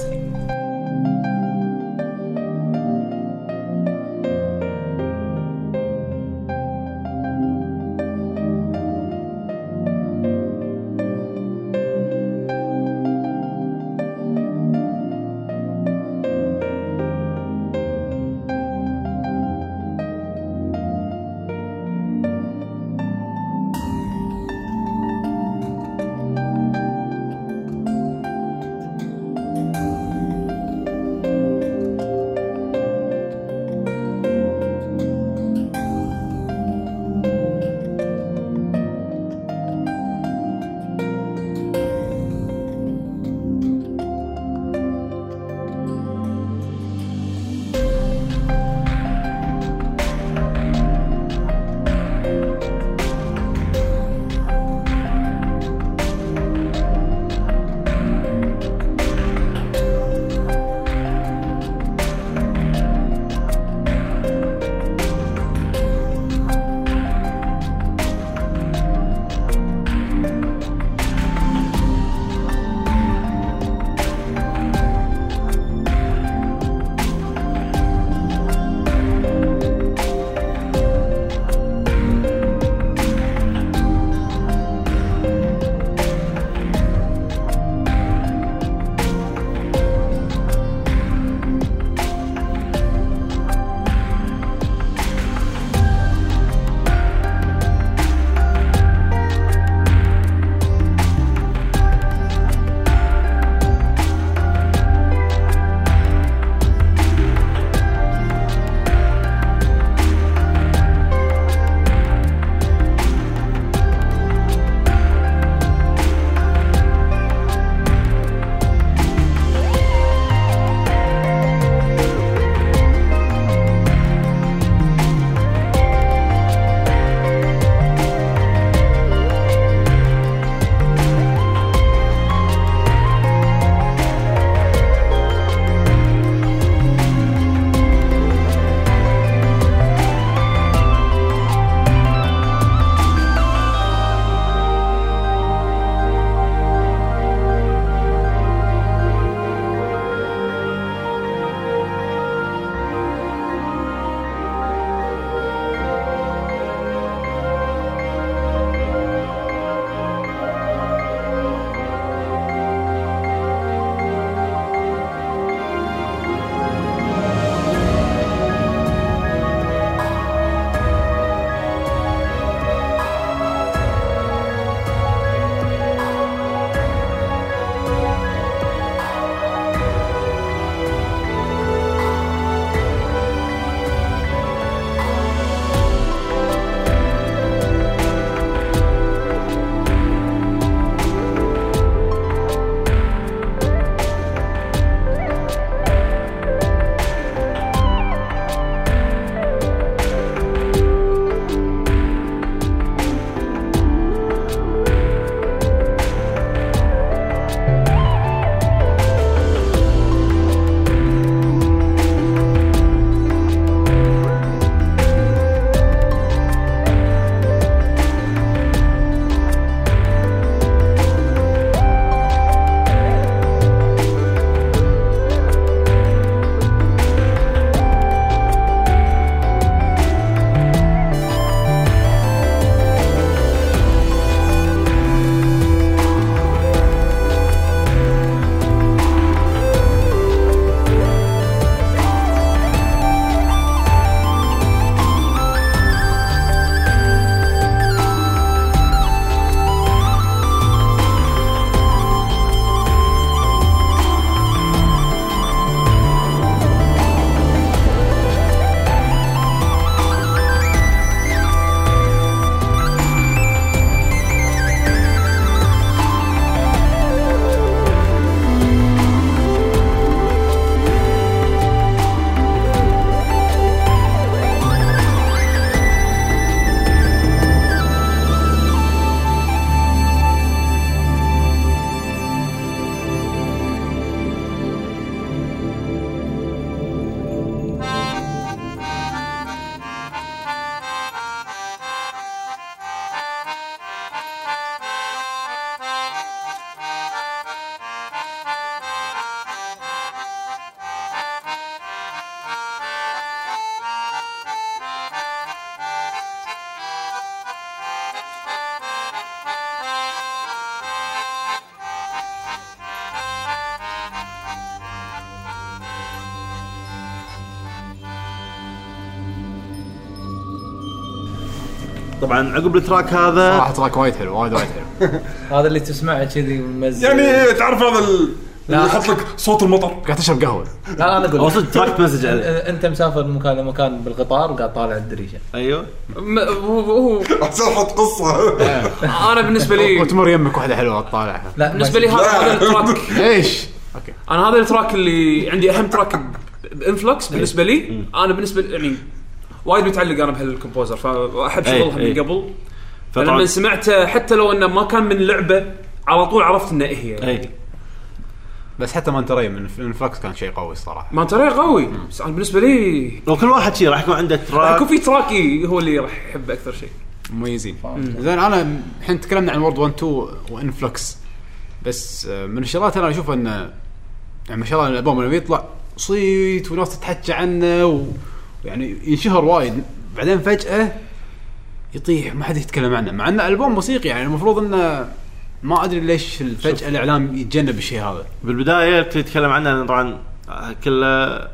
طبعا عقب التراك هذا
صراحه تراك وايد حلو وايد وايد حلو.
هذا اللي تسمعه كذي ممزج
يعني تعرف هذا ال- اللي
لا.
يحط لك صوت المطر.
قاعد تشرب قهوه.
لا انا اقول
وصلت تراك مسج عليه.
انت مسافر من مكان لمكان بالقطار وقاعد طالع الدريشه
ايوه
م- هو هو
احسن حط قصه.
انا بالنسبه لي
وتمر يمك واحده حلوه تطالعها.
لا
بالنسبه لي هذا هذا التراك
ايش اوكي
انا هذا التراك اللي عندي اهم تراك بانفلكس بالنسبه لي. انا بالنسبه لي يعني وايد متعلق انا بهالكومبوزر فاحب
أي،
شغلها
أي.
من قبل.
فطبعاً-
فلما سمعته حتى لو انه ما كان من لعبه على طول عرفت انه إيه هي.
اي
بس حتى ما انتري من الفلكس كان شيء قوي الصراحه.
ما ترى قوي بس انا بالنسبه لي
لو كل واحد شيء راح يكون عنده
راح
تراك.
يكون في تراكي هو اللي راح يحب اكثر شيء.
مميزين. زين انا الحين تكلمنا عن وورد واحد اثنين وانفلكس بس آه، من الشغلات انا اشوف ان يعني ما شاء الله الالبوم لما يطلع صيت وناس تتحكى عنه ويعني ينشهر وايد بعدين فجاه يطيح ما حد يتكلم عنه مع انه البوم موسيقي يعني المفروض انه ما ادري ليش فجاه الاعلام يتجنب الشيء هذا.
بالبدايه كنت اتكلم عنه طبعا كله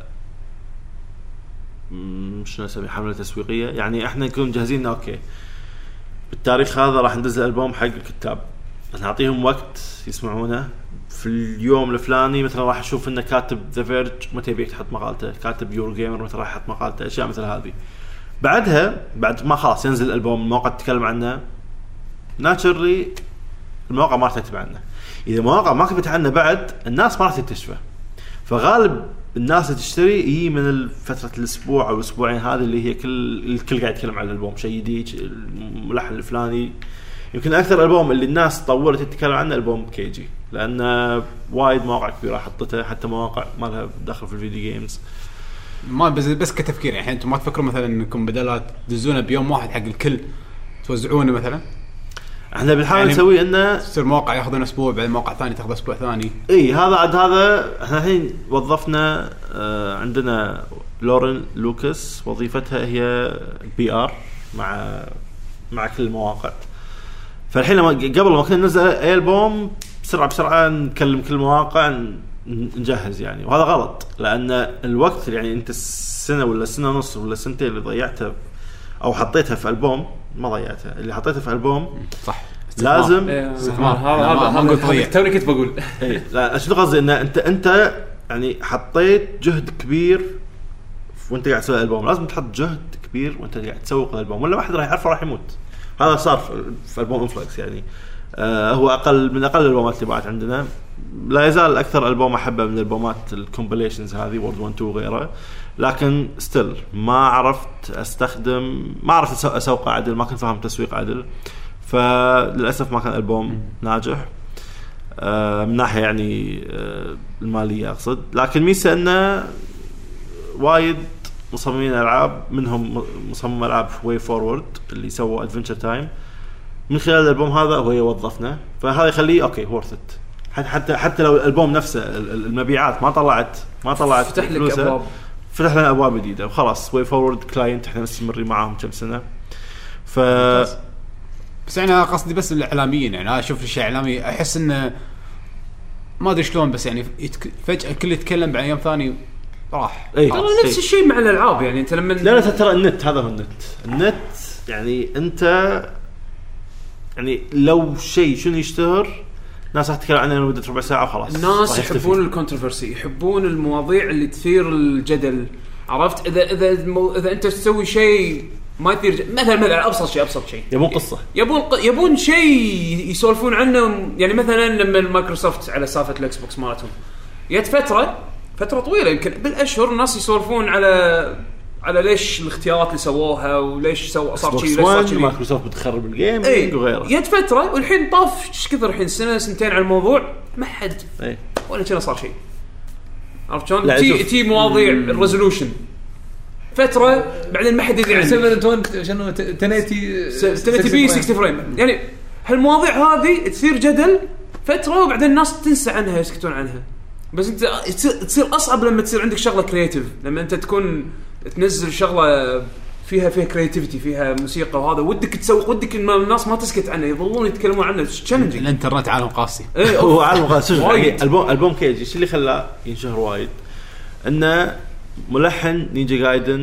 مش نسمي حمله تسويقيه يعني احنا نكون جاهزين اوكي بالتاريخ هذا راح ندز الالبوم حق الكتاب نعطيهم وقت يسمعونه في اليوم الفلاني مثلا راح اشوف انه كاتب ذا فيرج متى يبيك تحط مقالته كاتب يورو جيمر متى راح يحط مقالته اشياء مثل هذه. بعدها بعد ما خلاص ينزل الالبوم الموقع تتكلم عنه ناتشرلي المواقع ما راح تكتب عنه. اذا مواقع ما كتبت عنه بعد الناس ما راح تكتشفه فغالب الناس اللي تشتري هي من فتره الاسبوع او الاسبوعين هذه اللي هي كل الكل قاعد يتكلم عن الالبوم شيء جديد الملحن الفلاني. يمكن اكثر البوم اللي الناس طولت تتكلم عنه البوم كيجي لان وايد مواقع كبيره حطتها حتى مواقع ما لها دخل في الفيديو جيمز
ما بس بس كتفكير يعني انتم ما تفكروا مثلا انكم بدل تدزونه بيوم واحد حق الكل توزعونه مثلا.
احنا بنحاول
يعني
نسوي انه
تصير موقع ياخذون اسبوع بعد موقع ثاني تاخذ اسبوع ثاني.
اي هذا عاد هذا احنا الحين وظفنا آه عندنا لورين لوكاس وظيفتها هي بي ار مع مع كل المواقع. فالحين لما قبل ما كنا ننزل اي البوم بسرعه بسرعه نكلم كل المواقع نجهز يعني وهذا غلط لان الوقت يعني انت السنه ولا سنه ونص ولا سنتين اللي ضيعتها او حطيتها في البوم ما ضيعتها اللي حطيتها في البوم
صح
لازم
استثمار.
هذا
ما- ما نقول
هذا
تضيع.
توني كنت بقول
اي لا اشو قصدي ان انت انت يعني حطيت جهد كبير وانت قاعد تسوي الالبوم لازم تحط جهد كبير وانت قاعد تسوق الالبوم ولا ما حد راح يعرفه راح يموت. هذا صار في- في البوم انفلكس يعني آه هو اقل من اقل الالبومات اللي باعت عندنا لا يزال اكثر البوم احبه من الالبومات الكومبيليشنز هذه وورد واحد اثنين وغيرها لكن ستيل ما عرفت استخدم ما عرفت أسو- اسوقه عدل ما كنت فاهم تسويق عدل فللاسف ما كان البوم ناجح آه من ناحيه يعني آه الماليه اقصد لكن ميزه انه وايد مصممين العاب منهم مصمم العاب واي فورورد اللي سووا ادفنتشر تايم من خلال الالبوم هذا هو يوظفنا فهذا يخليه اوكي وورث ات حتى حتى لو الالبوم نفسه المبيعات ما طلعت ما طلعت
فتح لك
فلوسه،
ابواب
فتح لنا ابواب جديده وخلاص واي فورورد كلاينت احنا مستمرين معاهم كم سنه ف
بس انا قصدي بس الاعلاميين يعني انا اشوف الشيء اعلامي احس انه ما ادري شلون بس يعني يتك... فجاه الكل يتكلم بعد يوم ثاني راح
اي
ترى نفس الشيء مع الالعاب يعني انت لما
لا لا ترى النت هذا هو النت النت يعني انت يعني لو شيء شنو يشتهر ناس راح تتكلم عنه لمده ربع ساعه وخلاص
الناس
راح يختفي.
يحبون الكونتروفرسي يحبون المواضيع اللي تثير الجدل عرفت اذا اذا المو... اذا انت تسوي شيء ما يثير ج... مثلا مثلا ابسط شيء ابسط شيء
يبون قصه
يبون ق... يبون شيء يسولفون عنه يعني مثلا لما مايكروسوفت على سالفه الاكس بوكس مالتهم جت فتره فتره طويله يمكن بالاشهر الناس يسولفون على على ليش الاختيارات اللي سووها وليش سووا صار شيء ليش صار شيء
مايكروسوفت بتخرب الجيم
ايه
وغيره
جت فتره والحين طاف ايش كثر الحين سنه سنتين على الموضوع ما حد
ايه
ولا كنا صار شيء عرفت شلون
لا،
تي
شوف.
تي مواضيع الريزولوشن فتره بعدين ما حد يدري عنها
سبعة شنو تنيتي
ستين بي ستين فريم يعني هالمواضيع هذه تصير جدل فتره وبعدين الناس تنسى عنها يسكتون عنها بس انت تصير, تصير اصعب لما تصير عندك شغله كرياتيف لما انت تكون تنزل شغله فيها فيها كرياتيفيتي فيها موسيقى وهذا ودك تسوق ودك ان الناس ما تسكت عنه يظلون يتكلمون عنه تشالنجينج
الانترنت عالم قاسي
ايه
هو عالم قاسي
وايد.
يعني البوم البوم كيجي ايش اللي خلاه ينشهر وايد انه ملحن نينجا جايدن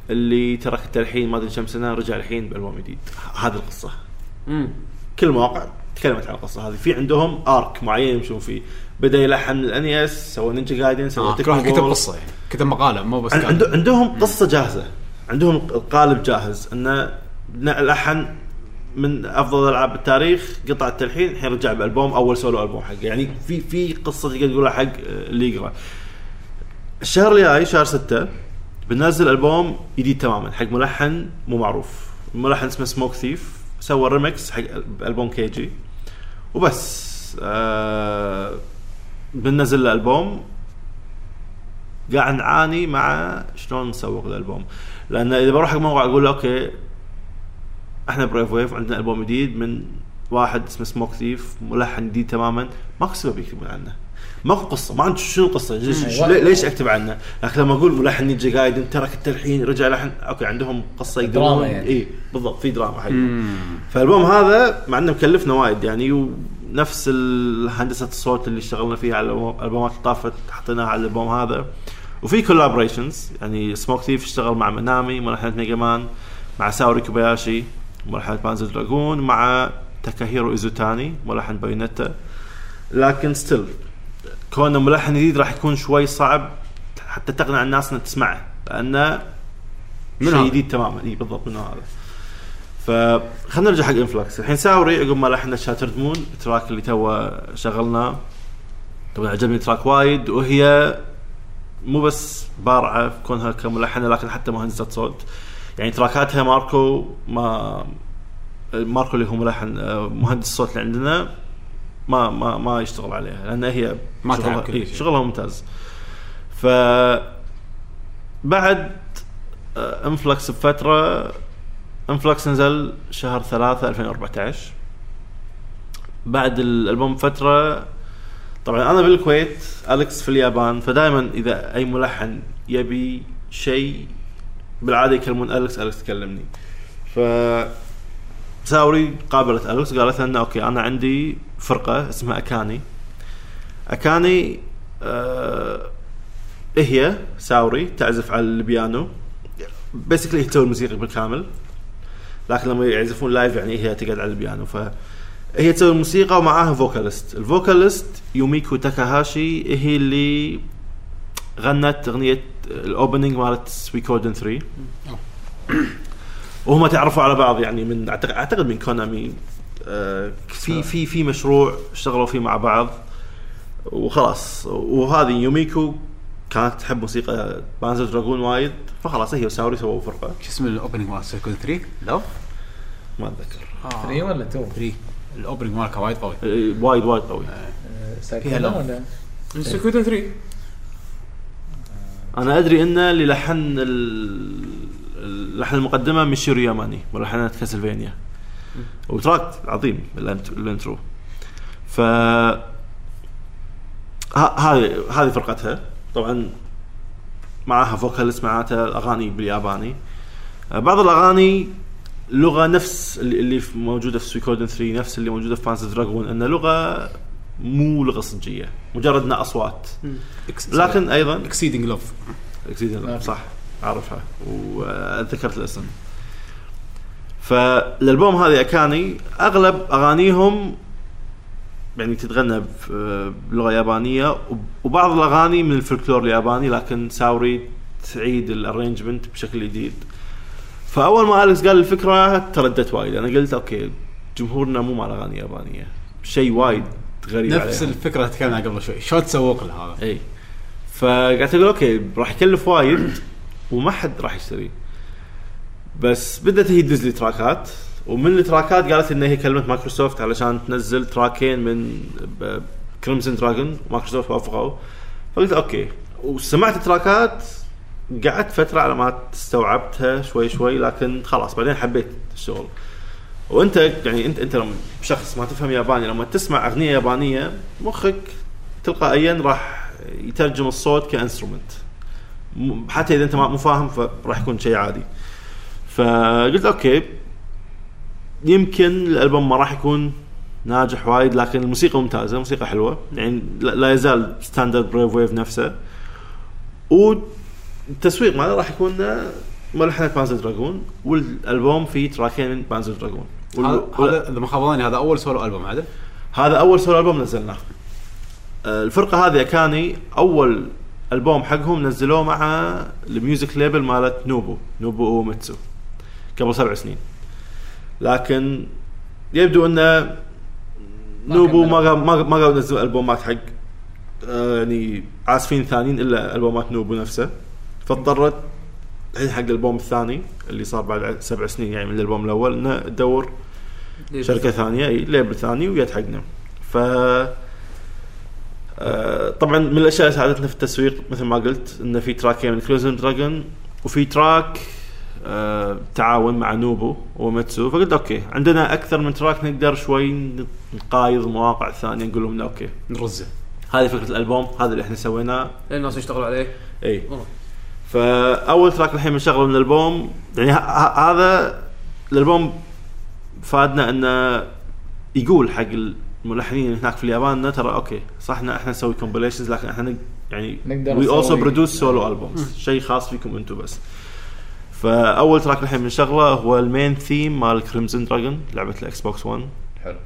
اللي ترك التلحين ما ادري كم سنه رجع الحين بالبوم جديد. هذه القصه.
امم
كل مواقع تكلمت عن القصه هذه. في عندهم ارك معين يمشون فيه. بدا يلحن الانيس، سوى نينجا جايدن، سوى
آه كل كتب قصه يعني كتب مقاله مو بس
عند عندهم قصه جاهزه، عندهم القالب جاهز انه لحن من افضل العاب التاريخ قطع التلحين الحين رجع بالبوم اول سولو البوم حقه. يعني في في قصه تقدر تقولها حق اللي يقرا. الشهر اللي جاي شهر ستة بننزل البوم جديد تماما حق ملحن مو معروف، ملحن اسمه سموك ثيف، سوى الريمكس حق البوم كي جي وبس. آه بننزل الالبوم. قاعد نعاني مع شلون نسوق الالبوم، لان اذا بروح حق موقع اقول له اوكي احنا بريف ويف عندنا البوم جديد من واحد اسمه سموك ثيف ملحن جديد تماما، ماكو سبب يكتبون عنه، ماكو قصه، ما عندي شنو القصه، ليش, ليش اكتب عنه؟ لكن لما اقول ملحن نينجا جايدن ترك التلحين رجع لحن، اوكي عندهم قصه يقدرون يعني. اي بالضبط في دراما حقه. فالبوم هذا مع انه مكلفنا وايد يعني، ونفس الهندسه الصوت اللي اشتغلنا فيها على الالبومات الطافت حطيناها على الالبوم هذا. وفي كولابريشنز يعني سموك ثيف اشتغل مع منامي ملحن ميجا مان، مع ساوري كوباياشي ملحن بانزر دراجون، مع تاكاهيرو ايزوتاني ملحن بايونيتا. لكن ستيل كونه ملحن جديد راح يكون شوي صعب حتى تقنع الناس ان تسمعه، لانه شيء جديد تماما. اي بالضبط من هذا. فخلنا نرجع حق انفلكس الحين. ساوري عقب ما لحنا شاترد مون التراك اللي تو شغلنا، طبعا عجبني تراك وايد، وهي مو بس بارعه كونها كملحنه لكن حتى مهندسه صوت. يعني تراكاتها ماركو ما ماركو اللي هو ملحن مهندس الصوت اللي عندنا ما ما ما يشتغل عليها، لان هي
ما تعب كل شيء،
شغلها ممتاز. ف بعد انفلكس بفتره، انفلكس نزل شهر ثلاثة ألفين وأربعة عشر. بعد الالبوم فتره، طبعا انا بالكويت، أليكس في اليابان، فدائما اذا اي ملحن يبي شيء بالعاده يكلمون أليكس، أليكس تكلمني. ف ساوري قابلت أليكس قالت لنا اوكي انا عندي فرقه اسمها اكاني. اكاني آه هي ساوري تعزف على البيانو، بيسكلي تسوي الموسيقى بالكامل، لكن لما يعزفون لايف يعني هي تقعد على البيانو. فهي تسوي الموسيقى ومعاها فوكاليست. الفوكاليست يوميكو تاكاهاشي، هي اللي غنت اغنيه الاوبننج مالت سويكودن ثلاثة. وهم تعرفوا على بعض يعني من اعتقد اعتقد من كونامي. آه في في في مشروع اشتغلوا فيه مع بعض وخلاص. وهذه يوميكو كانت تحب موسيقى بانزر دراجون وايد، فخلاص هي وساوري سووا فرقه.
شو اسم الاوبننج مال سويكودن ثلاثة؟ لو
ما اتذكر
ثلاثة ولا تو
ثلاثة. الاوبننج مالك وايد قوي،
وايد وايد قوي.
فيها لو ولا
سويكودن ثلاثة.
انا ادري انه اللي لحن اللحن المقدمه ميشيرو ياماني ملحنات كاسلفينيا، وتراك عظيم الانترو. ف هذه هذه فرقتها. طبعا معها فوكاليست، معها اغاني بالياباني، بعض الاغاني لغه نفس اللي موجوده في سويكودن ثلاثة، نفس اللي موجوده في بانزر دراجون، ان لغه مو لغه صجيه مجرد انها اصوات، لكن ايضا
اكسيدنج لوف
اكسيدنج لوف صح اعرفها وذكرت الاسم. فالالبوم هذه اكاني اغلب اغانيهم يعني تتغنى بلغه يابانيه، وبعض الاغاني من الفولكلور الياباني، لكن ساوري تعيد الارينجمنت بشكل جديد. فاول ما أليكس قال الفكره ترددت وايد. انا قلت اوكي جمهورنا مو مع الاغاني اليابانيه، شيء وايد غريب
نفس
عليهم.
الفكره اللي تكلمنا قبل شوي، شو تسوق لهذا.
اي فقعدت اقول اوكي راح يكلف وايد وما حد راح يشتري. بس بدت هي تدز لي تراكات، ومن التراكات قالت ان هي كلمت مايكروسوفت علشان تنزل تراكين من كريمسون دراجون، ومايكروسوفت وافقوا. فقلت اوكي، وسمعت التراكات، قعدت فتره على ما استوعبتها شوي شوي، لكن خلاص بعدين حبيت الشغل. وانت يعني انت انت لما شخص ما تفهم ياباني، لما تسمع اغنيه يابانيه مخك تلقائيا راح يترجم الصوت كانسترومنت، حتى اذا انت مو فاهم فراح يكون شيء عادي. فقلت اوكي يمكن الالبوم ما راح يكون ناجح وايد، لكن الموسيقى ممتازه، الموسيقى حلوه يعني لا يزال ستاندرد بريف ويف نفسه، والتسويق ماله راح يكون ملحنة بانزر دراجون، والالبوم فيه تراكين من بانزر دراجون.
هذا اذا ما خاب ظني هذا اول سولو البوم عادل.
هذا اول سولو البوم نزلناه. الفرقه هذه كاني اول البوم حقهم نزلوه مع الميوزك ليبل مالت نوبو نوبو اوميتسو قبل سبع سنين، لكن يبدو ان نوبو ما ما ما قالوا نزلوا البومات حق يعني عازفين ثانيين الا البومات نوبو نفسه، فاضطرت الحين حق الالبوم الثاني اللي صار بعد سبع سنين يعني من الالبوم الاول انه تدور شركه ثانيه اي ليبل ثاني ويت حقنا. ف آه طبعا من الاشياء اللي ساعدتنا في التسويق مثل ما قلت انه في تراكين من كلوزن دراجون وفي تراك آه تعاون مع نوبو وميتسو، فقلت اوكي عندنا اكثر من تراك نقدر شوي نقايض مواقع ثانيه نقول لهم اوكي
نرزه.
هذه فكره الالبوم، هذا اللي احنا سويناه
الناس يشتغلوا عليه.
اي فاول تراك الحين بنشغله من الالبوم يعني هذا الالبوم فادنا انه يقول حق الملحنين هناك في اليابان ترى اوكي صح احنا نسوي كومبيليشنز لكن احنا يعني وي اولسو برودوس سولو البومز شيء خاص فيكم انتم بس. فاول تراك الحين بنشغله هو المين ثيم مال كريمزن دراجون لعبه الاكس بوكس ون.
حلو.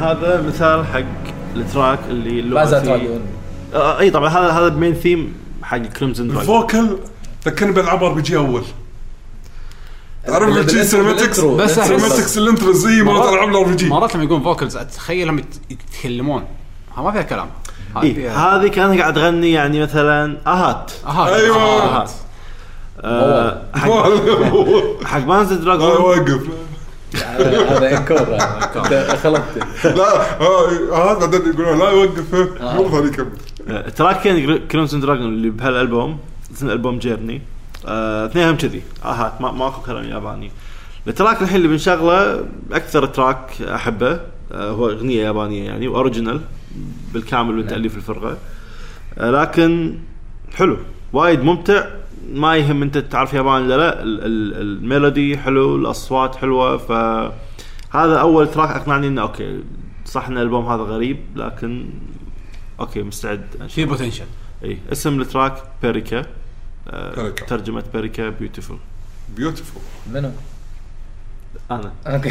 هذا مثال حق التراك اللي اللغة
بازا
فيه-
دراجون
آه اي طبعا هذا هذا بمين ثيم حق كريمزن دراجون.
الفوكل ذكرني بالعاب ار بي جي اول. تعرف
بال-
الجي
بالإنترو-
سينماتكس
بالإنترو.
بس أحس-
سينماتكس الانترو زي ما
مرات-
العاب الار بي جي.
مرات لما يقولون فوكلز اتخيل لما يت- يتكلمون ها ما فيها كلام. هذه
إيه
فيها-
هذه كان قاعد تغني يعني مثلا اهات
آه،
أيوة.
آه.
آه حق حق بانز دراجون.
وقف
هذا انكور انت خلطت
لا هذا بعدين يقولون لا يوقف مو ثاني يكمل.
آه، تراكين كريمزن دراجون اللي بهالالبوم اسمه البوم جيرني آه، اثنينهم كذي اهات ما ماكو كلام ياباني. التراك الحين اللي بنشغله اكثر تراك احبه آه، هو اغنيه يابانيه يعني واوريجينال بالكامل من تاليف الفرقه آه، لكن حلو وايد ممتع. ما يهم انت تعرف ياباني ولا لا ال- ال- الميلودي حلو الاصوات حلوه. فهذا اول تراك اقنعني انه اوكي صح ان الالبوم هذا غريب لكن اوكي مستعد
في بوتنشل.
اي اسم التراك بيريكا آه
بيريكا.
ترجمه بيريكا بيوتيفول.
بيوتيفول.
منو
انا
اوكي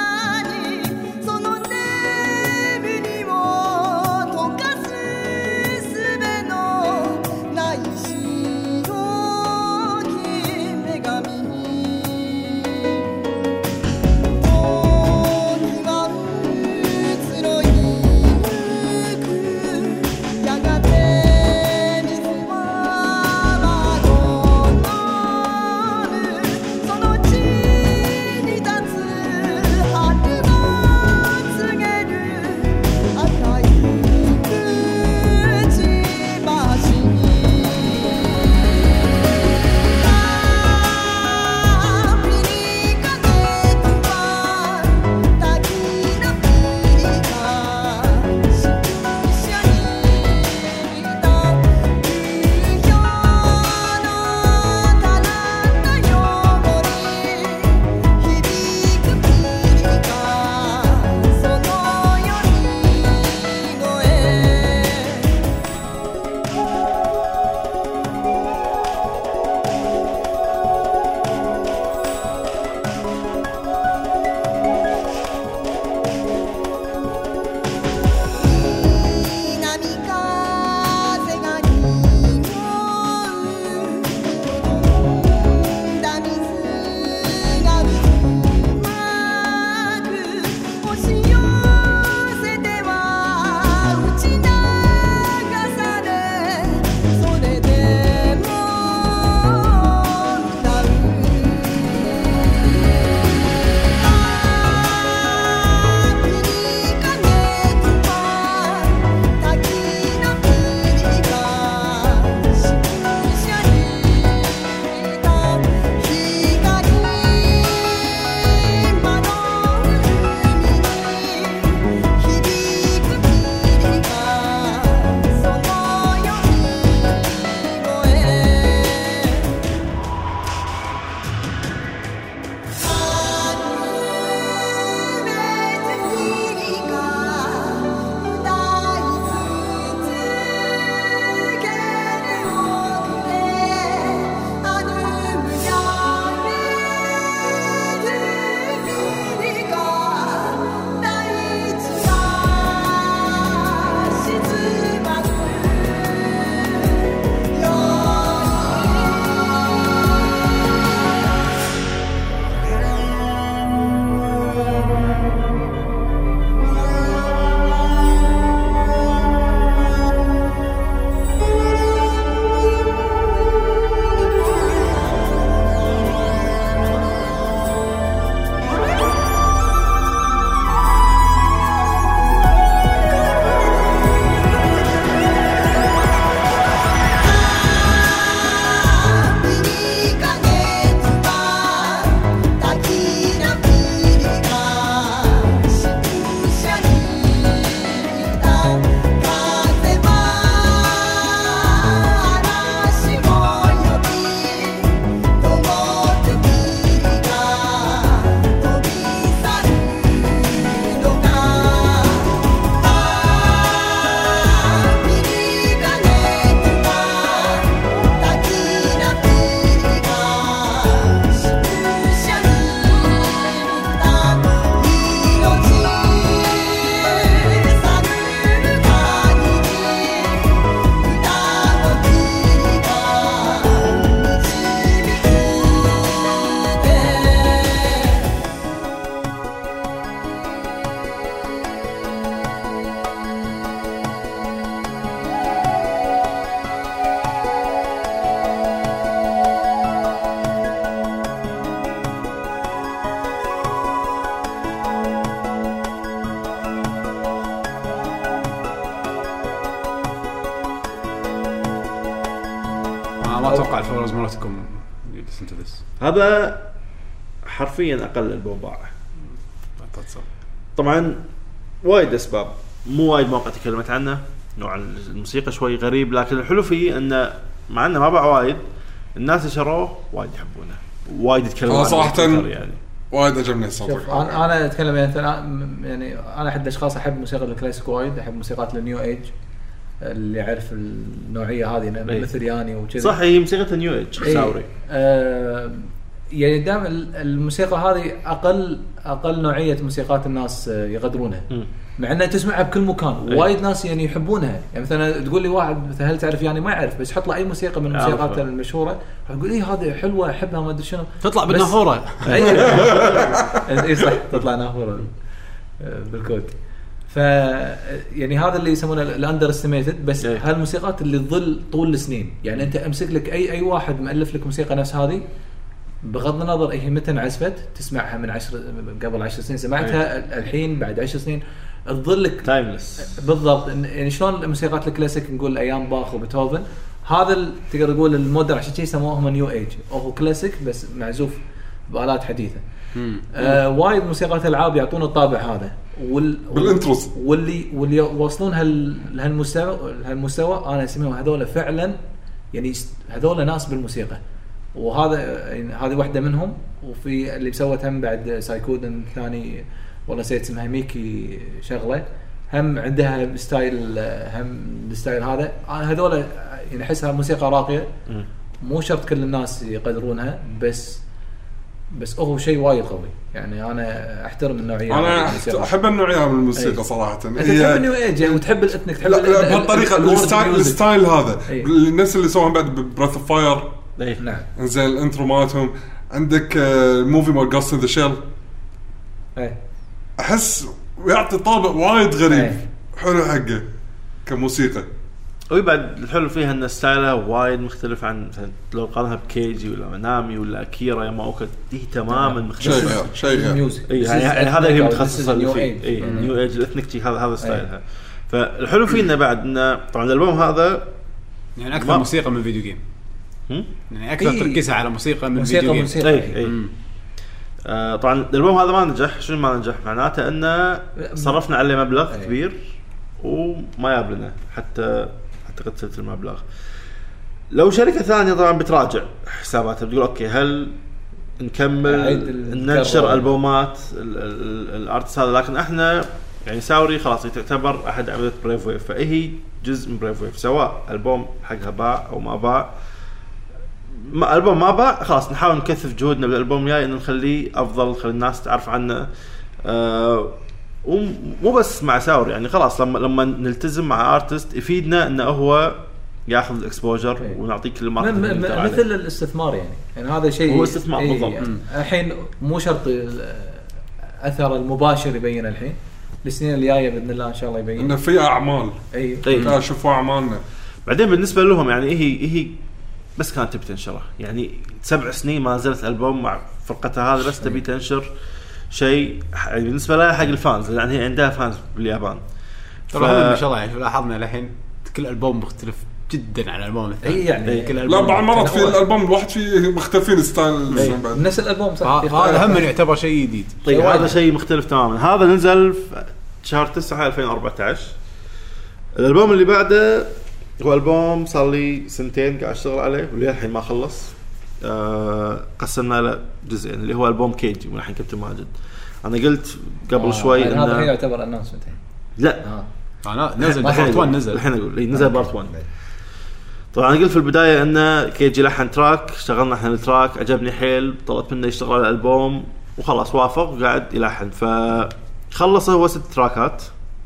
「
ما اتوقع الفولورز مالتكم listen to this.
هذا حرفيا اقل البوم باع. طبعا وايد اسباب، مو وايد مواقع تكلمت عنه. نوع الموسيقى شوي غريب، لكن الحلو فيه انه مع انه ما باع وايد، الناس اللي شروه وايد يحبونه، وايد يتكلمون عنه
صراحه
يعني.
وايد عجبني الصوت.
انا انا اتكلم يعني يعني انا احد الاشخاص احب موسيقى الكلاسيك وايد، احب موسيقات النيو ايج اللي يعرف النوعيه هذه مثل ياني وكذا.
صح، هي موسيقى النيو ايج ساوري.
آه يعني دام الموسيقى هذه اقل اقل نوعيه موسيقات الناس يقدرونها، م. مع انها تسمعها بكل مكان، وايد ناس يعني يحبونها. يعني مثلا تقول لي واحد مثلا هل تعرف يعني ما يعرف، بس حط له اي موسيقى من الموسيقات المشهوره يقول ايه هذه حلوه احبها ما ادري شنو،
تطلع بالنافوره.
اي صح تطلع نافوره بالكود. ف يعني هذا اللي يسمونه الاندر استيميتد. بس هالموسيقات اللي تظل طول السنين، يعني انت امسك لك اي اي واحد مؤلف لك موسيقى نفس هذه، بغض النظر هي متى انعزفت، تسمعها من عشر قبل عشر سنين سمعتها الحين بعد عشر سنين تظل لك
تايمليس.
بالضبط. يعني شلون الموسيقات الكلاسيك نقول ايام باخ وبيتهوفن، هذا تقدر تقول المودرن عشان شيء يسموهم نيو ايج، او هو كلاسيك بس معزوف بآلات حديثه. آه وايد موسيقات العاب يعطون الطابع هذا وال
بالانتروس،
واللي واللي يوصلون هال هالمستوى هالمستوى انا اسميهم هذول فعلا يعني هذول ناس بالموسيقى. وهذا يعني هذه واحدة منهم. وفي اللي بسوت هم بعد سايكودن ثاني والله نسيت اسمها، ميكي شغله هم عندها ستايل، هم الستايل هذا هذول يعني احسها موسيقى راقيه، مو شرط كل الناس يقدرونها، بس بس هو شيء وايد قوي. يعني انا احترم النوعيه،
انا احب النوعيه من الموسيقى صراحه.
انت تحب النيو ايج يعني وتحب الاثنيك، تحب
بهالطريقه الستايل الستايل هذا الناس اللي سووهم بعد براث اوف فاير.
نعم
انزين الانترو مالتهم عندك الموفي مال جاست ان ذا شيل، احس يعطي طابع وايد غريب أي. حلو حقه كموسيقى.
ويبعد الحلو فيها ان ستايلها وايد مختلف عن لو قارنها بكيجي ولا منامي ولا اكيرا يا ماوكا، دي تماما مختلفه.
شيء غير شيء
غير يعني هذا اللي متخصصه اللي فيه اي نيو ايج الاثنيك هذا هذا ستايلها. فالحلو فيه انه بعد انه طبعا الالبوم هذا
يعني اكثر موسيقى من فيديو جيم، يعني اكثر إيه؟ تركيزها على موسيقى من فيديو جيم.
اي
اي آه طبعا الالبوم هذا ما نجح. شنو ما نجح؟ معناته انه صرفنا عليه مبلغ أي. كبير وما يابلنا حتى حتى قتلت المبلغ. لو شركه ثانيه طبعا بتراجع حساباتها، بتقول اوكي هل نكمل ننشر البومات الارتس هذا، لكن احنا يعني ساوري خلاص تعتبر احد اعمده بريف ويف، فهي جزء من بريف ويف، سواء البوم حقها باع او ما باع. ما البوم ما باع خلاص نحاول نكثف جهودنا بالالبوم الجاي انه نخليه افضل، نخلي الناس تعرف عنه. أه ومو بس مع ساوري يعني خلاص لما لما نلتزم مع ارتست يفيدنا انه هو ياخذ الاكسبوجر ونعطيك كل ما
مثل الاستثمار. يعني يعني هذا شيء
هو استثمار
ايه
بالضبط.
يعني الحين مو شرط اثر المباشر يبين الحين، السنين الجايه باذن الله ان شاء الله يبين
انه في اعمال.
اي
لا شوفوا اعمالنا
بعدين. بالنسبه لهم يعني هي هي بس كانت تبي تنشره، يعني سبع سنين ما نزلت البوم مع فرقتها هذا، بس تبي تنشر شيء يعني بالنسبه لها حق الفانز، يعني هي عندها فانز باليابان.
ترى ف... ما شاء الله يعني لاحظنا الحين كل البوم مختلف جدا عن الالبوم الثاني.
اي يعني
كل لا بعض المرات في الالبوم الواحد فيه مختلفين ستايل
بعد نفس الالبوم صح.
هذا هم يعتبر شيء جديد.
طيب هذا شيء مختلف تماما. هذا نزل في شهر تسعة ألفين وأربعة عشر. الالبوم اللي بعده هو ألبوم صار لي سنتين قاعد اشتغل عليه وللحين ما خلص. أه قسمنا له جزئين اللي هو ألبوم كيجي والحين كابتن ماجد. انا قلت قبل آه شوي
ان هذا يعتبر اناونسمنت.
لا
آه. انا نزل بارت واحد نزل
الحين اقول نزل بارت واحد. طبعا قلت في البدايه ان كيجي لحن تراك، اشتغلنا احنا التراك عجبني حيل، طلبت منه يشتغل على الالبوم وخلاص وافق وقاعد يلحن. فخلص هو ست تراكات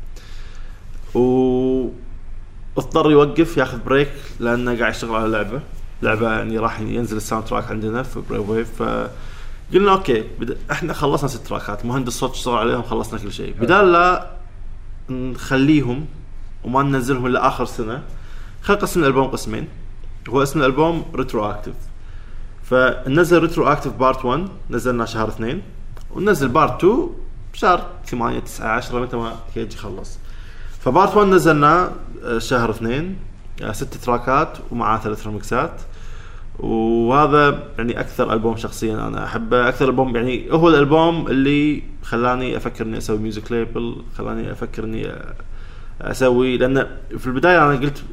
و اضطر يوقف ياخذ بريك لانه قاعد يشتغل على لعبه لعبه يعني راح ينزل الساوند تراك عندنا في بريف ويف. فقلنا اوكي احنا خلصنا ست تراكات، مهندس صوت اشتغل عليهم، خلصنا كل شيء. بدال لا نخليهم وما ننزلهم الا اخر سنه، خلق قسم الالبوم قسمين. هو اسم الالبوم ريترو اكتيف. فنزل ريترو اكتيف بارت واحد نزلنا شهر اثنين، وننزل بارت اثنين شهر ثمانية تسعة عشرة متى ما يجي يخلص. فبارت واحد نزلنا شهر اثنين ست تراكات ومعاه ثلاث ريمكسات. وهذا يعني اكثر البوم شخصيا انا احبه. اكثر البوم يعني هو الالبوم اللي خلاني افكر اني اسوي ميوزك ليبل، خلاني افكر اني اسوي، لان في البدايه انا قلت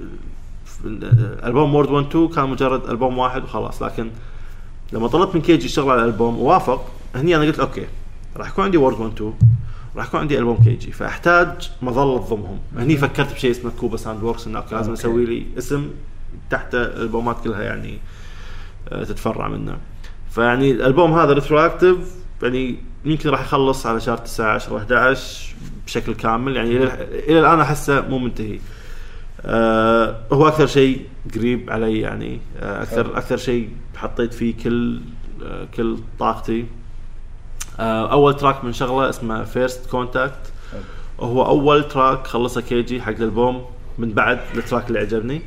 البوم وورد واحد اثنين كان مجرد البوم واحد وخلاص، لكن لما طلبت من كيجي يشتغل على الالبوم ووافق، هني انا قلت اوكي راح يكون عندي وورد واحد اثنين راح يكون عندي البوم كيجي، فاحتاج مظله تضمهم. هني فكرت بشيء اسمه كوبا ساوند ووركس، انه لازم اسوي لي اسم تحت الالبومات كلها يعني تتفرع منه. فيعني الالبوم هذا ريتروأكتيف يعني يمكن راح يخلص على شهر تسعة عشر واحد عشر بشكل كامل، يعني الى الان احسه مو منتهي. أه هو اكثر شيء قريب علي يعني، أه اكثر اكثر شيء حطيت فيه كل أه كل طاقتي. أه اول تراك من شغله اسمه فيرست كونتاكت، وهو اول تراك خلصه كيجي حق الالبوم من بعد التراك اللي عجبني.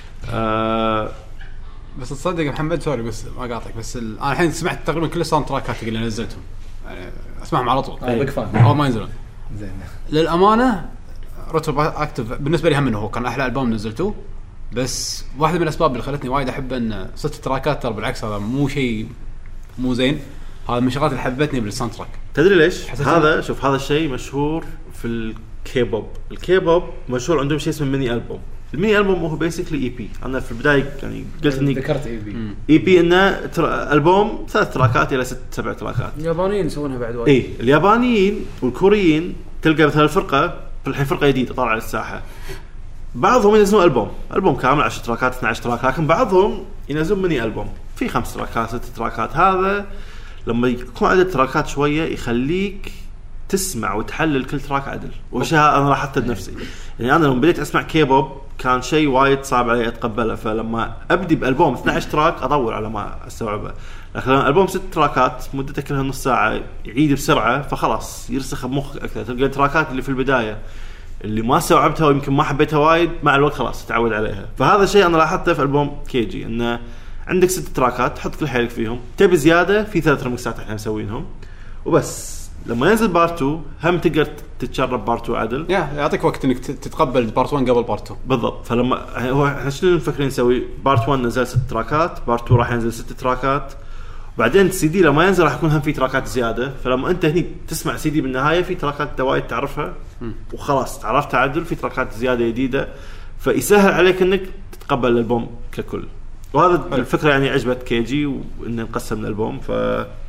أه
بس تصدق محمد سوري بس ما قاطعك، بس ال... انا الحين سمعت تقريبا كل الساوند تراكات اللي نزلتهم يعني اسمعهم على طول
انا بيك فان
اول ما ينزلون.
زين
للامانه ريترو اكتف بالنسبه لي هم انه هو كان احلى البوم نزلته، بس واحده من الاسباب اللي خلتني وايد احب ان ست تراكات ترى بالعكس هذا مو شيء مو زين، هذا من الشغلات اللي حبتني بالساوند تراك.
تدري ليش هذا؟ شوف هذا الشيء مشهور في الكيبوب، الكيبوب مشهور عندهم شيء اسمه ميني ألبوم. الميني ألبوم هو بيسكلي اي بي. انا في البدايه يعني قلت اني
ذكرت اي بي
اي بي انه تر... البوم ثلاث تراكات الى ست سبع تراكات.
اليابانيين يسوونها بعد وايد.
اي اليابانيين والكوريين تلقى مثلا الفرقه الحين فرقه جديده طالعه على الساحه، بعضهم ينزلون البوم البوم كامل عشر تراكات اثنا عشر تراك، لكن بعضهم ينزلون ميني ألبوم في خمس تراكات ست تراكات. هذا لما يكون عدد تراكات شويه يخليك تسمع وتحلل كل تراك عدل، وشها انا راح احدد نفسي. يعني انا لما بديت اسمع كيبوب كان شيء وايد صعب علي اتقبله، فلما ابدي بالبوم اثنا عشر تراك اطول على ما استوعبه، لكن الالبوم ست تراكات مدته كلها نص ساعه يعيد بسرعه، فخلاص يرسخ بمخك اكثر. تلقى التراكات اللي في البدايه اللي ما استوعبتها ويمكن ما حبيتها وايد مع الوقت خلاص تتعود عليها. فهذا الشيء انا لاحظته في البوم كيجي، انه عندك ست تراكات تحط كل حيلك فيهم، تبي زياده في ثلاث ريمكسات احنا مسوينهم وبس. لما ينزل بارت اثنين هم تقدر تتشرب بارت اثنين عدل،
يا يعطيك وقت انك تتقبل بارت واحد قبل بارت اثنين
بالضبط. فلما هو احنا شنو مفكرين نسوي؟ بارت واحد نزل ست تراكات، بارت اثنين راح ينزل ست تراكات، وبعدين السي دي لما ينزل راح يكون هم في تراكات زياده. فلما انت هني تسمع سي دي بالنهايه في تراكات دوايد تعرفها وخلاص تعرفت عدل، في تراكات زياده جديده، فيسهل عليك انك تتقبل الالبوم ككل. وهذا الفكره يعني عجبت كيجي وان نقسم الالبوم. ف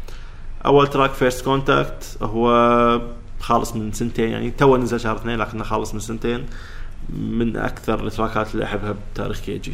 اول تراك فيرست كونتاكت هو خالص من سنتين، يعني تو نزل شهر اثنين لكنه خالص من سنتين، من اكثر التراكات اللي احبها بتاريخ كيجي.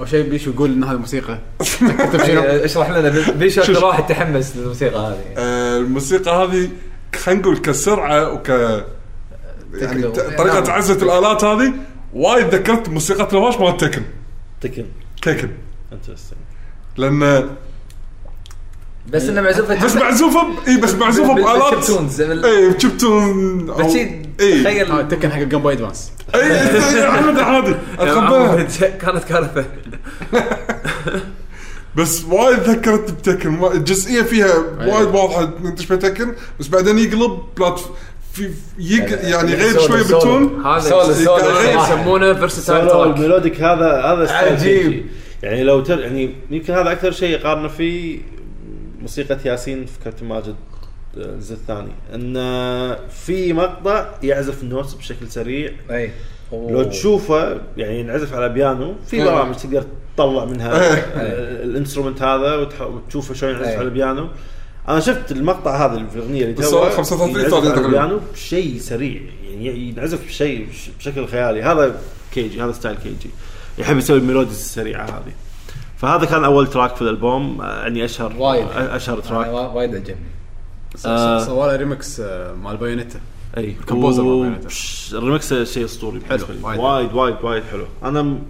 او شيء بيشو يقول ان هذه موسيقى كتب شنو
اشرح لنا بيش اكثر واحد تحمس للموسيقى هذه.
آه، الموسيقى هذه خلينا نقول كسرعه وك يعني ت- طريقه عزة الالات هذه وايد ذكرت موسيقى الواش مال تكن
تكن
كيكن
انترستنج
لان
بس انه معزوفه
بس معزوفه ب... اي بس معزوفه بالات
بشيبتونز
اي بشيبتون
بس
اي
تخيل
تكن حق الجيم بوي ادفانس
اي احمد عادي اتقبلها
كانت كارثه.
بس وايد ذكرت بتكن الجزئيه فيها وايد واضحه انت تشبه تكن بس بعدين يقلب بلات في يق... يعني غير شويه بالتون
هذا يسمونه فيرساتايل
سولو
تراك.
الميلوديك هذا هذا ستايل
عجيب.
كيجي. يعني لو تر يعني يمكن هذا اكثر شيء قارنه فيه موسيقى ياسين في كابتن ماجد الجزء الثاني ان في مقطع يعزف النوتس بشكل سريع
اي
لو تشوفه يعني ينعزف على بيانو في برامج تقدر تطلع منها الانسترومنت هذا وتشوفه شلون ينعزف على البيانو. انا شفت المقطع هذا في الاغنيه اللي توها
خمسة وثلاثين
ينعزف على
تقريبا
البيانو بشيء سريع يعني ينعزف بشيء بشكل خيالي. هذا كيجي هذا ستايل كيجي يحب يسوي الميلوديز السريعه هذه. فهذا كان اول تراك في الالبوم يعني اشهر
وايد.
اشهر تراك
وايد عجبني.
آه سوالة ريمكس مال بايونيتا
اي
كومبوزر
و...
مال
الريمكس شيء اسطوري
حلو
وايد وايد وايد, وايد حلو. انا م...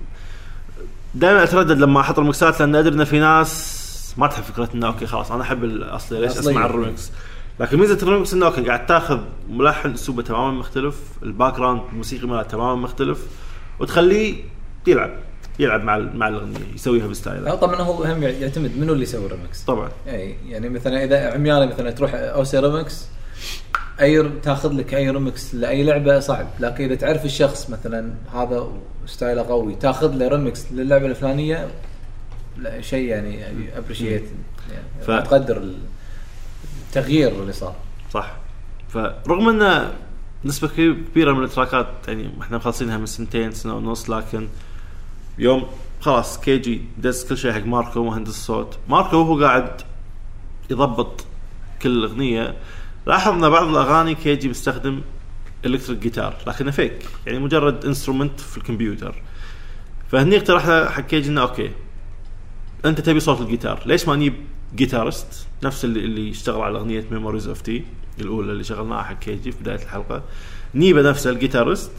دائما اتردد لما احط ريمكسات لان ادري ان في ناس ما تحب فكره انه اوكي خلاص انا احب الاصلي ليش اسمع الريمكس. لكن ميزه الريمكس انه اوكي قاعد تاخذ ملحن اسلوبه تماما مختلف الباك جراوند الموسيقي ماله تماما مختلف وتخليه يلعب يلعب مع مع الاغنيه يسويها بستايله.
طبعا هو هم يعتمد منو اللي يسوي الريمكس
طبعا
اي يعني مثلا اذا عمياني مثلا تروح اوسي ريمكس اي تاخذ لك اي ريمكس لاي لعبه صعب. لكن اذا تعرف الشخص مثلا هذا ستايله قوي تاخذ له ريمكس للعبه الفلانيه لا شيء يعني ابريشيت يعني ف... تقدر التغيير اللي صار
صح. فرغم ان نسبه كبيره من التراكات يعني احنا مخلصينها من سنتين سنه ونص لكن يوم خلاص كيجي دز كل شيء حق ماركو مهندس الصوت. ماركو وهو قاعد يضبط كل اغنيه لاحظنا بعض الاغاني كيجي بيستخدم الكتريك جيتار لكنه فيك يعني مجرد انسترومنت في الكمبيوتر. فهني اقترحنا حق كيجي انه اوكي انت تبي صوت الجيتار ليش ما نجيب جيتارست نفس اللي, اللي يشتغل على اغنيه ميموريز اوف تي الاولى اللي شغلناها حق كيجي في بدايه الحلقه نيبه نفس الجيتارست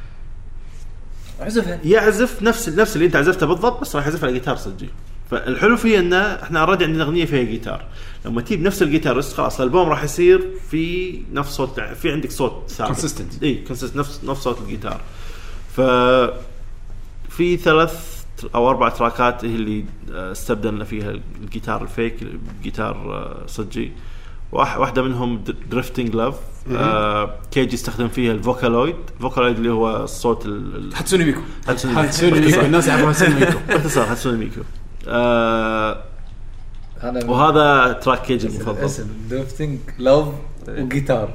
عزفها
يعزف نفس نفس اللي انت عزفته بالضبط بس راح يعزف على جيتار صجي. فالحلو فيه انه احنا اوريدي عندنا اغنيه فيها جيتار لما تجيب نفس الجيتارست خلاص الالبوم راح يصير في نفس صوت في عندك صوت ثابت
كونسيستنت
اي كونسيست نفس نفس صوت الجيتار. ف في ثلاث او اربع تراكات هي اللي استبدلنا فيها الجيتار الفيك الجيتار صجي. واحده منهم دريفتنج لاف آه كيجي استخدم فيها الفوكالويد فوكالويد اللي هو الصوت
هاتسوني ميكو
هاتسوني ميكو الناس يعرفون هاتسوني ميكو
باختصار هاتسوني ميكو. آه وهذا تراك كيجي المفضل
اسم دريفتنج لاف وجيتار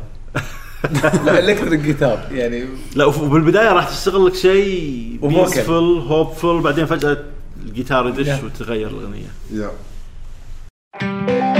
لا الكتريك جيتار يعني
لا وبالبدايه راح تشتغل لك شيء بيسفل هوبفل بعدين فجاه الجيتار يدش وتغير الاغنيه.
yeah.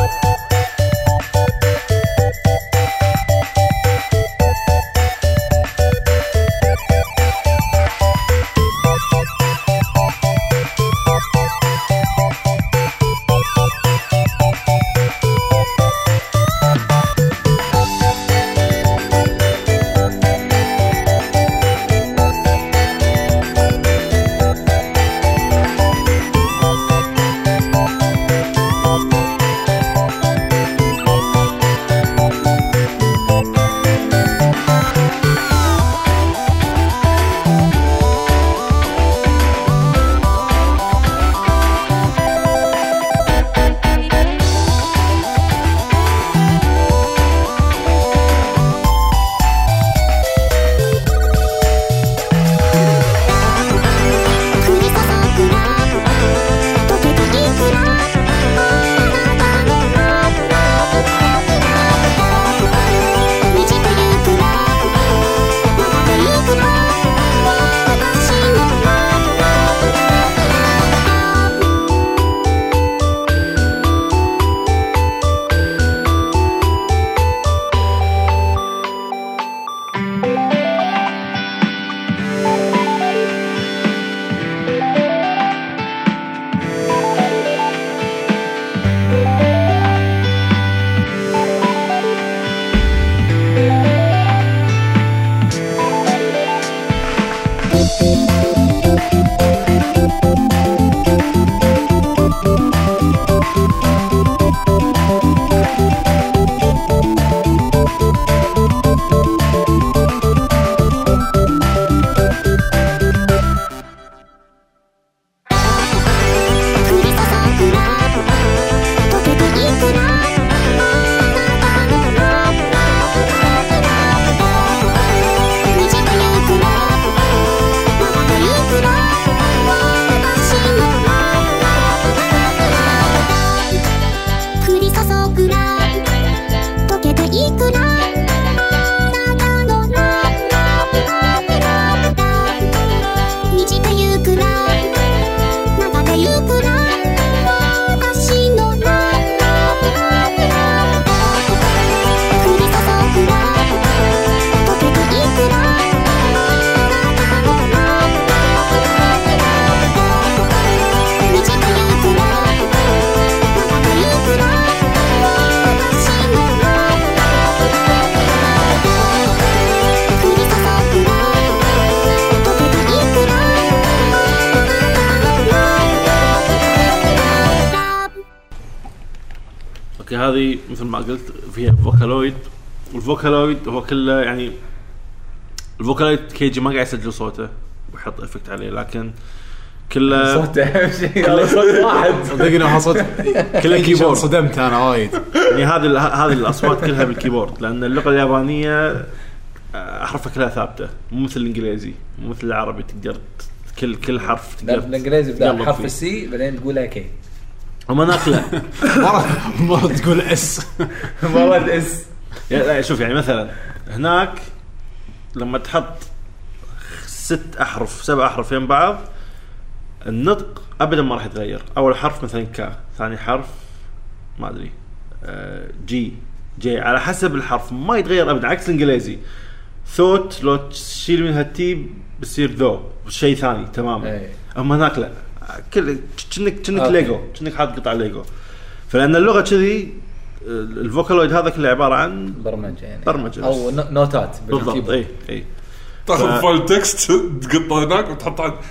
هذه مثل ما قلت فيها فوكالويد، والفوكالويد هو كله يعني الفوكالويد كيجي ما قاعد يسجل صوته ويحط افكت عليه، لكن كله
صوته اهم شيء هذا صوت واحد
صدقني صوت
كله كيبورد.
صدمت انا وايد
يعني هذه هذه الاصوات كلها بالكيبورد، لان اللغه اليابانيه احرفها كلها ثابته، مو مثل الانجليزي مو مثل العربي تقدر كل كل حرف تقدر.
الانجليزي بدا حرف السي بعدين تقولها كي،
وما ناقله
مرة تقول اس
مرة اس.
يعني شوف يعني مثلا هناك لما تحط ست احرف سبع احرف يم بعض النطق ابدا ما راح يتغير. اول حرف مثلا كا، ثاني حرف ما ادري جي جي على حسب الحرف ما يتغير ابدا، عكس الانجليزي ثوت لو تشيل منها تي بتصير ذو شيء ثاني تماما. اما هناك لا، كل كأنك كأنك ليجو، كأنك حاط قطع ليجو. فلأن اللغة كذي الفوكالويد هذا كله عبارة عن
برمجة يعني
برمجة
أو نوتات
بالضبط. أي أي
تاخذ فايل تكست تقطه هناك وتحط ال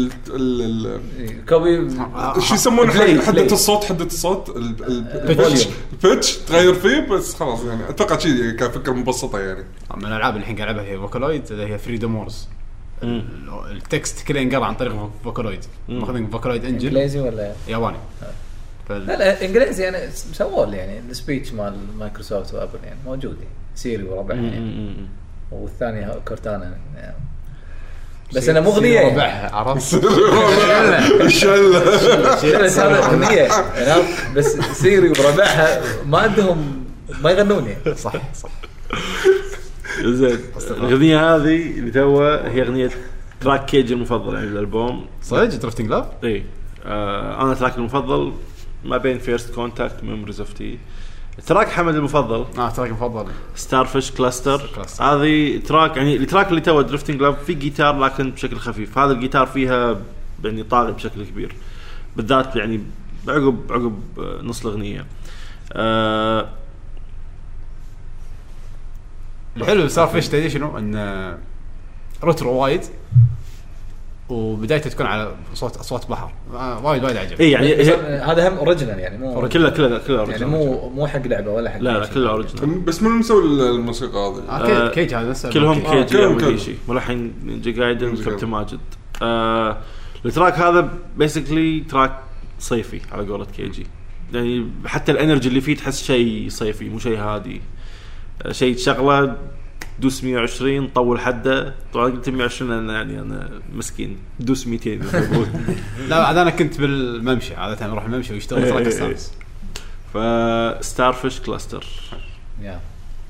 ال
كوبي
شو يسمونه حدة الصوت، حدة الصوت البيتش البيتش تغير فيه بس خلاص. يعني اتوقع شيء كفكرة مبسطة. يعني
من الالعاب اللي الحين قاعد العبها هي فوكالويد اللي هي فريدوم وورز. التكست كله ينقرا عن طريق فوكالويد، ماخذين فوكالويد انجل
انجليزي ولا
ياباني.
فل... لا لا انجليزي يعني سووا يعني السبيتش مال مايكروسوفت وابل يعني موجود يعني سيري وربعها يعني. والثاني كورتانا يعني. بس انا مو اغنيه
ربعها عرفت
ان شاء الله
بس هذا اغنيه بس سيري وربعها ما عندهم ما يغنون يعني.
صح صح
زين. الاغنيه هذه اللي توها هي اغنيه تراك كيج المفضل يعني الالبوم
صدق درفتنج لاف.
اي آه انا تراك المفضل ما بين فيرست كونتاكت ميموريز اوف تي. تراك حمد المفضل
اه تراك المفضل
ستارفيش كلاستر. هذه تراك يعني التراك اللي تو درفتنج لاب في جيتار لكن بشكل خفيف. هذا الجيتار فيها يعني طاغي بشكل كبير بالذات يعني عقب عقب نص الاغنيه. أه
الحلو صار فيش تدري شنو ان روترو وايد وبدايته تكون على صوت اصوات بحر آه وايد وايد عجب.
اي يعني
هذا هم اوريجينال يعني مو
كله كله كله اوريجينال
يعني مو مو حق لعبه ولا حق
لا لا كله اوريجينال.
بس من مسوي الموسيقى هذه؟
آه كيج هذا نفسه
كلهم
آه
كيجي اول شيء ملحن نينجا جايدن كابتن ماجد. آه التراك هذا بيسكلي تراك صيفي على قولة كيجي يعني حتى الانرجي اللي فيه تحس شيء صيفي مو شيء هادي. آه شيء شغله دوس مية وعشرين طول حده. طبعا قلت مية وعشرين انا يعني انا مسكين دوس مئتين.
لا بعد انا كنت بالممشى عاده اروح الممشى واشتغل تراك السادس.
فستارفيش كلاستر
يا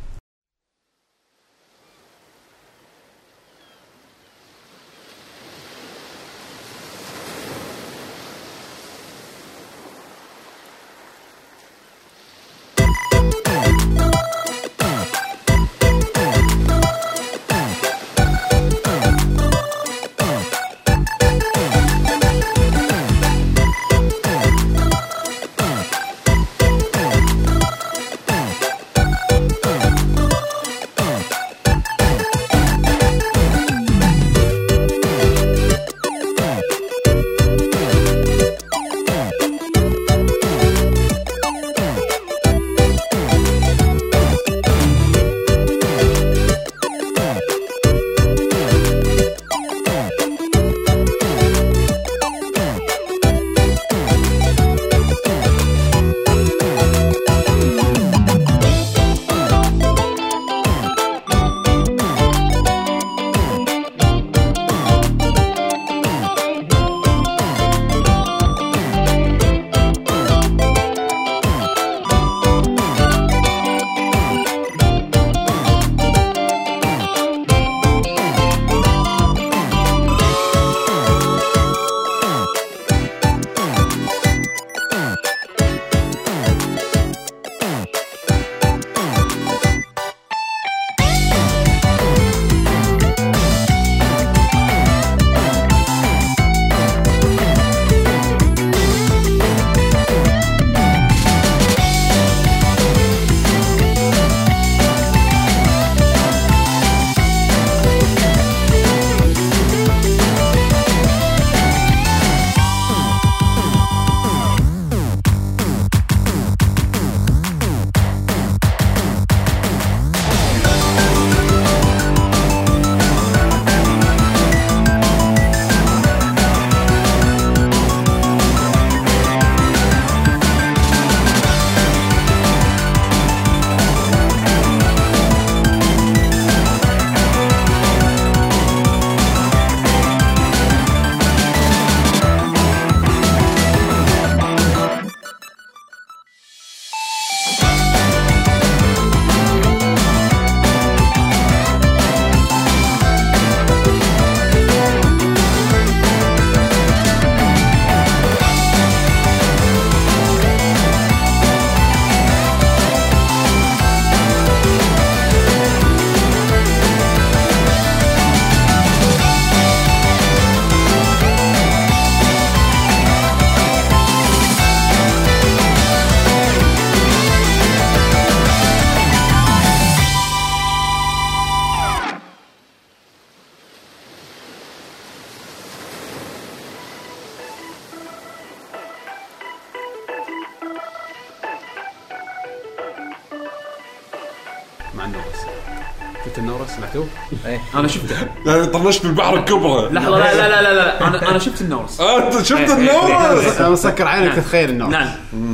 مع النورس. شفت النورس سمعتوه؟
ايه
انا شفته.
يعني طنشت بالبحر الكبرى.
لحظه لا لا لا لا, لا. انا انا شفت النورس.
آه انت شفت النورس؟
انا مسكر عينك تتخيل النورس.
نعم.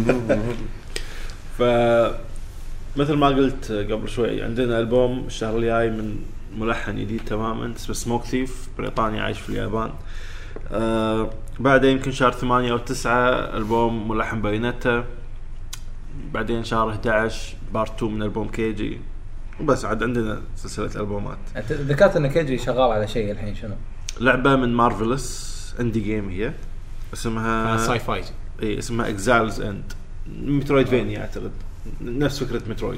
ف مثل ما قلت قبل شوي عندنا ألبوم الشهر الجاي من ملحن جديد تماما اسمه سموك ثيف، بريطاني عايش في اليابان. آه بعدين يمكن شهر ثمانية أو تسعة ألبوم ملحن بايونيتا. بعدين شهر إحدى عشر بارت تو من ألبوم كيجي. وبس عاد عندنا سلسلة ألبومات.
انت ذكرت ان كيجي شغال على شيء الحين، شنو؟
لعبة من مارفلس اندي جيم هي اسمها
ساي فاي
اي اسمها اكزايلز اند مترويد فينيا اعتقد نفس فكره مترويد.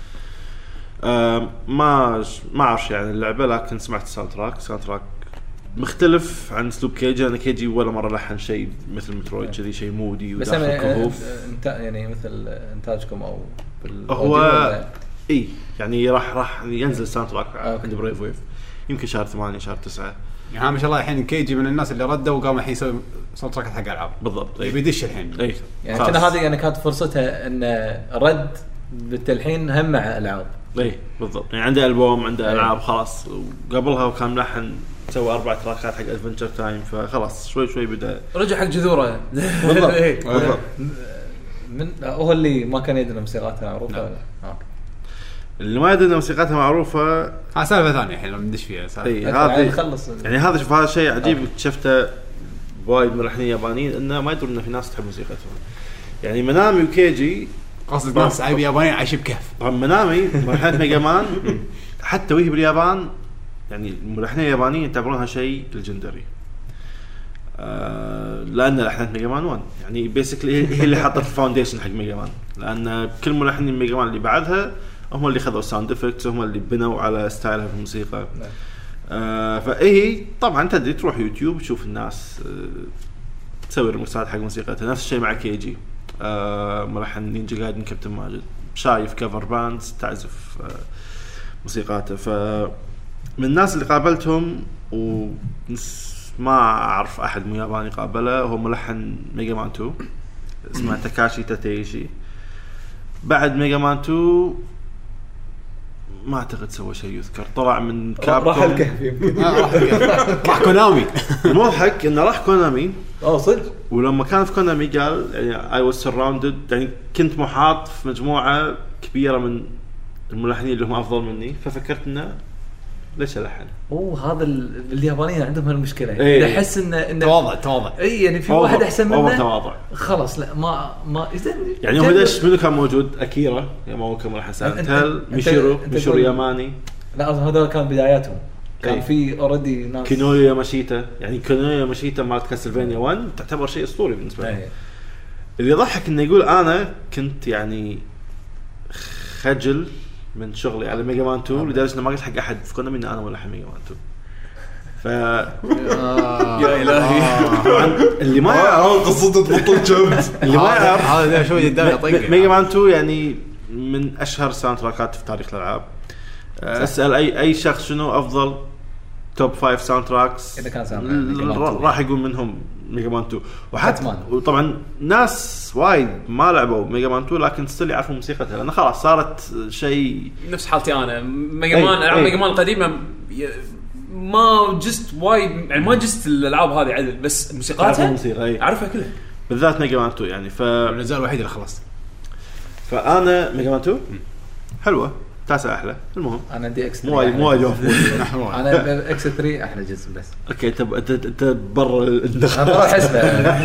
آه ما ما اعرف يعني اللعبه لكن سمعت الساوند تراك ساوند تراك مختلف عن اسلوب كيجي. انا كيجي ولا مره لحن شيء مثل مترويد كذي شيء مودي وداخل كهوف.
انت يعني مثل انتاجكم او
هو اي يعني راح راح ينزل ساوند تراك عند بريف ويف يمكن شهر ثمانية شهر تسعة.
يعني ما شاء الله الحين كيجي من الناس اللي ردوا وقام الحين يسوي ساوند تراك حق العاب
بالضبط.
يبي يدش الحين
اي
يعني كنا هذه يعني كانت فرصتها ان رد بالتلحين هم مع العاب.
اي بالضبط يعني عنده البوم عنده العاب خلاص وقبلها وكان ملحن سوى اربع تراكات حق ادفنتشر تايم فخلاص شوي شوي بدا
رجع حق جذوره.
بالضبط بالضبط.
من هو اللي ما كان يدري موسيقاتها معروفه ولا
اللي ما يدري موسيقاتها معروفه
ها سالفه ثانيه الحين لما ندش فيها
سالفه هذه يعني هذا شوف هذا شيء عجيب اكتشفته وايد ملحنين يابانيين انه ما يدرون ان في ناس تحب موسيقتهم. يعني منامي وكيجي
قصد ناس عايب يابانيين عايش بكهف.
طبعا منامي ملحنة ميجا مان حتى وهي باليابان يعني الملحنين اليابانيين يعتبرونها شيء ليجندري آه لان لحنت ميجا مان واحد يعني بيسكلي هي اللي حطت الفاونديشن حق ميجا مان لان كل ملحنين ميجا مان اللي بعدها هم اللي خذوا الساوند افكتس هم اللي بنوا على ستايلها في الموسيقى. آه فايه طبعا تدري تروح يوتيوب تشوف الناس آه تسوي ريمكسات حق موسيقتها. نفس الشيء مع كيجي آه ملحن نينجا جايدن كابتن ماجد شايف كفر باندز تعزف آه موسيقاته. فمن الناس اللي قابلتهم وما اعرف احد مو ياباني قابله هو ملحن ميجا مان تو اسمه تاكاشي تاتيشي. بعد ميجا مان تو ما اعتقد سوى شيء يذكر. طلع من كابكوم
راح الكهف يمكن
راح كونامي.
المضحك انه راح كونامي
اه صدق.
ولما كان في كونامي قال يعني I was surrounded يعني كنت محاط في مجموعة كبيرة من الملحنين اللي هم أفضل مني ففكرت إنه ليش ألحن.
أوه هذا اليابانيين عندهم هالمشكلة
إيه.
يعني أحس إنه إنه
تواضع تواضع
إيه يعني في واحد أحسن منه
تواضع
خلاص لا ما ما
يعني هو ليش منو كان موجود أكيرا يا ما هو كان ملحن سانتل ميشيرو ميشيرو ياماني.
لا هذا كان بداياتهم كان
أيه.
في اوريدي ناس
كينويا ماشيتا يعني كينويا ماشيتا مالت كاسلفينيا واحد تعتبر شيء اسطوري بالنسبه لي.
أيه.
اللي يضحك انه يقول انا كنت يعني خجل من شغلي على ميجا مان تو لدرجه انه ما قلت حق احد في كونامي ان انا ملحن ميجا مان تو. ف
يا الهي
طبعا اللي ما
يعرف قصته تبطل جنب
اللي ما يعرف
هذا شوي قدامي طق
ميجا مان تو يعني من اشهر ساوند تراكات في تاريخ الالعاب. اسال اي اي شخص شنو افضل توب فايف ساوند تراكس
اذا كان ساوند
راح يقول منهم ميجا مان تو. وحتى وطبعا ناس وايد ما لعبوا ميجا مان تو لكن ستيل يعرفون موسيقتها لان خلاص صارت شيء
نفس حالتي انا ميجا مان العاب ميجا مان القديمه ما جست وايد يعني ما جست الالعاب هذه عدل بس موسيقاتها اعرفها كلها
بالذات ميجا مان تو يعني ف
النزال الوحيد اللي خلص.
فانا ميجا مان تو حلوه تاسع احلى. المهم
انا عندي اكس
مو مو وايد
انا اكس ثلاثة احلى جزء بس
اوكي انت انت انت برا
الدخل انا راح اسمع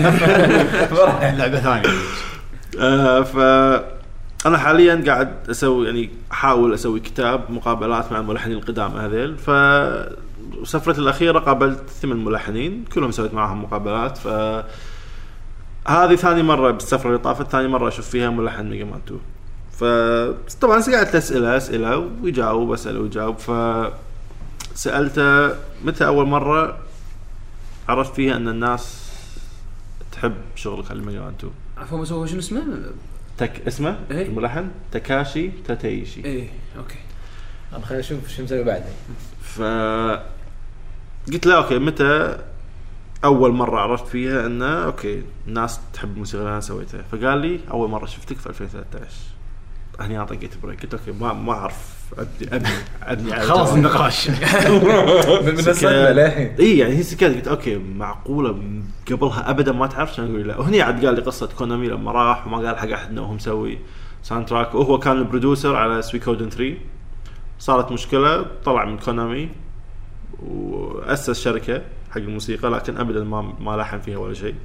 لعبه ثانيه.
آه ف انا حاليا قاعد اسوي يعني احاول اسوي كتاب مقابلات مع الملحنين القدام هذيل. ف سفرتي الاخيره قابلت ثمان ملحنين كلهم سويت معهم مقابلات. ف هذه ثاني مره بالسفره اللي طافت ثاني مره اشوف فيها ملحن ميجا مان تو. فطبعا سألت أسئلة أسئلة ويجاوب أسأله ويجاوب. فسألته متى أول مرة عرفت فيها أن الناس تحب شغلك على ميجا مان تو.
عفوا بس هو شنو اسمه
تك اسمه
إيه؟
الملحن تاكاشي تاتيشي.
إيه أوكي
أنا خليني أشوف شو مسوي بعد.
ف قلت له أوكي متى أول مرة عرفت فيها أن أوكي الناس تحب الموسيقى اللي أنا سويتها. فقال لي أول مرة شفتك في ألفين وثلاثة عشر. هني أنا طقيت بريك قلت أوكي ما ما أعرف أبني أبني أبني
خلاص النقاش
من الصدمة للحين.
إيه يعني هي سكت قلت أوكي معقولة قبلها أبدا ما تعرف شنو أقول لا. وهني عاد قال لي قصة كونامي لما راح وما قال حق أحد إنه هو مسوي ساوند تراك وهو كان البرودوسر على سويكودن ثلاثة. صارت مشكلة طلع من كونامي وأسس شركة حق الموسيقى لكن أبدا ما ما لحن فيها ولا شيء.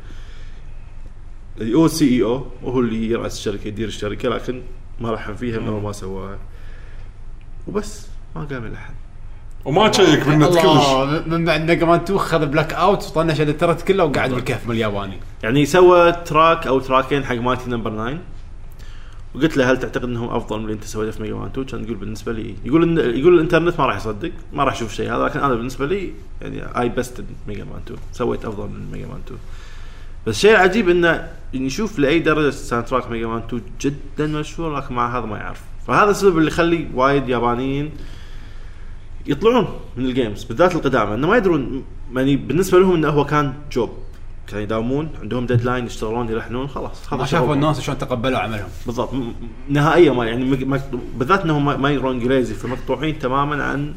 هو سي إي أو وهو اللي يرأس الشركة يدير الشركة لكن ما لحن فيها من ما سواها وبس ما قام يلحن.
وما تشيك بالنت كلش.
الله من بعد ميجا مان تو خذ بلاك اوت وطنش الانترنت كله وقعد بالكهف من الياباني.
يعني سوى تراك او تراكين حق مايتي نمبر تسعة وقلت له هل تعتقد انهم افضل من اللي انت سويته في ميجا مان تو؟ كان يقول بالنسبه لي يقول إن يقول الانترنت ما راح يصدق ما راح يشوف شيء هذا لكن انا بالنسبه لي يعني اي بيست ميجا مان تو سويت افضل من ميجا مان تو. بس الشيء العجيب انه نشوف لاي درجه ساوند تراك ميجا مان تو جدا مشهور لكن مع هذا ما يعرف. فهذا السبب اللي يخلي وايد يابانيين يطلعون من الجيمز بالذات القدامى انه ما يدرون يعني بالنسبه لهم انه هو كان جوب كانوا يداومون عندهم ديدلاين يشتغلون يلحنون خلاص
ما شافوا الناس شلون تقبلوا عملهم
بالضبط نهائيا ما يعني بالذات انهم ما يقرون انجليزي فمقطوعين تماما عن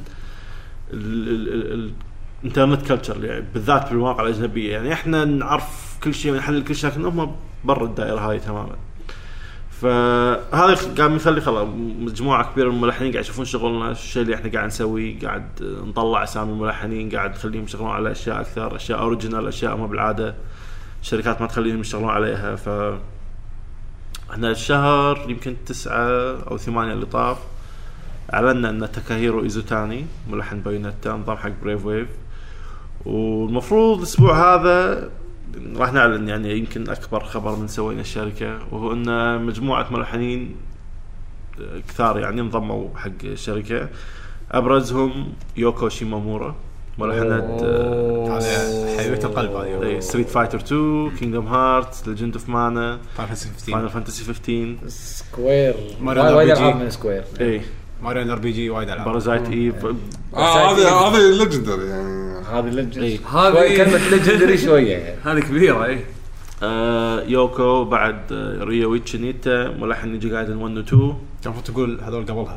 الانترنت كلتشر يعني بالذات بالمواقع الاجنبيه. يعني احنا نعرف كل شيء ونحلل كل شيء لكنهم برا الدائره هاي تماما. فهذا قام يخلي خلاص مجموعه كبيره من الملحنين قاعد يشوفون شغلنا الشيء اللي احنا قاعد نسويه قاعد نطلع اسامي الملحنين قاعد نخليهم يشتغلون على اشياء اكثر اشياء اوريجينال اشياء ما بالعاده الشركات ما تخليهم يشتغلون عليها. ف احنا الشهر يمكن تسعة او ثمانية اللي طاف اعلنا ان تاكاهيرو ايزوتاني ملحن بايونيتا انضم حق بريف ويف والمفروض الاسبوع هذا راح نعلن يعني يمكن أكبر خبر من سوينا الشركة وهو أن مجموعة ملحنين كثار يعني انضموا حق الشركة أبرزهم يوكو شيمامورا ملحنة
حبيبة القلب هذه
ستريت فايتر تو كينغدوم هارتس ليجند اوف مانا فاينل فانتسي خمستاشر
سكوير وايد ألعاب من سكوير
اي
ماريو ار بي جي وايد ألعاب
بارازايت ايف
هذا هذا ليجندري يعني
هذه ليجندري هذه كلمة ليجندري شوية يعني
هذه كبيرة اي
آه يوكو بعد آه ريويتشي نيتا ملحن نيجي جايدن واحد و اثنين
كان فوت تقول هذول قبلها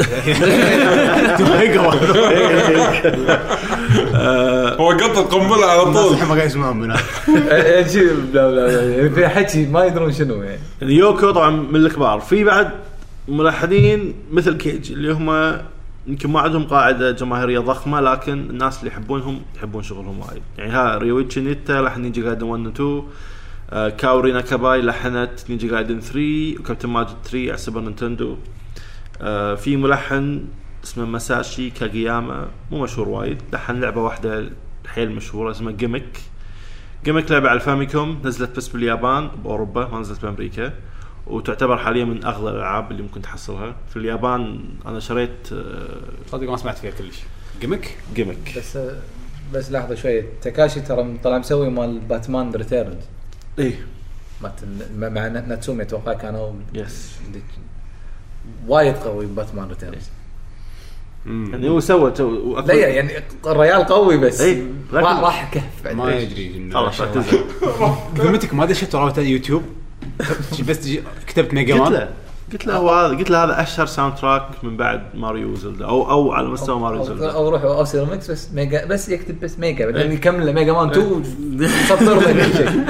هو قط القنبلة على طول
ما قاعد يسمعون منها
شيء لا لا في حكي ما يدرون شنو يعني.
يوكو طبعا من الكبار في بعد ملحنين مثل كيج اللي هم يمكن ما عندهم قاعدة جماهيرية ضخمة لكن الناس اللي يحبونهم يحبون شغلهم وايد. يعني ها ريويتشي نيتا لحن نينجا جايدن واحد و اثنين آه كاوري ناكاباي لحنت نينجا جايدن ثلاثة وكابتن ماجد ثلاثة على سوبر نينتندو. آه في ملحن اسمه مساشي كاغياما مو مشهور وايد لحن لعبة واحدة حيل مشهورة اسمها جيميك جيميك لعبة على الفاميكوم نزلت بس باليابان بأوروبا ما نزلت بأمريكا وتعتبر حاليا من أغلى الألعاب اللي ممكن تحصلها في اليابان. أنا شريت
صدق ما سمعت فيها كلش جيميك
جيميك
بس بس لحظة شوية تاكاشي ترى طلع مسوي مال باتمان ريتيرنز
إيه
مع ناتسومي أتوقع كانوا
يس
وايد قوي باتمان ريتيرنز
يعني هو سوى
لا يعني الريال قوي بس
إيه؟
راح كهف
ما يدري
خلاص اعتزل
ذمتك ما دشيت وراء يوتيوب بس كتبت ميجا مان
قلت له هو هذا قلت له هذا اشهر ساوند تراك من بعد ماريو زلدا او او على مستوى ماريو زلدا
او روح او سيراميكس بس ميجا بس يكتب بس ميجا بعدين يكمل ميجا مان تو سطر كل شيء.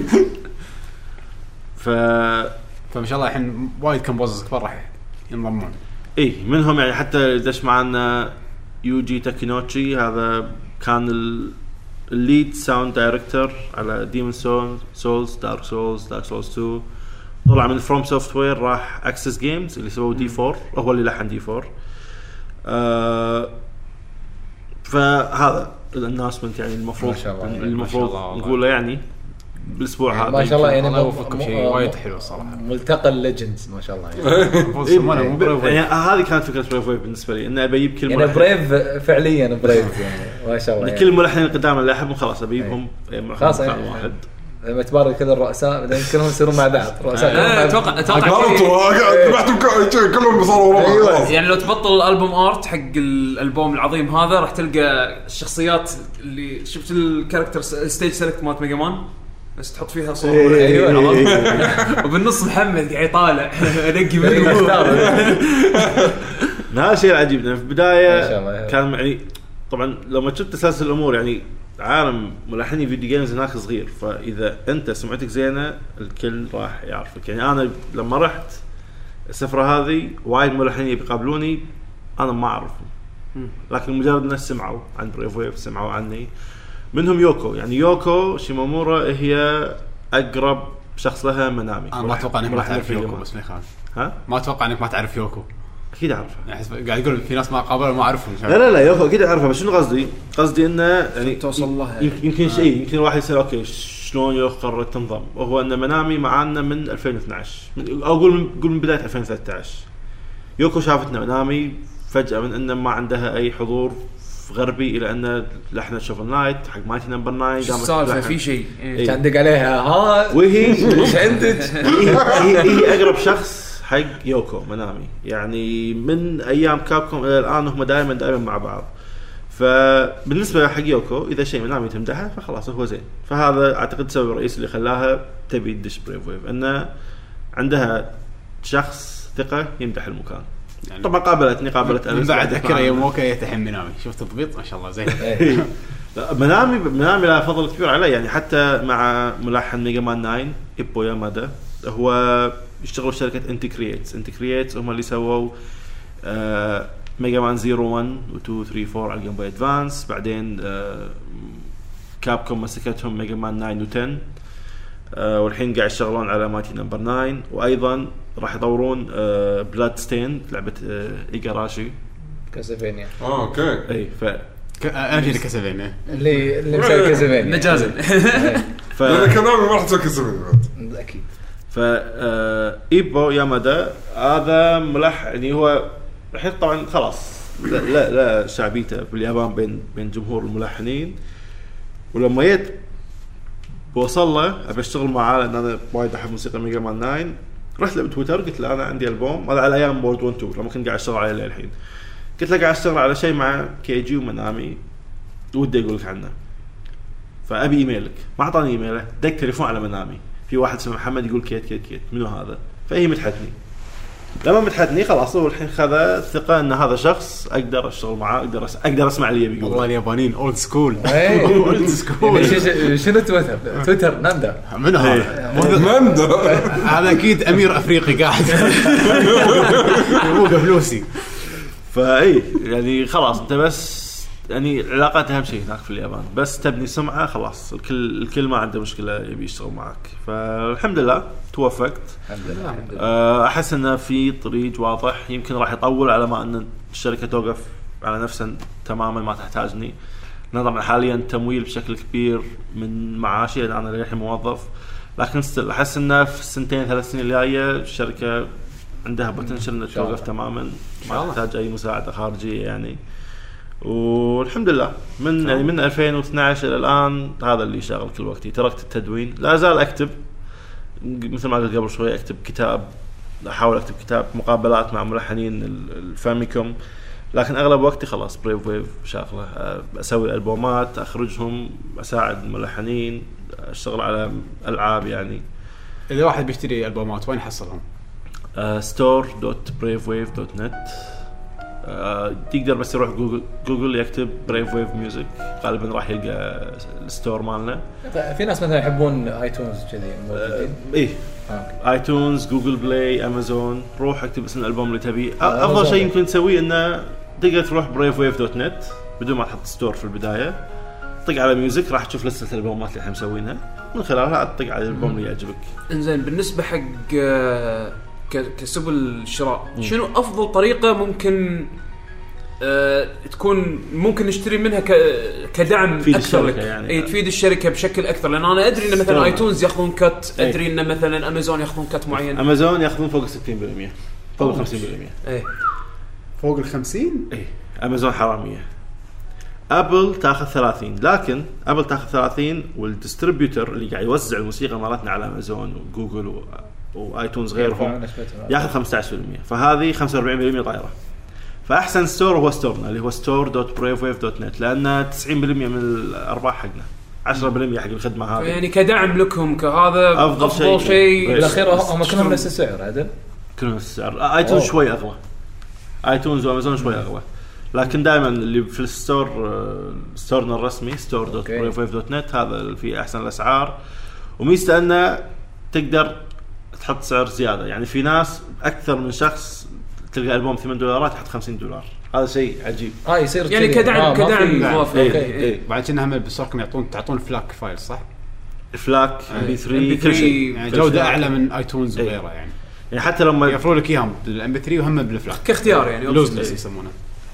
ف
فما شاء الله الحين وايد كومبوزرز كبار راح ينضمون
اي منهم يعني حتى دش معنا يوجي تاكينوتشي هذا كان الليد ساوند دايركتور على ديمون سولز دارك سولز دارك سولز اثنين طلع من فروم سوفت وير راح اكسس جيمز اللي سووا دي فور هو اللي لحن دي فور. آه فهذا الاناونسمنت يعني المفروض المفروض نقوله يعني بالاسبوع هذا
ما شاء الله يعني
الله يوفقكم شيء وايد حلو الصراحه
ملتقى الليجندز ما شاء الله يعني.
يعني هذه كانت فكره بريف ويف بالنسبه لي اني ابيب كل
يعني بريف فعليا بريف يعني ما شاء الله
يعني كل الملحنين القدامى اللي احبهم خلاص ابيبهم
خلاص واحد لما تبارك كذا الرؤساء بعدين كلهم يصيرون مع بعض رؤساء
اتوقع اتوقع
كلهم صاروا
يعني لو تبطل الالبوم ارت حق الالبوم العظيم هذا راح تلقى الشخصيات اللي شفت الكاركتر ستيج سيلكت مالت ميجا مان بس تحط فيها صور ايوه وبالنص محمد قاعد يطالع انقي منه.
هذا شيء عجيب في البدايه كان يعني طبعا لما شفت اساس الامور يعني عالم ملحني فيديو جيمز هناك صغير فاذا انت سمعتك زينه الكل راح يعرفك. يعني انا لما رحت السفره هذه وايد ملحنين بيقابلوني انا ما اعرفهم لكن مجرد الناس سمعوا عن بريف ويف سمعوا عني منهم يوكو. يعني يوكو شيمامورا هي اقرب شخص لها منامي.
انا ما اتوقع انك ما تعرف يوكو بس ما يخالف
ها
ما اتوقع انك ما تعرف يوكو
اكيد اعرفها.
يعني قاعد يقول في ناس ما قابلوا ما اعرفهم.
لا لا لا يوكو اكيد اعرفها، بس شنو قصدي؟ قصدي انه يعني
توصل لها
يمكن شيء يمكن الواحد يسال اوكي شلون يوكو قررت تنضم، وهو ان منامي معانا من ألفين واثناشر او اقول من قول من بدايه ألفين وثلاثة عشر. يوكو شافتنا منامي فجاه من انه ما عندها اي حضور غربي الى ان لحنا شوفل نايت حق مايتي نمبر تسعة قامت
السالفه في شيء
إيه. تعندق عليها ها
وهي
ايش عندك
هي, هي اقرب شخص حق يوكو منامي، يعني من ايام كابكوم الى الان هم دائما دائما مع بعض. فبالنسبه حق يوكو اذا شيء منامي تمدحه فخلاص هو زين. فهذا اعتقد السبب الرئيسي اللي خلاها تبي تدش بريف ويف، انه عندها شخص ثقه يمدح المكان. يعني طبعا قابلتني قابلت
من بعد اكره يوموكا يتحم منامي. شوف تضبيط ما شاء الله زين.
منامي منامي له فضل كبير علي، يعني حتى مع ملحن ميجا مان تسعة إيبو يامادا، هو يشتغلوا شركه انتي كرييتس. انتي كرييتس هم اللي سووا آه ميجا مان صفر واحد و اثنين ثلاثة أربعة على الجيم بوي ادفانس. بعدين آه كابكوم مسكتهم ميجا مان تسعة و عشرة، آه والحين قاعد يشتغلون على مايتي نمبر تسعة، وايضا راح يطورون آه بلاد ستين لعبه آه ايجاراشي
كاسلفينيا.
اه اوكي
اي ف
انا في كاسلفينيا
اللي اللي مسوي كاسلفينيا
مجازا.
ف
انا كمان ما راح اسوي كاسلفينيا
اكيد.
ف ايبو يامادا هذا ملح يعني هو الحين طبعا خلاص لا لا, لا شعبيته باليابان بين بين جمهور الملحنين. ولما جيت بوصل له ابي اشتغل معاه لان انا وايد احب موسيقى ميجا مان تسعة، رحت له بتويتر قلت له انا عندي البوم هذا على ايام بورد واحد اثنين لما كنت قاعد اشتغل عليه الحين. قلت له قاعد اشتغل على شيء مع كيجي ومنامي ودي اقول لك عنه، فابي ايميلك. ما اعطاني ايميله، دق تليفون على منامي في واحد اسمه محمد يقول كيت كيت كيت منو هذا؟ فهي متحتني. لما متحتني خلاص هو الحين خذ الثقه ان هذا شخص اقدر اشتغل معاه، اقدر أس... اقدر اسمع اللي يبي يقول.
والله اليابانيين اولد سكول
اولد سكول. شنو تويتر تويتر ناندا
من هذا
ناندا
هذا اكيد امير افريقي قاعد يبغى فلوسي.
فاي يعني خلاص انت بس يعني العلاقات اهم شيء هناك في اليابان، بس تبني سمعه خلاص الكل الكل ما عنده مشكله يبي يشتغل معك. فالحمد لله توفقت
الحمد لله.
احس انه في طريق واضح، يمكن راح يطول على ما ان الشركه توقف على نفسها تماما ما تحتاجني. انا طبعا حاليا تمويل بشكل كبير من معاشي لان انا الحين موظف، لكن ستيل احس انه في السنتين ثلاث سنين الجايه الشركه عندها بوتنشل انها توقف تماما ما تحتاج اي مساعده خارجيه يعني. والحمد لله من يعني من ألفين واثناشر الى الان هذا اللي شاغل كل وقتي. تركت التدوين، لا زال اكتب مثل ما قلت قبل شوي، اكتب كتاب، احاول اكتب كتاب مقابلات مع ملحنين الفاميكوم، لكن اغلب وقتي خلاص بريف ويف شاغله. اسوي البومات، اخرجهم، اساعد الملحنين، اشتغل على العاب. يعني
اذا واحد بيشتري البومات وين يحصلهم؟
ستور دوت بريف ويف دوت نت. أه تقدر بس يروح جوجل جوجل يكتب بريف ويف ميوزك غالبا راح يلقى الستور مالنا.
في ناس مثلا يحبون ايتونز كذي موجودين.
أه ايه آه. ايتونز، جوجل بلاي، امازون. روح اكتب اسم الالبوم اللي تبيه. افضل شيء يمكن تسويه انه تقدر تروح بريف ويف دوت نت بدون ما تحط ستور في البدايه، طق على ميوزك راح تشوف لسته الالبومات اللي احنا مسوينها، من خلالها تطق على الالبوم اللي يعجبك.
انزين بالنسبه حق كسبل الشراء، شنو افضل طريقه ممكن أه تكون ممكن نشتري منها كدعم اكثر لك يعني اي تفيد الشركه بشكل اكثر؟ لان انا ادري ان مثلا ايتونز ياخذون كت، ادري ان مثلا امازون ياخذون كت معين.
امازون ياخذون فوق ستين بالمية فوق خمسين بالمية.
اي
فوق ال خمسين.
اي امازون حراميه. ابل تاخذ ثلاثين، لكن ابل تاخذ ثلاثين والديستريبيوتر اللي قاعد يوزع الموسيقى مالتنا على امازون وجوجل و وايتونز غيرهم ياخذ خمسة عشر بالمية، فهذه خمسة وأربعين بالمية طايره. فاحسن ستور هو ستورنا اللي هو ستور دوت بريف ويف دوت نت، لان تسعين بالمية من الارباح حقنا، عشرة بالمية حق الخدمه هذه.
يعني كدعم لكم كهذا افضل, أفضل شيء, شيء
بالاخير هم كلهم نفس السعر عدل،
كلهم نفس السعر. ايتونز شوي اغلى، ايتونز وامازون شوي اغلى، لكن دائما اللي في الستور ستورنا الرسمي ستور دوت بريف ويف دوت نت هذا اللي فيه احسن الاسعار. وميزته انه تقدر تحط سعر زياده، يعني في ناس اكثر من شخص تلقى البوم ثمانية دولارات تحط خمسين دولار، هذا شيء عجيب.
اه يصير
يعني كدعم آه كدعم
موافق. ايه ايه. بعد كنا هم بالسوق يعطون تعطون فلاك فايل صح؟
فلاك ام بي ثلاثة كل شيء
يعني جوده اعلى من ايتونز وغيره يعني.
يعني حتى لما
يفروا لك اياهم بالام بي ثري وهم بالفلاش
كاختيار يعني
لوزلس يسمونه.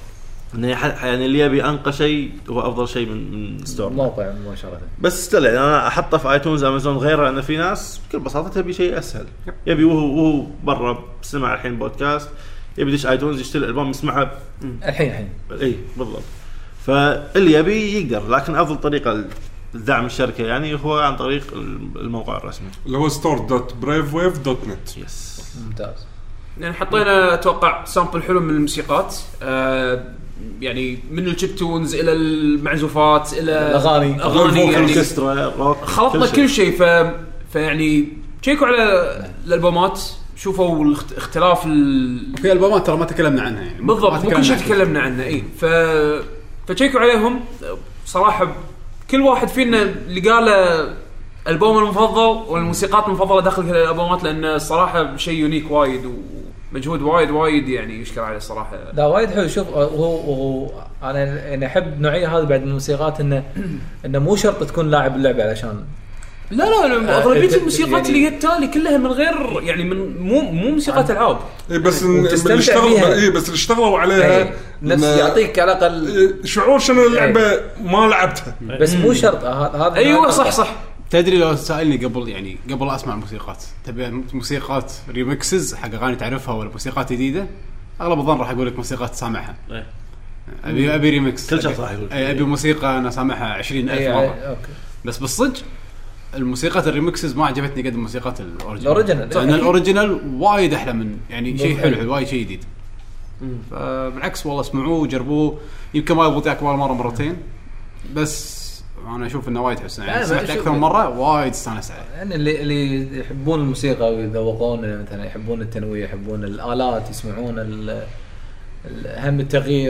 يعني اللي يبي انقى شيء هو افضل شيء من من ستور
موقع مباشره.
بس استل يعني انا احطه في ايتونز امازون غير لان في ناس بكل بساطه تبي شيء اسهل يبي وهو وهو برا بسمع الحين بودكاست يبي يدش ايتونز يشتري الالبوم يسمعه
الحين الحين
اي بالضبط. فاللي يبي يقدر لكن افضل طريقه لدعم الشركه يعني هو عن طريق الموقع الرسمي
اللي هو ستور دوت برايف ويف دوت نت.
يس
ممتاز.
يعني حطينا اتوقع سامبل حلو من الموسيقات آه يعني من الشيب تونز الى المعزوفات الى
الاغاني
اغاني يعني
روك
خلطنا كل شيء ف فيعني تشيكوا على الالبومات شوفوا الاختلاف ال...
في البومات ترى ما تكلمنا عنها يعني
بالضبط مو كل شيء تكلمنا عنه اي ف فتشيكوا عليهم صراحه كل واحد فينا اللي قاله البوم المفضل والموسيقات المفضله داخل الالبومات لان الصراحه شيء يونيك وايد ومجهود وايد وايد يعني يشكر عليه الصراحه.
لا وايد حلو. شوف هو هو انا يعني احب النوعيه هذه بعد من الموسيقات انه انه مو شرط تكون لاعب اللعبه علشان
لا لا اغلبيه الموسيقات اللي هي التالي كلها من غير يعني من مو مو موسيقات العاب
اي بس اللي اشتغلوا اي بس اللي اشتغلوا عليها
نفس يعطيك على الاقل
شعور شنو اللعبه ما لعبتها
بس مو شرط هذا.
ايوه صح صح.
تدري لو سألني قبل يعني قبل اسمع الموسيقات تبي موسيقات ريمكسز حق اغاني تعرفها ولا موسيقات جديده اغلب الظن راح اقول لك موسيقات سامعها. ابي ابي ريمكس
كل شخص راح يقول
ابي موسيقى انا سامعها عشرين ألف مره. بس بالصدق الموسيقات الريمكسز ما عجبتني قد الموسيقات الاوريجينال لان الاوريجينال وايد احلى من يعني شيء حلو وايد شيء جديد. فبالعكس والله اسمعوه وجربوه يمكن ما يضبط اكبر مره مرتين بس انا اشوف انه وايد حسن يعني سمعت اكثر من مره وايد استانس عليه.
يعني اللي اللي يحبون الموسيقى ويذوقون مثلا يحبون التنويع يحبون الالات يسمعون اهم التغيير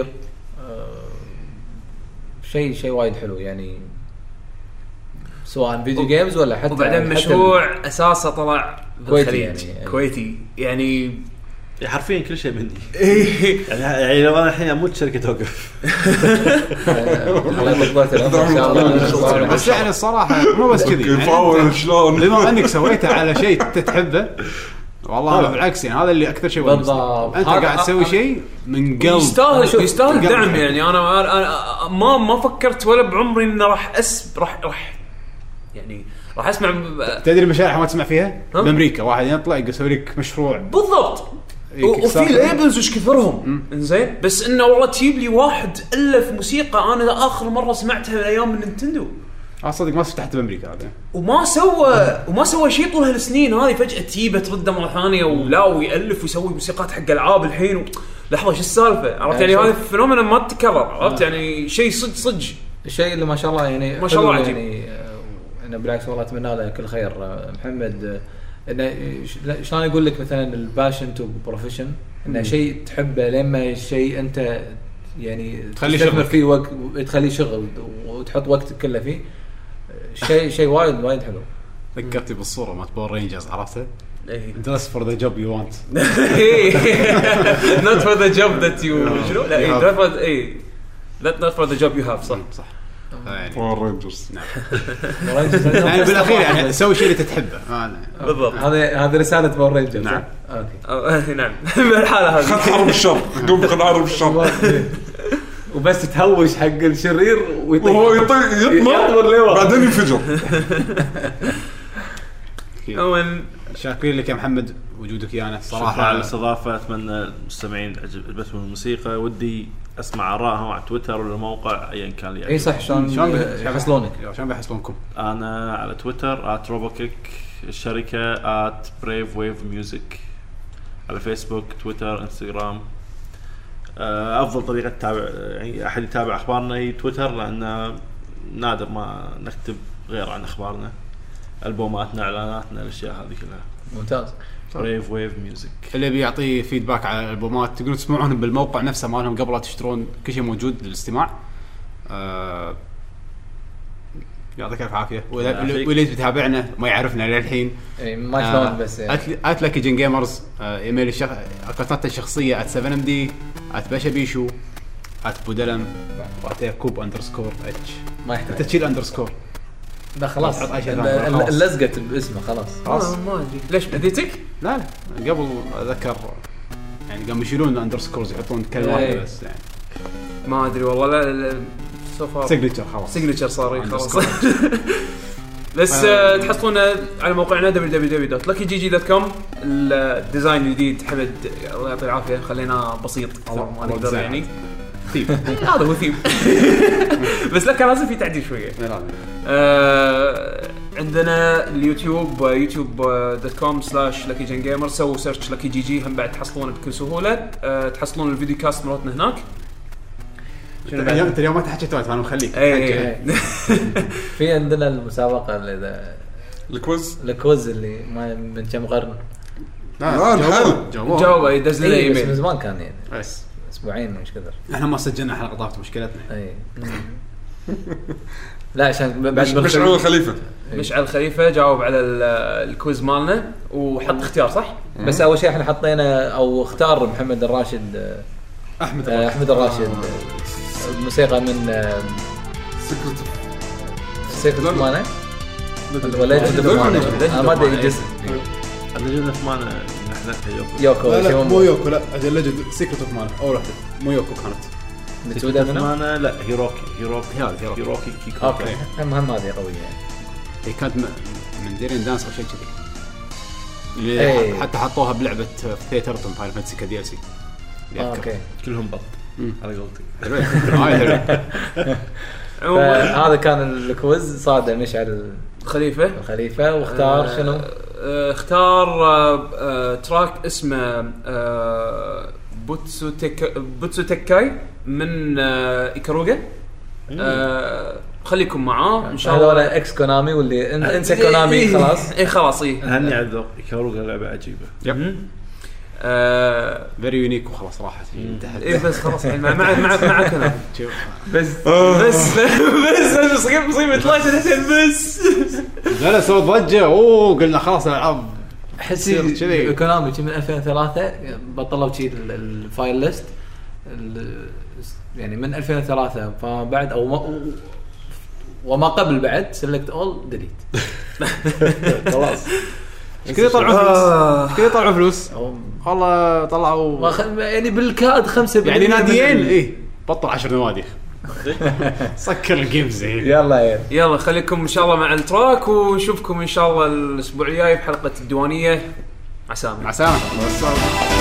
شيء شيء وايد حلو يعني سواء فيديو جيمز ولا حتى
وبعدين مشروع اساسه طلع
كويتي يعني,
يعني كويتي يعني
حرفيا كل شيء مني يعني يعني لو انا الحين اموت شركه توقف
الله يبارك لك ان شاء الله.
بس يعني الصراحه مو بس كذي
يعني شلون
بما انك سويته على شيء تحبه والله بالعكس يعني هذا اللي اكثر شيء
بالضبط.
انت قاعد تسوي شيء من قلب
يستاهل يستاهل دعم يعني انا انا ما ما فكرت ولا بعمري انه راح اس راح راح يعني راح اسمع.
تدري المشاريع ما تسمع فيها بامريكا واحد يطلع يسوي لك مشروع
بالضبط وفي ليبلز وش كثرهم انزين بس انه والله تجيب لي واحد الف موسيقى انا اخر مره سمعتها من ايام النينتندو
اصدق ما فتحت بامريكا هذا
وما سوى وما سوى شيء طول هالسنين هذه فجاه تجيبه ترده مره ثانيه ولا ويالف ويسوي موسيقات حق العاب الحين و... لحظه شو السالفه عرفت يعني هذا الفينومينا ما تتكرر عرفت يعني شيء صدق صدق
الشيء اللي ما شاء الله يعني
ما شاء الله عجيب
يعني انا بالعكس والله اتمنى له كل خير محمد انه شلون يقول لك مثلا الباشن تو بروفيشن انه شيء تحبه لما شيء انت يعني تستثمر فيه وقت تخليه شغل وتحط وقت كله فيه شيء شيء وايد وايد حلو.
ذكرتي بالصوره مات باور رينجرز عرفته
ايه
dress for the job you want
not for the job that you شنو لا ايه not for ايه not for the job you have صح
صح
باور رينجرز
نعم يعني بالاخير يعني سوي شيء اللي تحبه
بالضبط.
هذه هذه رساله باور رينجرز
نعم
اوكي نعم بالحاله هذه
خذ حرب الشر قوم خذ حرب الشر
وبس تهوش حق الشرير
وهو يطير يطمر بعدين ينفجر.
اول
شاكرين لك يا محمد وجودك ويانا
صراحه على الاستضافه. اتمنى المستمعين عجبتهم الموسيقى ودي اسمع ارائهم على تويتر ولا موقع ايا كان لي.
اي صح شلون شلون يحصلونك
شلون بيحصلونكم؟
انا على تويتر @robokick الشركه @bravewavemusic على فيسبوك تويتر انستغرام. افضل طريقه تتابع يعني احد يتابع اخبارنا تويتر لان نادر ما نكتب غير عن اخبارنا البوماتنا اعلاناتنا الاشياء هذه كلها.
ممتاز.
بريف ويف ميوزك
اللي بيعطي فيدباك على الالبومات تقدرون تسمعونهم بالموقع نفسه مالهم قبل لا تشترون كل شيء موجود للاستماع. أه يعطيك الف عافيه. واللي بتابعنا ما يعرفنا للحين
ما شلون بس
اتلك جين جيمرز ايميل الشخ... قناتي الشخصيه @سفن ام دي @باشابيشو @بودلم @كوب اندرسكور اتش
ما يحتاج
تشيل اندرسكور
لا خلاص
تحط أي شيء
ال-
ثاني.
ال-
خلاص.
لزقت باسمه خلاص.
خلاص.
آه، ما ادري ليش اذيتك؟
لا لا قبل اذكر يعني قاموا يشيلون اندرسكورز يحطون كلمه
إيه.
واحده بس يعني
ما ادري والله لا, لا سوفا
سيجنتشر خلاص
سيجنتشر صار خلاص
Underscore.
بس آه، تحصلونه على موقعنا دبليو دبليو دبليو دوت لاكي جي جي دوت كوم. الديزاين الجديد حمد الله يعطيه العافيه خلينا بسيط اكثر
الله-
ما
الله
نقدر
يجزاه.
يعني
ثيب
هذا هو ثيم بس لا كان لازم في تعديل شويه.
لا
آه، عندنا اليوتيوب يوتيوب دوت كوم سلاش لاكي جن جيمر. سووا سيرش لاكي جي جي هم بعد تحصلونه بكل سهوله. آه، تحصلون الفيديو كاست مراتنا هناك. شنو بعد؟
اليوم انت اليوم ما تحكي تويت انا مخليك
اي
في عندنا المسابقه اللي
الكويز
الكوز اللي ما من كم قرن.
لا، الحل.
جاوب
جاوب يدز لنا
اي بس من
ايميل.
زمان كان يعني
بس
اسبوعين مش كثر.
احنا ما سجلنا حلقه طافت مشكلتنا
اي لا عشان بعد
مش مش على الخليفه
مشعل خليفه جاوب على ال- الكويز مالنا وحط اختيار صح.
بس اول شيء احنا حطينا او اختار محمد الراشد
احمد
آه، احمد الراشد آه، الموسيقى من آه،
سكرت
سيكرت
لا، لا.
مانا ولا ليجند
لا، لا،
مانا.
لا،
انا ما ادري جزء
اللجنة ثمانية نحلتها يوكو.
يوكو
لا لا
شو
مو يوكو لا هذا الليجند سيكرت اوف مانا اول واحده مو يوكو كانت
متسوده منه.
ثمانية لا هيروكي هيروكي
هذا هيروكي.
هيروكي كيكو.
اوكي المهم هذه قويه يعني.
هي كانت م- من ديرين دانس او شيء كذي اللي
إيه.
ح- حتى حطوها بلعبه ثيتر فاينل فانتسي كدي ال سي
آه، اوكي
كلهم بط
مم.
على قولتك.
هاي حلو.
عموما
فهذا كان الكويز صاده مشعل
خليفه
الخليفه واختار شنو؟
آه، اختار آه، آه، تراك اسمه آه، بوتسو تك بوتسو تكاي من آه، إيكاروغا. آه، خليكم معاه ان شاء الله.
هذول اكس كونامي واللي ان- انسى كونامي خلاص.
اي خلاص اي
هني على الذوق كاروغا لعبة عجيبة.
يب
آه،
فيري يونيك وخلاص راحت انتهت
اي بس خلاص الحين مع مع مع مع كلام
شوف
بس بس بس مصيبه مصيبه طلعت الحين بس
لا لا سوى ضجه اوه قلنا خلاص الالعاب
حسي
كذي.
كونامي من ألفين وثلاثة بطلوا شيء ال- الفايل ليست ال- يعني من ألفين وثلاثة فبعد او ما وما قبل بعد سيلكت اول ديليت
خلاص ايش كذا يطلعون فلوس ايش كذا يطلعون فلوس والله طلعوا
ما خ- يعني بالكاد خمسة
يعني ناديين
من-
ايه بطل عشر نوادي سكر الجيمز زين
يلا يا
يلا خليكم ان شاء الله مع التراك ونشوفكم ان شاء الله الاسبوع الجاي بحلقه الديوانيه. مع السلامه.
مع السلامه.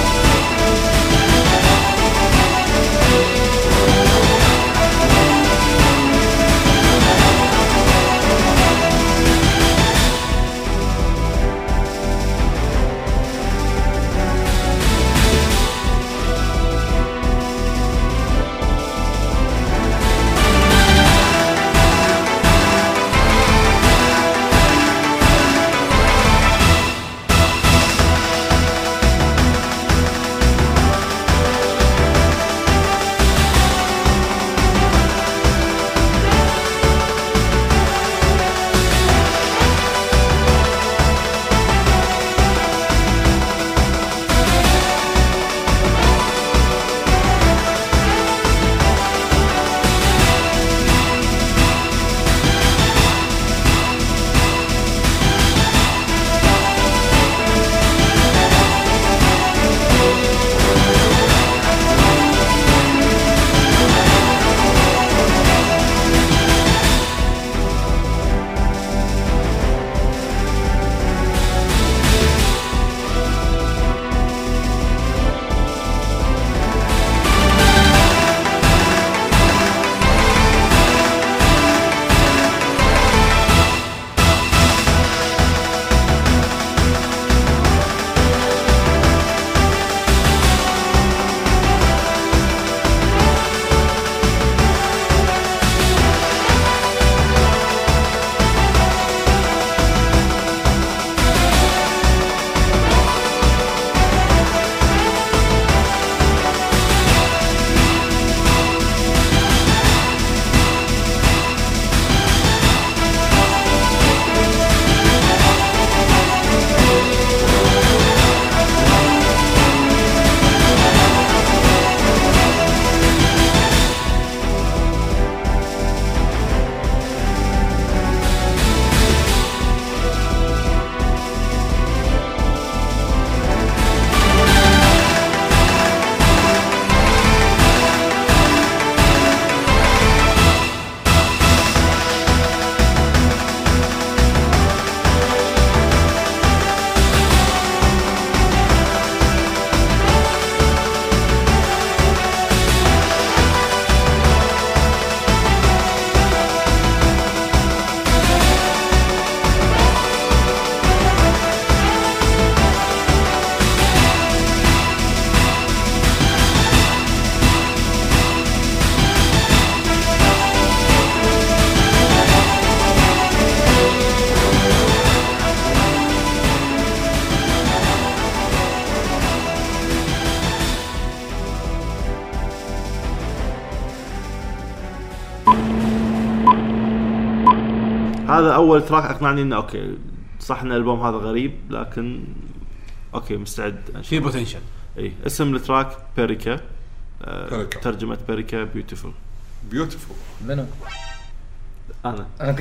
هذا اول تراك اقنعني انه اوكي صح ان الالبوم هذا غريب لكن اوكي مستعد
في بوتنشل.
اي اسم التراك بيريكا، آه
بيريكا.
ترجمه بيريكا بيوتيفول.
بيوتيفول
منو؟
انا
اوكي.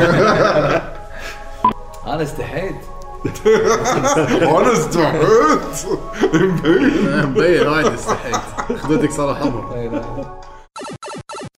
انا استحيت.
انا استحيت
مبين وايد استحيت خدودك صراحه.
لا، لا.